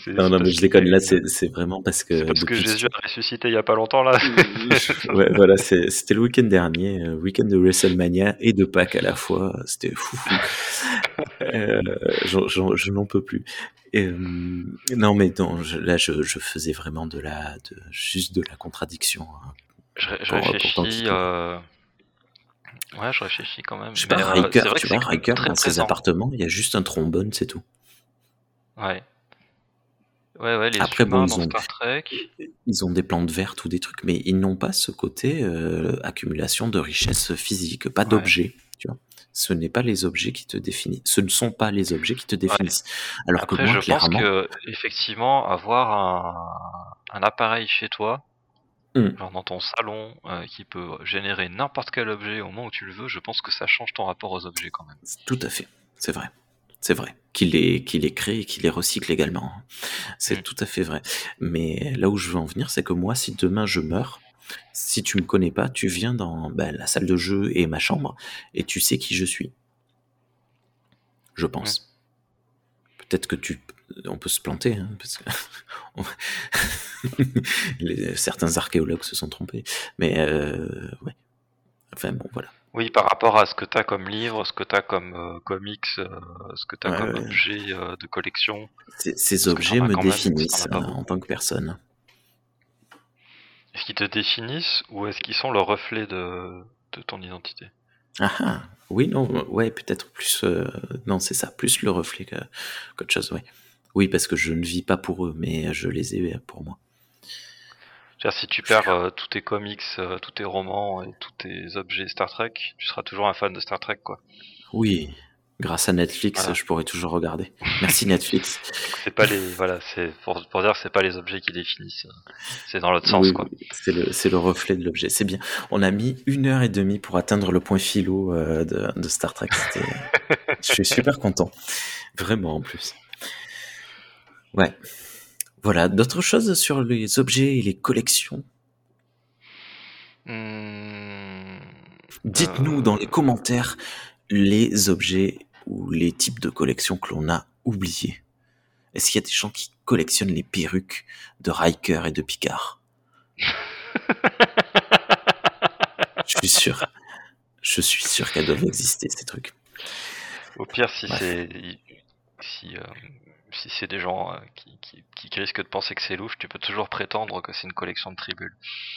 C'est Non, c'est non, mais parce je qu'il y a déconne. Là, une. c'est c'est vraiment parce C'est que parce que depuis que Jésus tu a ressuscité il y a pas longtemps là. ouais, voilà, c'est c'était le week-end dernier, heu, week-end de WrestleMania et de Pâques à la fois, c'était fou fou. Heu, j'en j'en je n'en peux plus. Hem, non, mais non, je là, je je faisais vraiment de la de juste de la contradiction, hein, Je, ré- je pour, pour ton réfléchis. petit truc. Euh... Ouais, je réfléchis quand même. Je sais pas, Mais euh, Riker, c'est vrai que tu c'est vois, quand même Riker, très dans ses présent. appartements, il y a juste un trombone, c'est tout. Ouais. Ouais, ouais, les Après, bon, humains ils dans ont Star Trek. ils ont des plantes vertes ou des trucs, mais ils n'ont pas ce côté euh, accumulation de richesses physiques, pas Ouais. d'objets, tu vois. Ce n'est pas les objets qui te définissent. Ce ne sont pas les objets qui te Ouais. définissent. Alors que Après, moi, je pense clairement, que effectivement, avoir un, un appareil chez toi, hum, genre dans ton salon, euh, qui peut générer n'importe quel objet au moment où tu le veux, je pense que ça change ton rapport aux objets quand même. tout à fait, c'est vrai. C'est vrai. Qu'il les, qu'il les crée et qu'il les recycle également. C'est Mm. tout à fait vrai. Mais là où je veux en venir, c'est que moi, si demain je meurs, si tu me connais pas, tu viens dans ben, la salle de jeu et ma chambre et tu sais qui je suis, je Mm. pense. Peut-être que tu, on peut se planter, hein, parce que les- certains archéologues se sont trompés. Mais euh, ouais. Enfin bon, voilà. Oui, par rapport à ce que t'as comme livre, ce que t'as comme euh, comics, euh, ce que t'as Ouais, comme ouais. objet euh, de collection, Ces, ces parce que t'en objets as me quand même, même si t'en définissent as pas hein, en beaucoup. tant que personne. Est-ce qu'ils te définissent ou est-ce qu'ils sont le reflet de, de ton identité? Ah ah, oui, non, ouais, peut-être plus. euh, non, c'est ça, plus le reflet que, qu'autre chose, ouais. Oui, parce que je ne vis pas pour eux, mais je les ai pour moi. C'est-à-dire, si tu perds euh, tous tes comics, euh, tous tes romans et tous tes objets Star Trek, tu seras toujours un fan de Star Trek, quoi. Oui, grâce à Netflix, Voilà. je pourrais toujours regarder. Merci Netflix. Donc c'est pas les, voilà, c'est pour, pour dire que c'est pas les objets qui définissent, euh, c'est dans l'autre sens, Oui, quoi. oui, c'est le, c'est le reflet de l'objet. C'est bien. On a mis une heure et demie pour atteindre le point philo euh, de, de Star Trek. C'était, je suis super content, vraiment en plus. Ouais. Voilà. D'autres choses sur les objets et les collections. Hmm, Dites-nous dans les euh, commentaires les objets ou les types de collections que l'on a oubliés. Est-ce qu'il y a des gens qui collectionnent les perruques de Riker et de Picard? Je suis sûr. Je suis sûr qu'elles doivent exister, ces trucs. Au pire, si Bref. c'est si euh, si c'est des gens euh, qui, qui, qui risquent de penser que c'est louche, tu peux toujours prétendre que c'est une collection de tribules.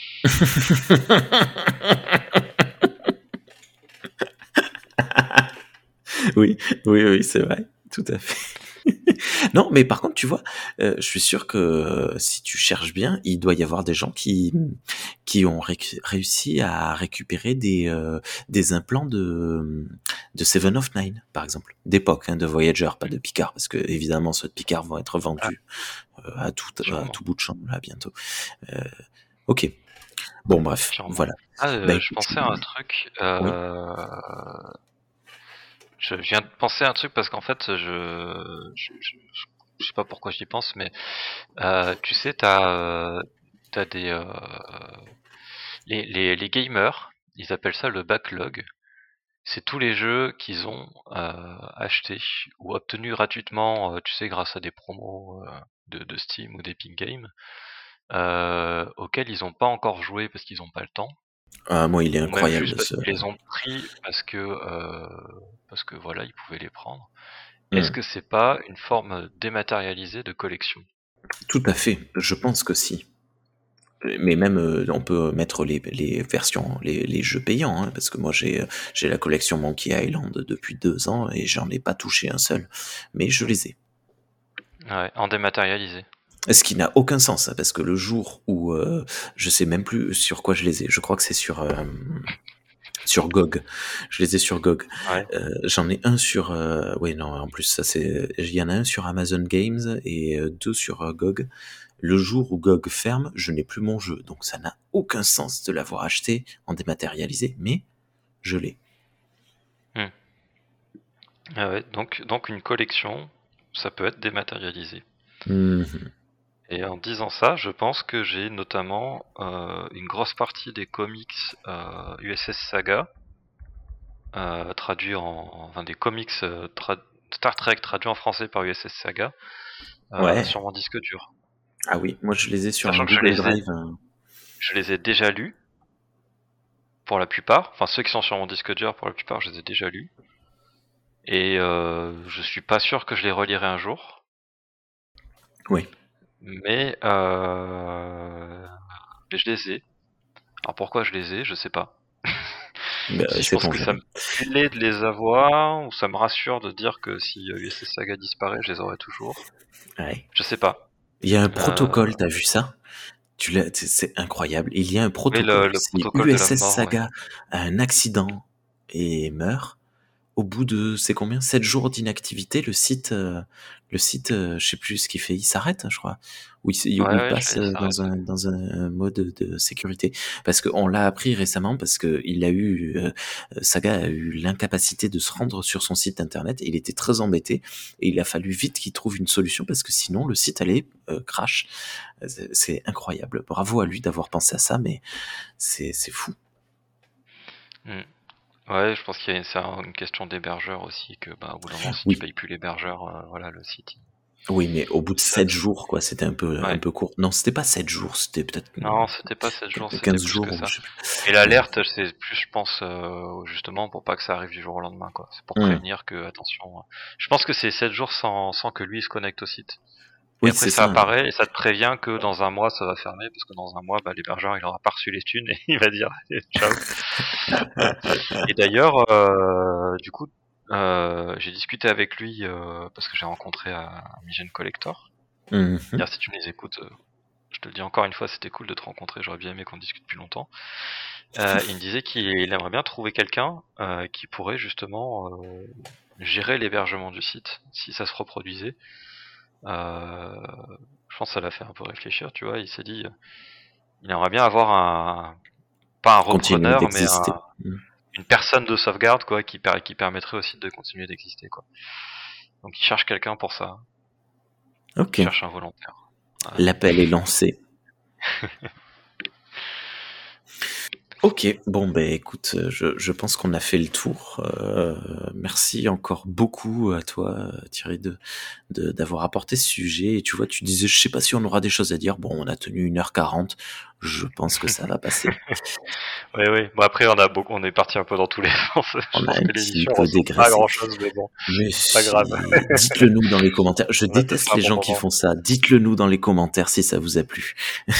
Oui, oui, oui, c'est vrai. Tout à fait. Non, mais par contre, tu vois, euh, je suis sûr que euh, si tu cherches bien, il doit y avoir des gens qui qui ont récu- réussi à récupérer des euh, des implants de de Seven of Nine, par exemple, d'époque, hein, de Voyager, pas de Picard, parce que évidemment ceux de Picard vont être Ah, vendus euh, à tout à sûrement, tout bout de champ là bientôt. Euh, ok. Bon, bref, sûrement. voilà. Ah, Bah euh, je écoute, pensais à un truc. oui. Euh, je viens de penser à un truc parce qu'en fait, je, je, je, je sais pas pourquoi j'y pense, mais euh, tu sais, t'as euh, t'as des euh, les, les les gamers, ils appellent ça le backlog. C'est tous les jeux qu'ils ont euh, achetés ou obtenus gratuitement, euh, tu sais, grâce à des promos euh, de, de Steam ou d'Epic Games, euh, auxquels ils n'ont pas encore joué parce qu'ils n'ont pas le temps, Ah, moi, il est ou même incroyable juste parce ce. qu'ils les ont pris parce que euh, parce que voilà, ils pouvaient les prendre. Est-ce Hmm. que c'est pas une forme dématérialisée de collection? Tout à fait. Je pense que si. Mais même, euh, on peut mettre les, les versions, les, les jeux payants, hein, parce que moi j'ai j'ai la collection Monkey Island depuis deux ans et j'en ai pas touché un seul, mais je les ai. Ouais, en dématérialisé. Ce qui n'a aucun sens, hein, parce que le jour où euh, je sais même plus sur quoi je les ai, je crois que c'est sur euh, sur G O G. Je les ai sur G O G. Ouais. Euh, j'en ai un sur, euh, ouais non, en plus ça c'est, il y en a un sur Amazon Games et euh, deux sur euh, G O G. Le jour où G O G ferme, je n'ai plus mon jeu, donc ça n'a aucun sens de l'avoir acheté en dématérialisé, mais je l'ai. Hmm. Ah ouais, donc donc une collection, ça peut être dématérialisé. Mhm. Et en disant ça, je pense que j'ai notamment euh, une grosse partie des comics euh, U S S Saga, euh, traduits en, enfin des comics euh, tra- Star Trek traduits en français par U S S Saga, euh, Ouais. sur mon disque dur. Ah oui, moi je les ai sur Sachant un que je Google les ai, Drive. hein. je les ai déjà lus pour la plupart. Enfin, ceux qui sont sur mon disque dur, pour la plupart, je les ai déjà lus. Et euh, je suis pas sûr que je les relirai un jour. Oui. Mais, euh... mais je les ai. Alors pourquoi je les ai, je sais pas. Bah, Si je pense sait-on que ça jamais. me plaît de les avoir, ou ça me rassure de dire que si U S S Saga disparaît, je les aurai toujours. Ouais. Je sais pas. Il y a un Euh... protocole, t'as vu ça? Tu l'as, c'est- c'est incroyable. Il y a un Oui, le, protocole. le Si protocole de la U S S mort, ouais. Saga a un accident et meurt, au bout de, c'est combien? sept jours d'inactivité, le site, euh, le site, euh, je sais plus ce qu'il fait, il s'arrête, je crois. Ou il, Ouais, ou il ouais, je passe fais euh, ça, arrête. dans un, dans un mode de sécurité. Parce qu'on l'a appris récemment, parce que il a eu, euh, Saga a eu l'incapacité de se rendre sur son site internet, et il était très embêté, et il a fallu vite qu'il trouve une solution, parce que sinon le site allait euh, crash. C'est c'est incroyable. Bravo à lui d'avoir pensé à ça, mais c'est c'est fou. Hmm. Ouais, je pense qu'il y a c'est un- une question d'hébergeur aussi, que bah, au bout d'un moment, si tu Oui, payes plus l'hébergeur, euh, voilà, le site. il- oui, mais au bout de Ça, sept jours, quoi, c'était un peu un ouais. peu court. Non, c'était pas sept jours, c'était peut-être Non, c'était pas sept jours, euh, c'était quinze plus que jours ou ça. je sais plus. Et Ouais. l'alerte, c'est plus, je pense, euh, justement, pour pas que ça arrive du jour au lendemain, quoi. C'est pour Mmh. prévenir que, attention. euh, Je pense que c'est sept jours sans, sans que lui il se connecte au site. Et Oui, après, c'est ça ça. apparaît et ça te prévient que dans un mois, ça va fermer, parce que dans un mois, bah, l'hébergeur, il aura pas reçu les thunes et il va dire allez, ciao. Et d'ailleurs, euh, du coup, euh, j'ai discuté avec lui euh, parce que j'ai rencontré un, un Migen Collector. Mmh. D'ailleurs, si tu me les écoutes, euh, je te le dis encore une fois, c'était cool de te rencontrer. J'aurais bien aimé qu'on discute plus longtemps. Euh, il me disait qu'il aimerait bien trouver quelqu'un euh, qui pourrait justement euh, gérer l'hébergement du site si ça se reproduisait. Euh, je pense que ça l'a fait un peu réfléchir, tu vois. Il s'est dit, euh, il aimerait bien avoir un, pas un Continuer repreneur, mais d'exister. un, Mmh. une personne de sauvegarde, quoi, qui, per- qui permettrait au site de continuer d'exister, quoi. Donc il cherche quelqu'un pour ça. Il Ok. cherche un volontaire. Voilà. L'appel est lancé. Ok, bon ben écoute, euh, je, je pense qu'on a fait le tour. Euh, merci encore beaucoup à toi, euh, Thierry, de de- d'avoir apporté ce sujet. Et tu vois, tu disais, je sais pas si on aura des choses à dire. Bon, on a tenu une heure quarante. Je pense que ça va passer. Oui, oui. Bon, après, on a beaucoup, on est parti un peu dans tous les sens. Je On a pense un que petit l'émission peu ressemble pas à dégraissé. grand chose, mais bon, Mais pas grave. si, dites-le nous dans les commentaires. Je On a passé déteste un les bon gens qui moment. font ça. Dites-le nous dans les commentaires si ça vous a plu.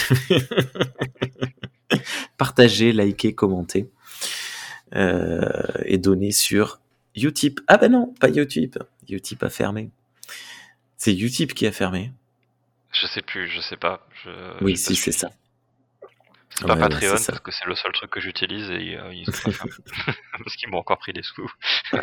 Partagez, likez, commentez. Euh, et donnez sur Utip. Ah ben non, pas Utip. Utip a fermé. C'est Utip qui a fermé. Je sais plus, je sais pas. Je, Oui, j'ai pas si, c'est suivi. ça. C'est pas Ouais, ouais, c'est Patreon ça. parce que c'est le seul truc que j'utilise et euh, ils ont pas fermé. Parce qu'ils m'ont encore pris des sous.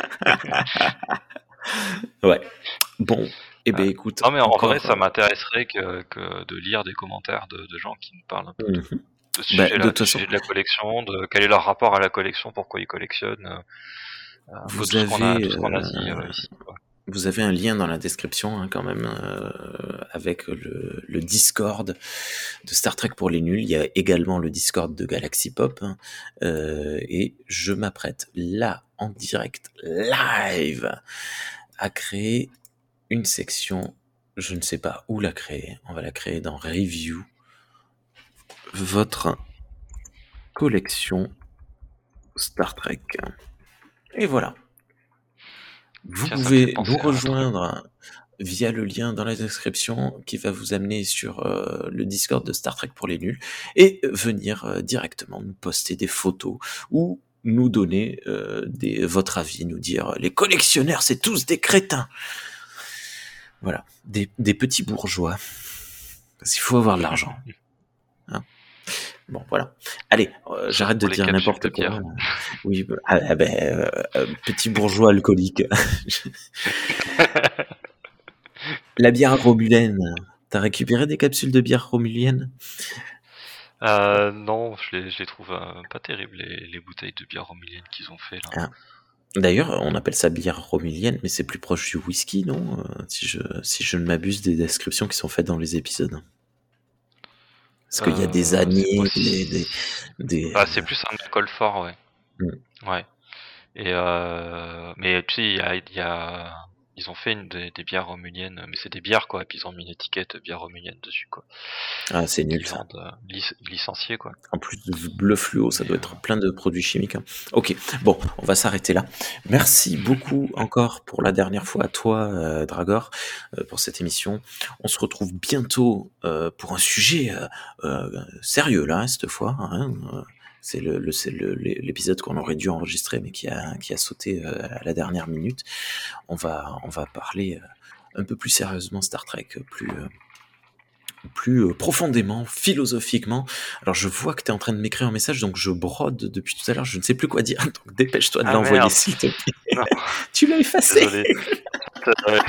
Ouais. Bon, eh Euh, ben écoute, non mais en vrai, encore. ça euh, m'intéresserait que, que de lire des commentaires de, de gens qui nous parlent un peu de, mhm. de ce Bah, de sujet-là, toute du façon, sujet de la collection, de quel est leur rapport à la collection, pourquoi ils collectionnent, euh, un peu vous tout ce qu'on a, avez, tout ce qu'on a dit euh, euh, ici, quoi. vous avez un lien dans la description hein, quand même euh, avec le, le Discord de Star Trek pour les nuls. Il y a également le Discord de Galaxy Pop hein, euh, et je m'apprête là en direct live à créer une section. Je ne sais pas où la créer. On va la créer dans Review. Votre collection Star Trek. Et voilà. Vous Tiens, ça me fait pouvez nous penser à un truc. rejoindre via le lien dans la description qui va vous amener sur euh, le Discord de Star Trek pour les nuls et venir euh, directement nous poster des photos ou nous donner euh, des, votre avis, nous dire les collectionneurs c'est tous des crétins. Voilà, des, des petits bourgeois. Parce qu'il faut avoir de l'argent. Hein. Bon, voilà. Allez, euh, Sauf j'arrête de pour les dire capsules de n'importe quoi. bière. Oui, bah, ah, ah ben, euh, euh, petit bourgeois alcoolique. La bière romulaine. T'as récupéré des capsules de bière romulienne? Euh, non, je les, je les trouve euh, pas terribles, les, les bouteilles de bière romulienne qu'ils ont fait là. Ah. D'ailleurs, on appelle ça bière romulienne, mais c'est plus proche du whisky, non? Euh, si je, si je ne m'abuse des descriptions qui sont faites dans les épisodes. Parce qu'il y a des Euh, c'est années, des, possible. des, des, Ah, c'est plus un alcool fort, ouais. euh, Ouais. Et euh, mais tu sais, il y a, il y a, ils ont fait une des, des bières romuliennes, mais c'est des bières quoi, et puis ils ont mis une étiquette bière romulienne dessus quoi. Ah, c'est nul Ils ça. vendent euh, lic- licenciés quoi. En plus de bleu fluo, ça Mais, doit euh, être plein de produits chimiques, hein. Ok, bon, on va s'arrêter là. Merci beaucoup encore pour la dernière fois à toi, euh, Dragor, euh, pour cette émission. On se retrouve bientôt euh, pour un sujet euh, euh, sérieux là, hein, cette fois. Hein, euh, c'est le, le- c'est le- l'épisode qu'on aurait dû enregistrer, mais qui a, qui a sauté euh, à la dernière minute. On va, on va parler euh, un peu plus sérieusement Star Trek, plus, euh, plus euh, profondément, philosophiquement. Alors je vois que tu es en train de m'écrire un message, donc je brode depuis tout à l'heure, je ne sais plus quoi dire, donc dépêche-toi de Ah l'envoyer merde, s'il te plaît. non, Tu l'as effacé. désolé. Euh,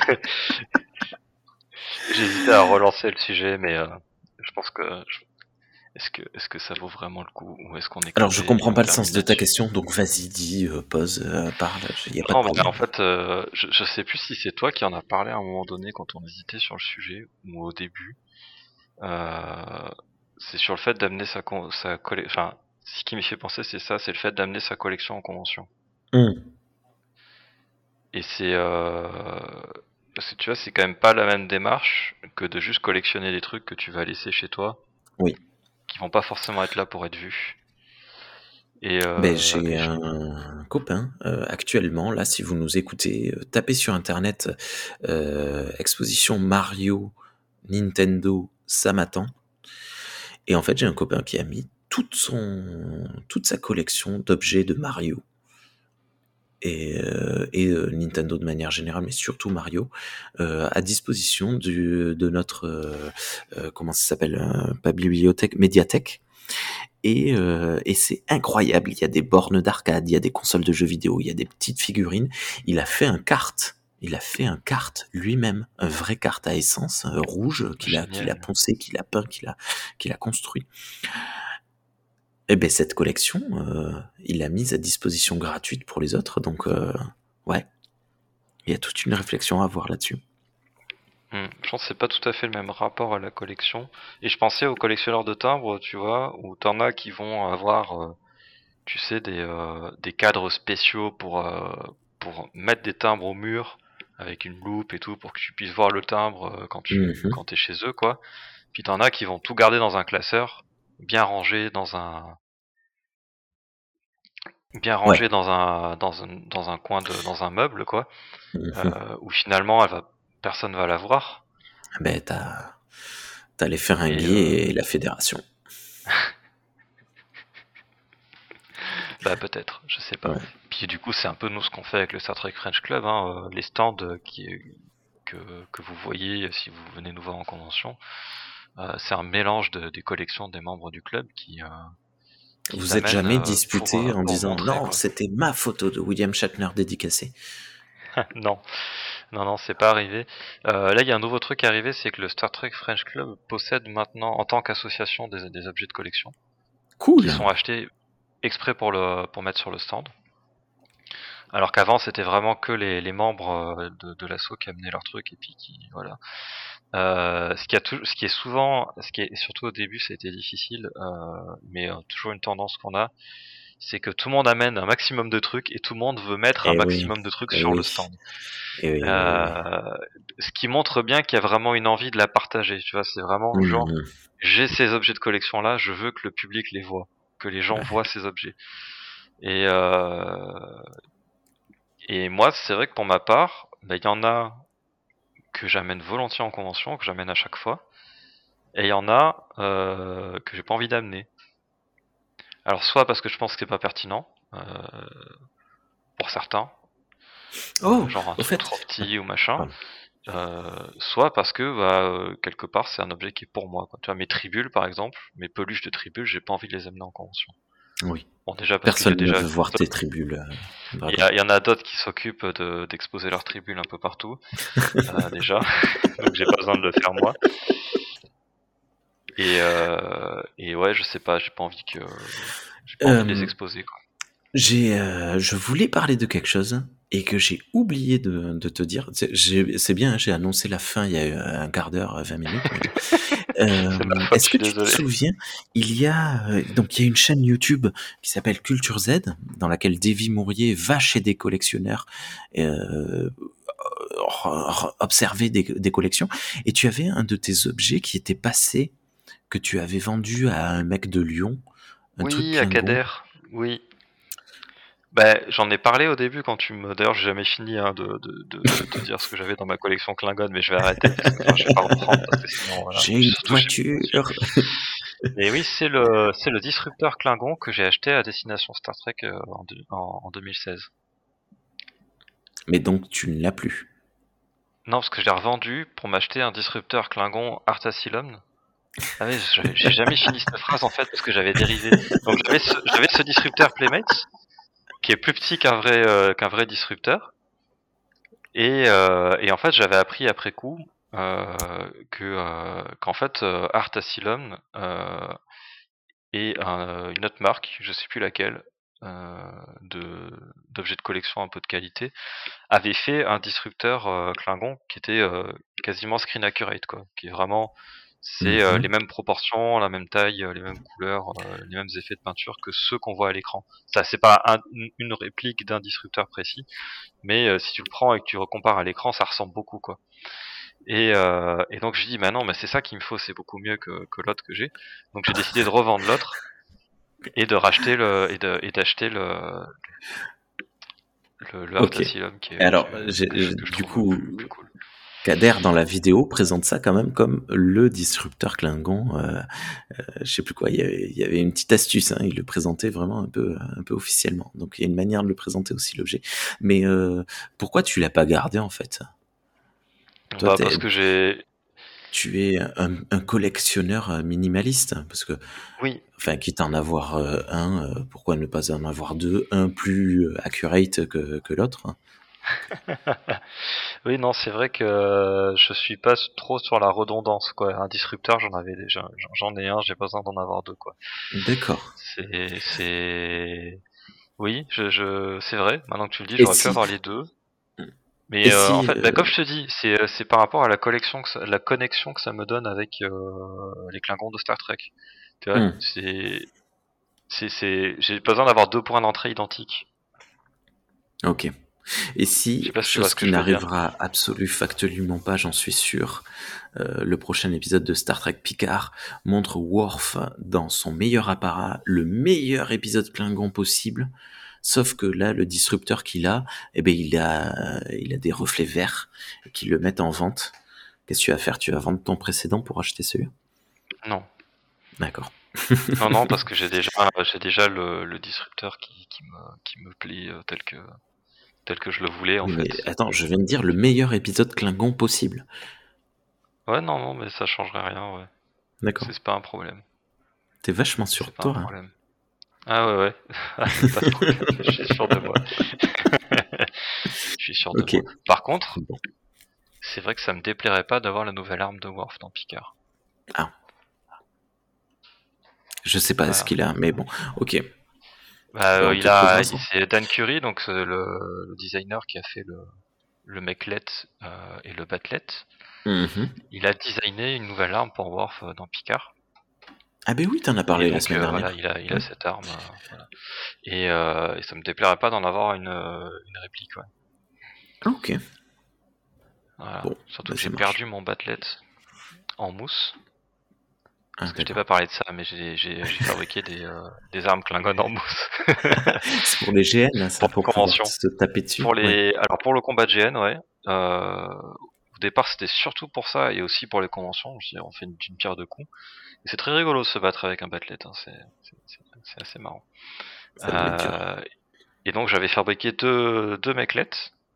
J'hésitais à relancer le sujet, mais euh, je pense que je- est-ce que est-ce que ça vaut vraiment le coup ou est-ce qu'on Alors je écoute et, et comprends on pas le termine sens de ta là-dessus? question, donc vas-y, dis, euh, pose, euh, parle, il n'y a pas de Non, mais problème. en fait, euh, je, je sais plus si c'est toi qui en as parlé à un moment donné quand on hésitait sur le sujet ou au début. Euh, c'est sur le fait d'amener sa con- sa colle- enfin, ce qui m'y fait penser, c'est ça, c'est le fait d'amener sa collection en convention. Hum, Et c'est, euh, parce que tu vois, c'est quand même pas la même démarche que de juste collectionner des trucs que tu vas laisser chez toi, oui. qui vont pas forcément être là pour être vus. Et, Ben, euh, j'ai et je- un copain euh, actuellement, là, si vous nous écoutez, euh, tapez sur internet euh, exposition Mario, Nintendo, ça m'attend. Et en fait, j'ai un copain qui a mis toute son, toute sa collection d'objets de Mario et, euh, et euh, Nintendo de manière générale, mais surtout Mario, euh, à disposition du, de notre, euh, euh, comment ça s'appelle, euh, pas bibliothèque, médiathèque. Et, euh, et c'est incroyable. Il y a des bornes d'arcade, il y a des consoles de jeux vidéo, il y a des petites figurines. Il a fait un kart. Il a fait un kart lui-même, un vrai kart à essence euh, rouge qu'il a, qu'il a génial. poncé, qu'il a peint, qu'il a, qu'il a construit. Et ben cette collection, euh, il l'a mise à disposition gratuite pour les autres. Donc euh, ouais, il y a toute une réflexion à avoir là-dessus. Hmm. Je pense que c'est pas tout à fait le même rapport à la collection. Et je pensais aux collectionneurs de timbres, tu vois, où t'en as qui vont avoir, euh, tu sais, des, euh, des cadres spéciaux pour, euh, pour mettre des timbres au mur avec une loupe et tout pour que tu puisses voir le timbre euh, quand tu Mhm. quand t'es chez eux, quoi. Puis t'en as qui vont tout garder dans un classeur, bien rangé dans un bien Ouais. rangé dans un dans un dans un coin de dans un meuble, quoi. Mhm. Euh, où finalement elle va personne va la voir. Ben t'as, t'as les Et euh, Feringues et la Fédération. bah peut-être, je sais pas. Ouais. Puis du coup, c'est un peu nous ce qu'on fait avec le Star Trek French Club, hein, euh, les stands qui, que, que vous voyez si vous venez nous voir en convention. Euh, c'est un mélange de, des collections des membres du club qui, euh, qui Vous êtes s'amènent jamais euh, pour, disputé euh, en pour disant montrer non, quoi. c'était ma photo de William Shatner dédicacée. Non, non, non, c'est pas arrivé. Euh, là, il y a un nouveau truc arrivé, c'est que le Star Trek French Club possède maintenant, en tant qu'association, des, des objets de collection qui Cool. sont achetés exprès pour le pour mettre sur le stand. Alors qu'avant, c'était vraiment que les, les membres euh, de, de l'asso qui amenaient leurs trucs et puis qui voilà. Euh, ce qui a tout, ce qui est souvent, ce qui est surtout au début, ça a été difficile, euh, mais euh, toujours une tendance qu'on a, c'est que tout le monde amène un maximum de trucs et tout le monde veut mettre un Eh oui, maximum de trucs eh sur le oui, stand. eh oui, oui, oui, oui. Euh, ce qui montre bien qu'il y a vraiment une envie de la partager. Tu vois, c'est vraiment genre, Mhm. j'ai ces objets de collection là, je veux que le public les voit, que les gens Ouais. voient ces objets. Et euh, et moi, c'est vrai que pour ma part, bah, il y en a que j'amène volontiers en convention, que j'amène à chaque fois, et il y en a euh, que j'ai pas envie d'amener. Alors soit parce que je pense que c'est pas pertinent euh, pour certains, euh, Oh, genre un au truc fait, trop ah, petit ou machin, pardon. euh, soit parce que bah, euh, quelque part c'est un objet qui est pour moi. Quoi. Tu vois mes tribules par exemple, mes peluches de tribules, j'ai pas envie de les amener en convention. Oui. Bon déjà parce qu'il y Personne a ne déjà veut voir tes tribules, euh, il y, Dragon. a- il y en a d'autres qui s'occupent de, d'exposer leurs tribules un peu partout euh, déjà, donc j'ai pas besoin de le faire moi. Et, euh, et ouais, je sais pas, j'ai pas envie que j'ai pas envie de les Euh, exposer quoi. j'ai, euh, je voulais parler de quelque chose et que j'ai oublié de, de te dire. C'est j'ai- c'est bien, hein, j'ai annoncé la fin il y a eu un quart d'heure, vingt minutes. Mais bon. C'est ma Euh, faute, je est-ce que suis tu te désolé. souviens, il y a euh, donc il y a une chaîne YouTube qui s'appelle Culture Z, dans laquelle Davy Mourier va chez des collectionneurs euh, re- re- observer des, des collections, et tu avais un de tes objets qui était passé, que tu avais vendu à un mec de Lyon, un truc Oui, à Klingon. Kader, oui. Bah, j'en ai parlé au début quand tu me. D'ailleurs, j'ai jamais fini hein, de, de, de, de te dire ce que j'avais dans ma collection Klingon, mais je vais arrêter parce que enfin, je vais pas reprendre parce que sinon voilà. J'ai une Surtout, je sais voiture. Et oui, c'est le c'est le disrupteur Klingon que j'ai acheté à destination Star Trek euh, en, deux- en, en deux mille seize. Mais donc tu ne l'as plus. Non, parce que je l'ai revendu pour m'acheter un disrupteur Klingon Art Asylum. Ah oui, j'avais- j'ai jamais fini cette phrase en fait parce que j'avais dérivé. Donc j'avais ce, j'avais ce disrupteur Playmates qui est plus petit qu'un vrai euh, qu'un vrai disrupteur. Et, euh, et en fait, j'avais appris après coup euh, que euh, qu'en fait euh, Art Asylum euh, et un- une autre marque, je sais plus laquelle, euh, de d'objets de collection un peu de qualité, avait fait un disrupteur euh, Klingon qui était euh, quasiment screen accurate quoi, qui est vraiment c'est euh, les Mhm. mêmes proportions, la même taille, euh, les mêmes couleurs, euh, les mêmes effets de peinture que ceux qu'on voit à l'écran. Ça c'est pas un- une réplique d'un disrupteur précis, mais euh, si tu le prends et que tu recompares à l'écran, ça ressemble beaucoup quoi. Et, euh, et donc je dis bah non, mais c'est ça qu'il me faut, c'est beaucoup mieux que, que l'autre que j'ai. Donc j'ai décidé de revendre l'autre et de racheter le et de et d'acheter le le, le Art Ok. Asylum qui est, qui Alors, est- j'ai- que, je, j'ai- que je du trouve coup, plus, plus cool. Kader dans la vidéo présente ça quand même comme le disrupteur Klingon. Euh, euh, je sais plus quoi. Il y, avait, il y avait une petite astuce. Hein, il le présentait vraiment un peu, un peu officiellement. Donc il y a une manière de le présenter aussi l'objet. Mais euh, pourquoi tu l'as pas gardé en fait? Toi, Bah parce t'es, que j'ai tu es un, un collectionneur euh, minimaliste, hein, parce que, oui. enfin, quitte à en avoir euh, un, euh, pourquoi ne pas en avoir deux, un plus euh, accurate que, que l'autre, hein. Oui non c'est vrai que euh, je suis pas trop sur la redondance quoi. Un disrupteur j'en avais déjà, j'en j'en ai un, j'ai pas besoin d'en avoir deux quoi. D'accord. C'est c'est oui je, je c'est vrai. Maintenant que tu le dis Et j'aurais pu si, avoir les deux. et Mais euh, en si, fait, bah, euh, comme je te dis, c'est euh, c'est par rapport à la collection, que ça- la connexion que ça me donne avec euh, les Klingons de Star Trek. Tu vois, hmm, c'est c'est c'est j'ai pas besoin d'avoir deux points d'entrée identiques. ok. Et Je sais si, pas si tu vois chose ce que qui je veux dire. n'arrivera absolument factuellement pas, j'en suis sûr, euh, le prochain épisode de Star Trek Picard montre Worf dans son meilleur apparat, le meilleur épisode Klingon possible. Sauf que là, le disrupteur qu'il a, eh ben, il a, il a des reflets verts qui le mettent en vente. Qu'est-ce que tu vas faire? Tu vas vendre ton précédent pour acheter celui-là? Non, D'accord. non, non, parce que j'ai déjà j'ai déjà le, le disrupteur qui, qui me qui me plaît euh, tel que tel que je le voulais en Oui, mais fait. attends, je viens de dire le meilleur épisode Klingon possible. Ouais, non, non, mais ça changerait rien. Ouais, D'accord. c'est c'est pas un problème. T'es vachement sûr C'est de pas un toi, hein. problème. Ah ouais, ouais, pas de problème. Je suis sûr de moi. Je suis sûr de Ok. moi. Par contre. Bon. C'est vrai que ça me déplairait pas d'avoir la nouvelle arme de Worf dans Picard. Ah. Je sais pas ce Voilà. qu'il a, mais bon. Ok. Bah, Ben, euh, on il te a, trouvera il- ça. c'est Dan Curry, donc c'est le, le designer qui a fait le, le meclet euh, et le batlet. Mhm. Il a designé une nouvelle arme pour Worf euh, dans Picard. Ah ben oui, t'en as Et parlé la donc semaine euh, voilà, dernière. il a, il a Ouais. cette arme. euh, voilà. Et, euh, et ça me déplairait pas d'en avoir une, euh, une réplique. Ouais. Ok. Voilà. Bon, Surtout ben que j'ai ça marche. perdu mon batlet en mousse. Ah Parce que je t'ai d'accord. pas parlé de ça, mais j'ai, j'ai, j'ai fabriqué des, euh, des armes Klingon en mousse C'est pour les G N, hein, ça, pour des pour pouvoir conventions. se taper dessus. Pour Ouais. les, alors pour le combat de G N, ouais. Euh, au départ, c'était surtout pour ça et aussi pour les conventions. Je veux dire, on fait une, une pierre deux coups. Et c'est très rigolo de se battre avec un batlet. Hein. C'est, c'est, c'est, c'est assez marrant. Ça doit être dur. Euh, et donc, j'avais fabriqué deux, deux meclets.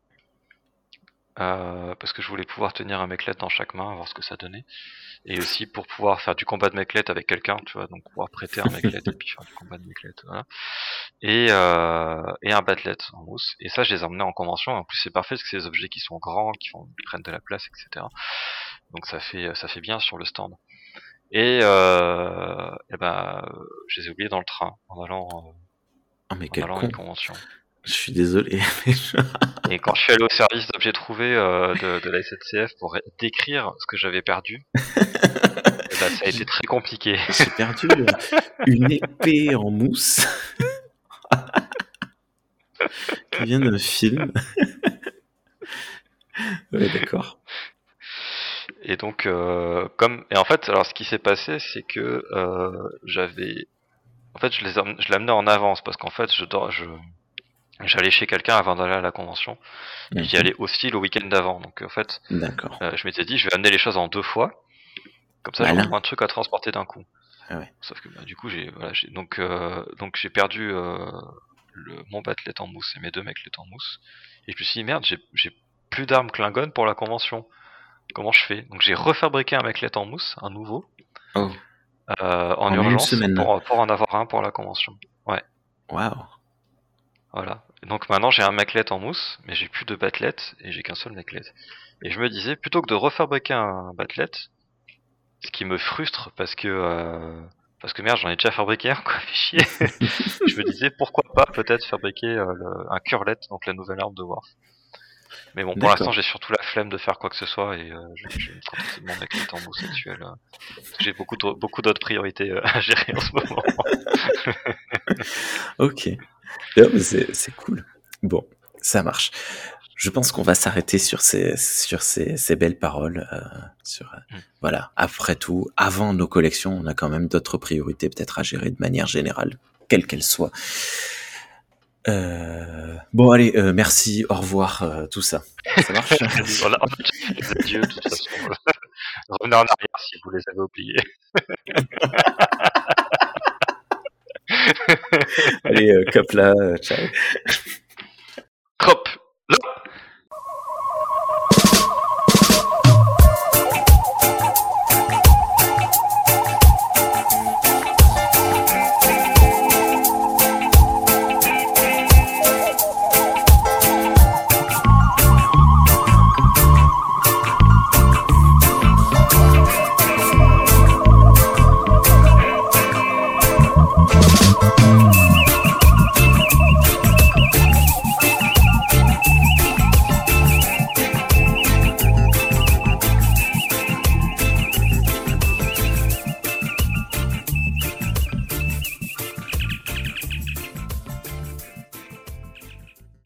Euh, parce que je voulais pouvoir tenir un meclet dans chaque main, voir ce que ça donnait. Et aussi pour pouvoir faire du combat de meclet avec quelqu'un, tu vois, donc pouvoir prêter un meclet et puis faire du combat de meclet, voilà. Et, euh, et un batlet en mousse. Et ça, je les ai emmenés en convention. En plus, c'est parfait parce que c'est des objets qui sont grands, qui, font, qui prennent de la place, et cetera. Donc ça fait, ça fait bien sur le stand. Et, euh, et ben, je les ai oubliés dans le train en allant, euh, Oh mais en quel allant à une con. convention. Je suis désolé. mais je- Et quand je suis allé au service d'objets trouvés euh, de, de la S N C F pour décrire ce que j'avais perdu, eh ben, ça a été J'ai très compliqué. j'ai perdu euh, une épée en mousse qui vient d'un film. Ouais, d'accord. Et donc, euh, comme et en fait, alors ce qui s'est passé, c'est que euh, j'avais, en fait, je les am- je l'amenais en avance parce qu'en fait, je dors, je j'allais chez quelqu'un avant d'aller à la convention et j'y Mhm. allais aussi le week-end d'avant. Donc en fait, D'accord. euh, je m'étais dit, je vais amener les choses en deux fois, comme ça, j'aurai Malin. moins de trucs à transporter d'un coup. Ah ouais. Sauf que bah, du coup, j'ai voilà, j'ai donc euh, donc j'ai perdu euh, le mon battelet en mousse et mes deux mecs en mousse. Et je me suis dit merde, j'ai j'ai plus d'armes Klingon pour la convention. Comment je fais? Donc j'ai refabriqué un meclet en mousse, un nouveau, Oh, euh, en en une urgence semaine. pour pour en avoir un pour la convention. Ouais, Waouh. voilà. Et donc maintenant j'ai un meclet en mousse, mais j'ai plus de battelet et j'ai qu'un seul meclet. Et je me disais plutôt que de refabriquer un battelet, ce qui me frustre parce que euh, parce que merde, j'en ai déjà fabriqué un, quoi, fait chier. Je me disais pourquoi pas peut-être fabriquer euh, le- un curlet, donc la nouvelle arme de Worf. Mais bon, pour l'instant, D'accord. j'ai surtout la flemme de faire quoi que ce soit et euh, je, je vais me contenter de mon meclet en mousse actuel. euh, parce que j'ai beaucoup de- beaucoup d'autres priorités euh, à gérer en ce moment. Ok. Non, mais C'est c'est cool. Bon, ça marche. Je pense qu'on va s'arrêter sur ces, sur ces, ces belles paroles. euh, sur, euh, Mm. voilà. Après tout, avant nos collections, on a quand même d'autres priorités peut-être à gérer de manière générale, quelles qu'elles soient. Euh, bon, allez, euh, merci, au revoir, euh, tout ça. Ça marche? Allez, voilà, on a déjà fait les adieux de toute façon. Revenez en arrière si vous les avez oubliés. Allez, euh, cap là, euh, ciao.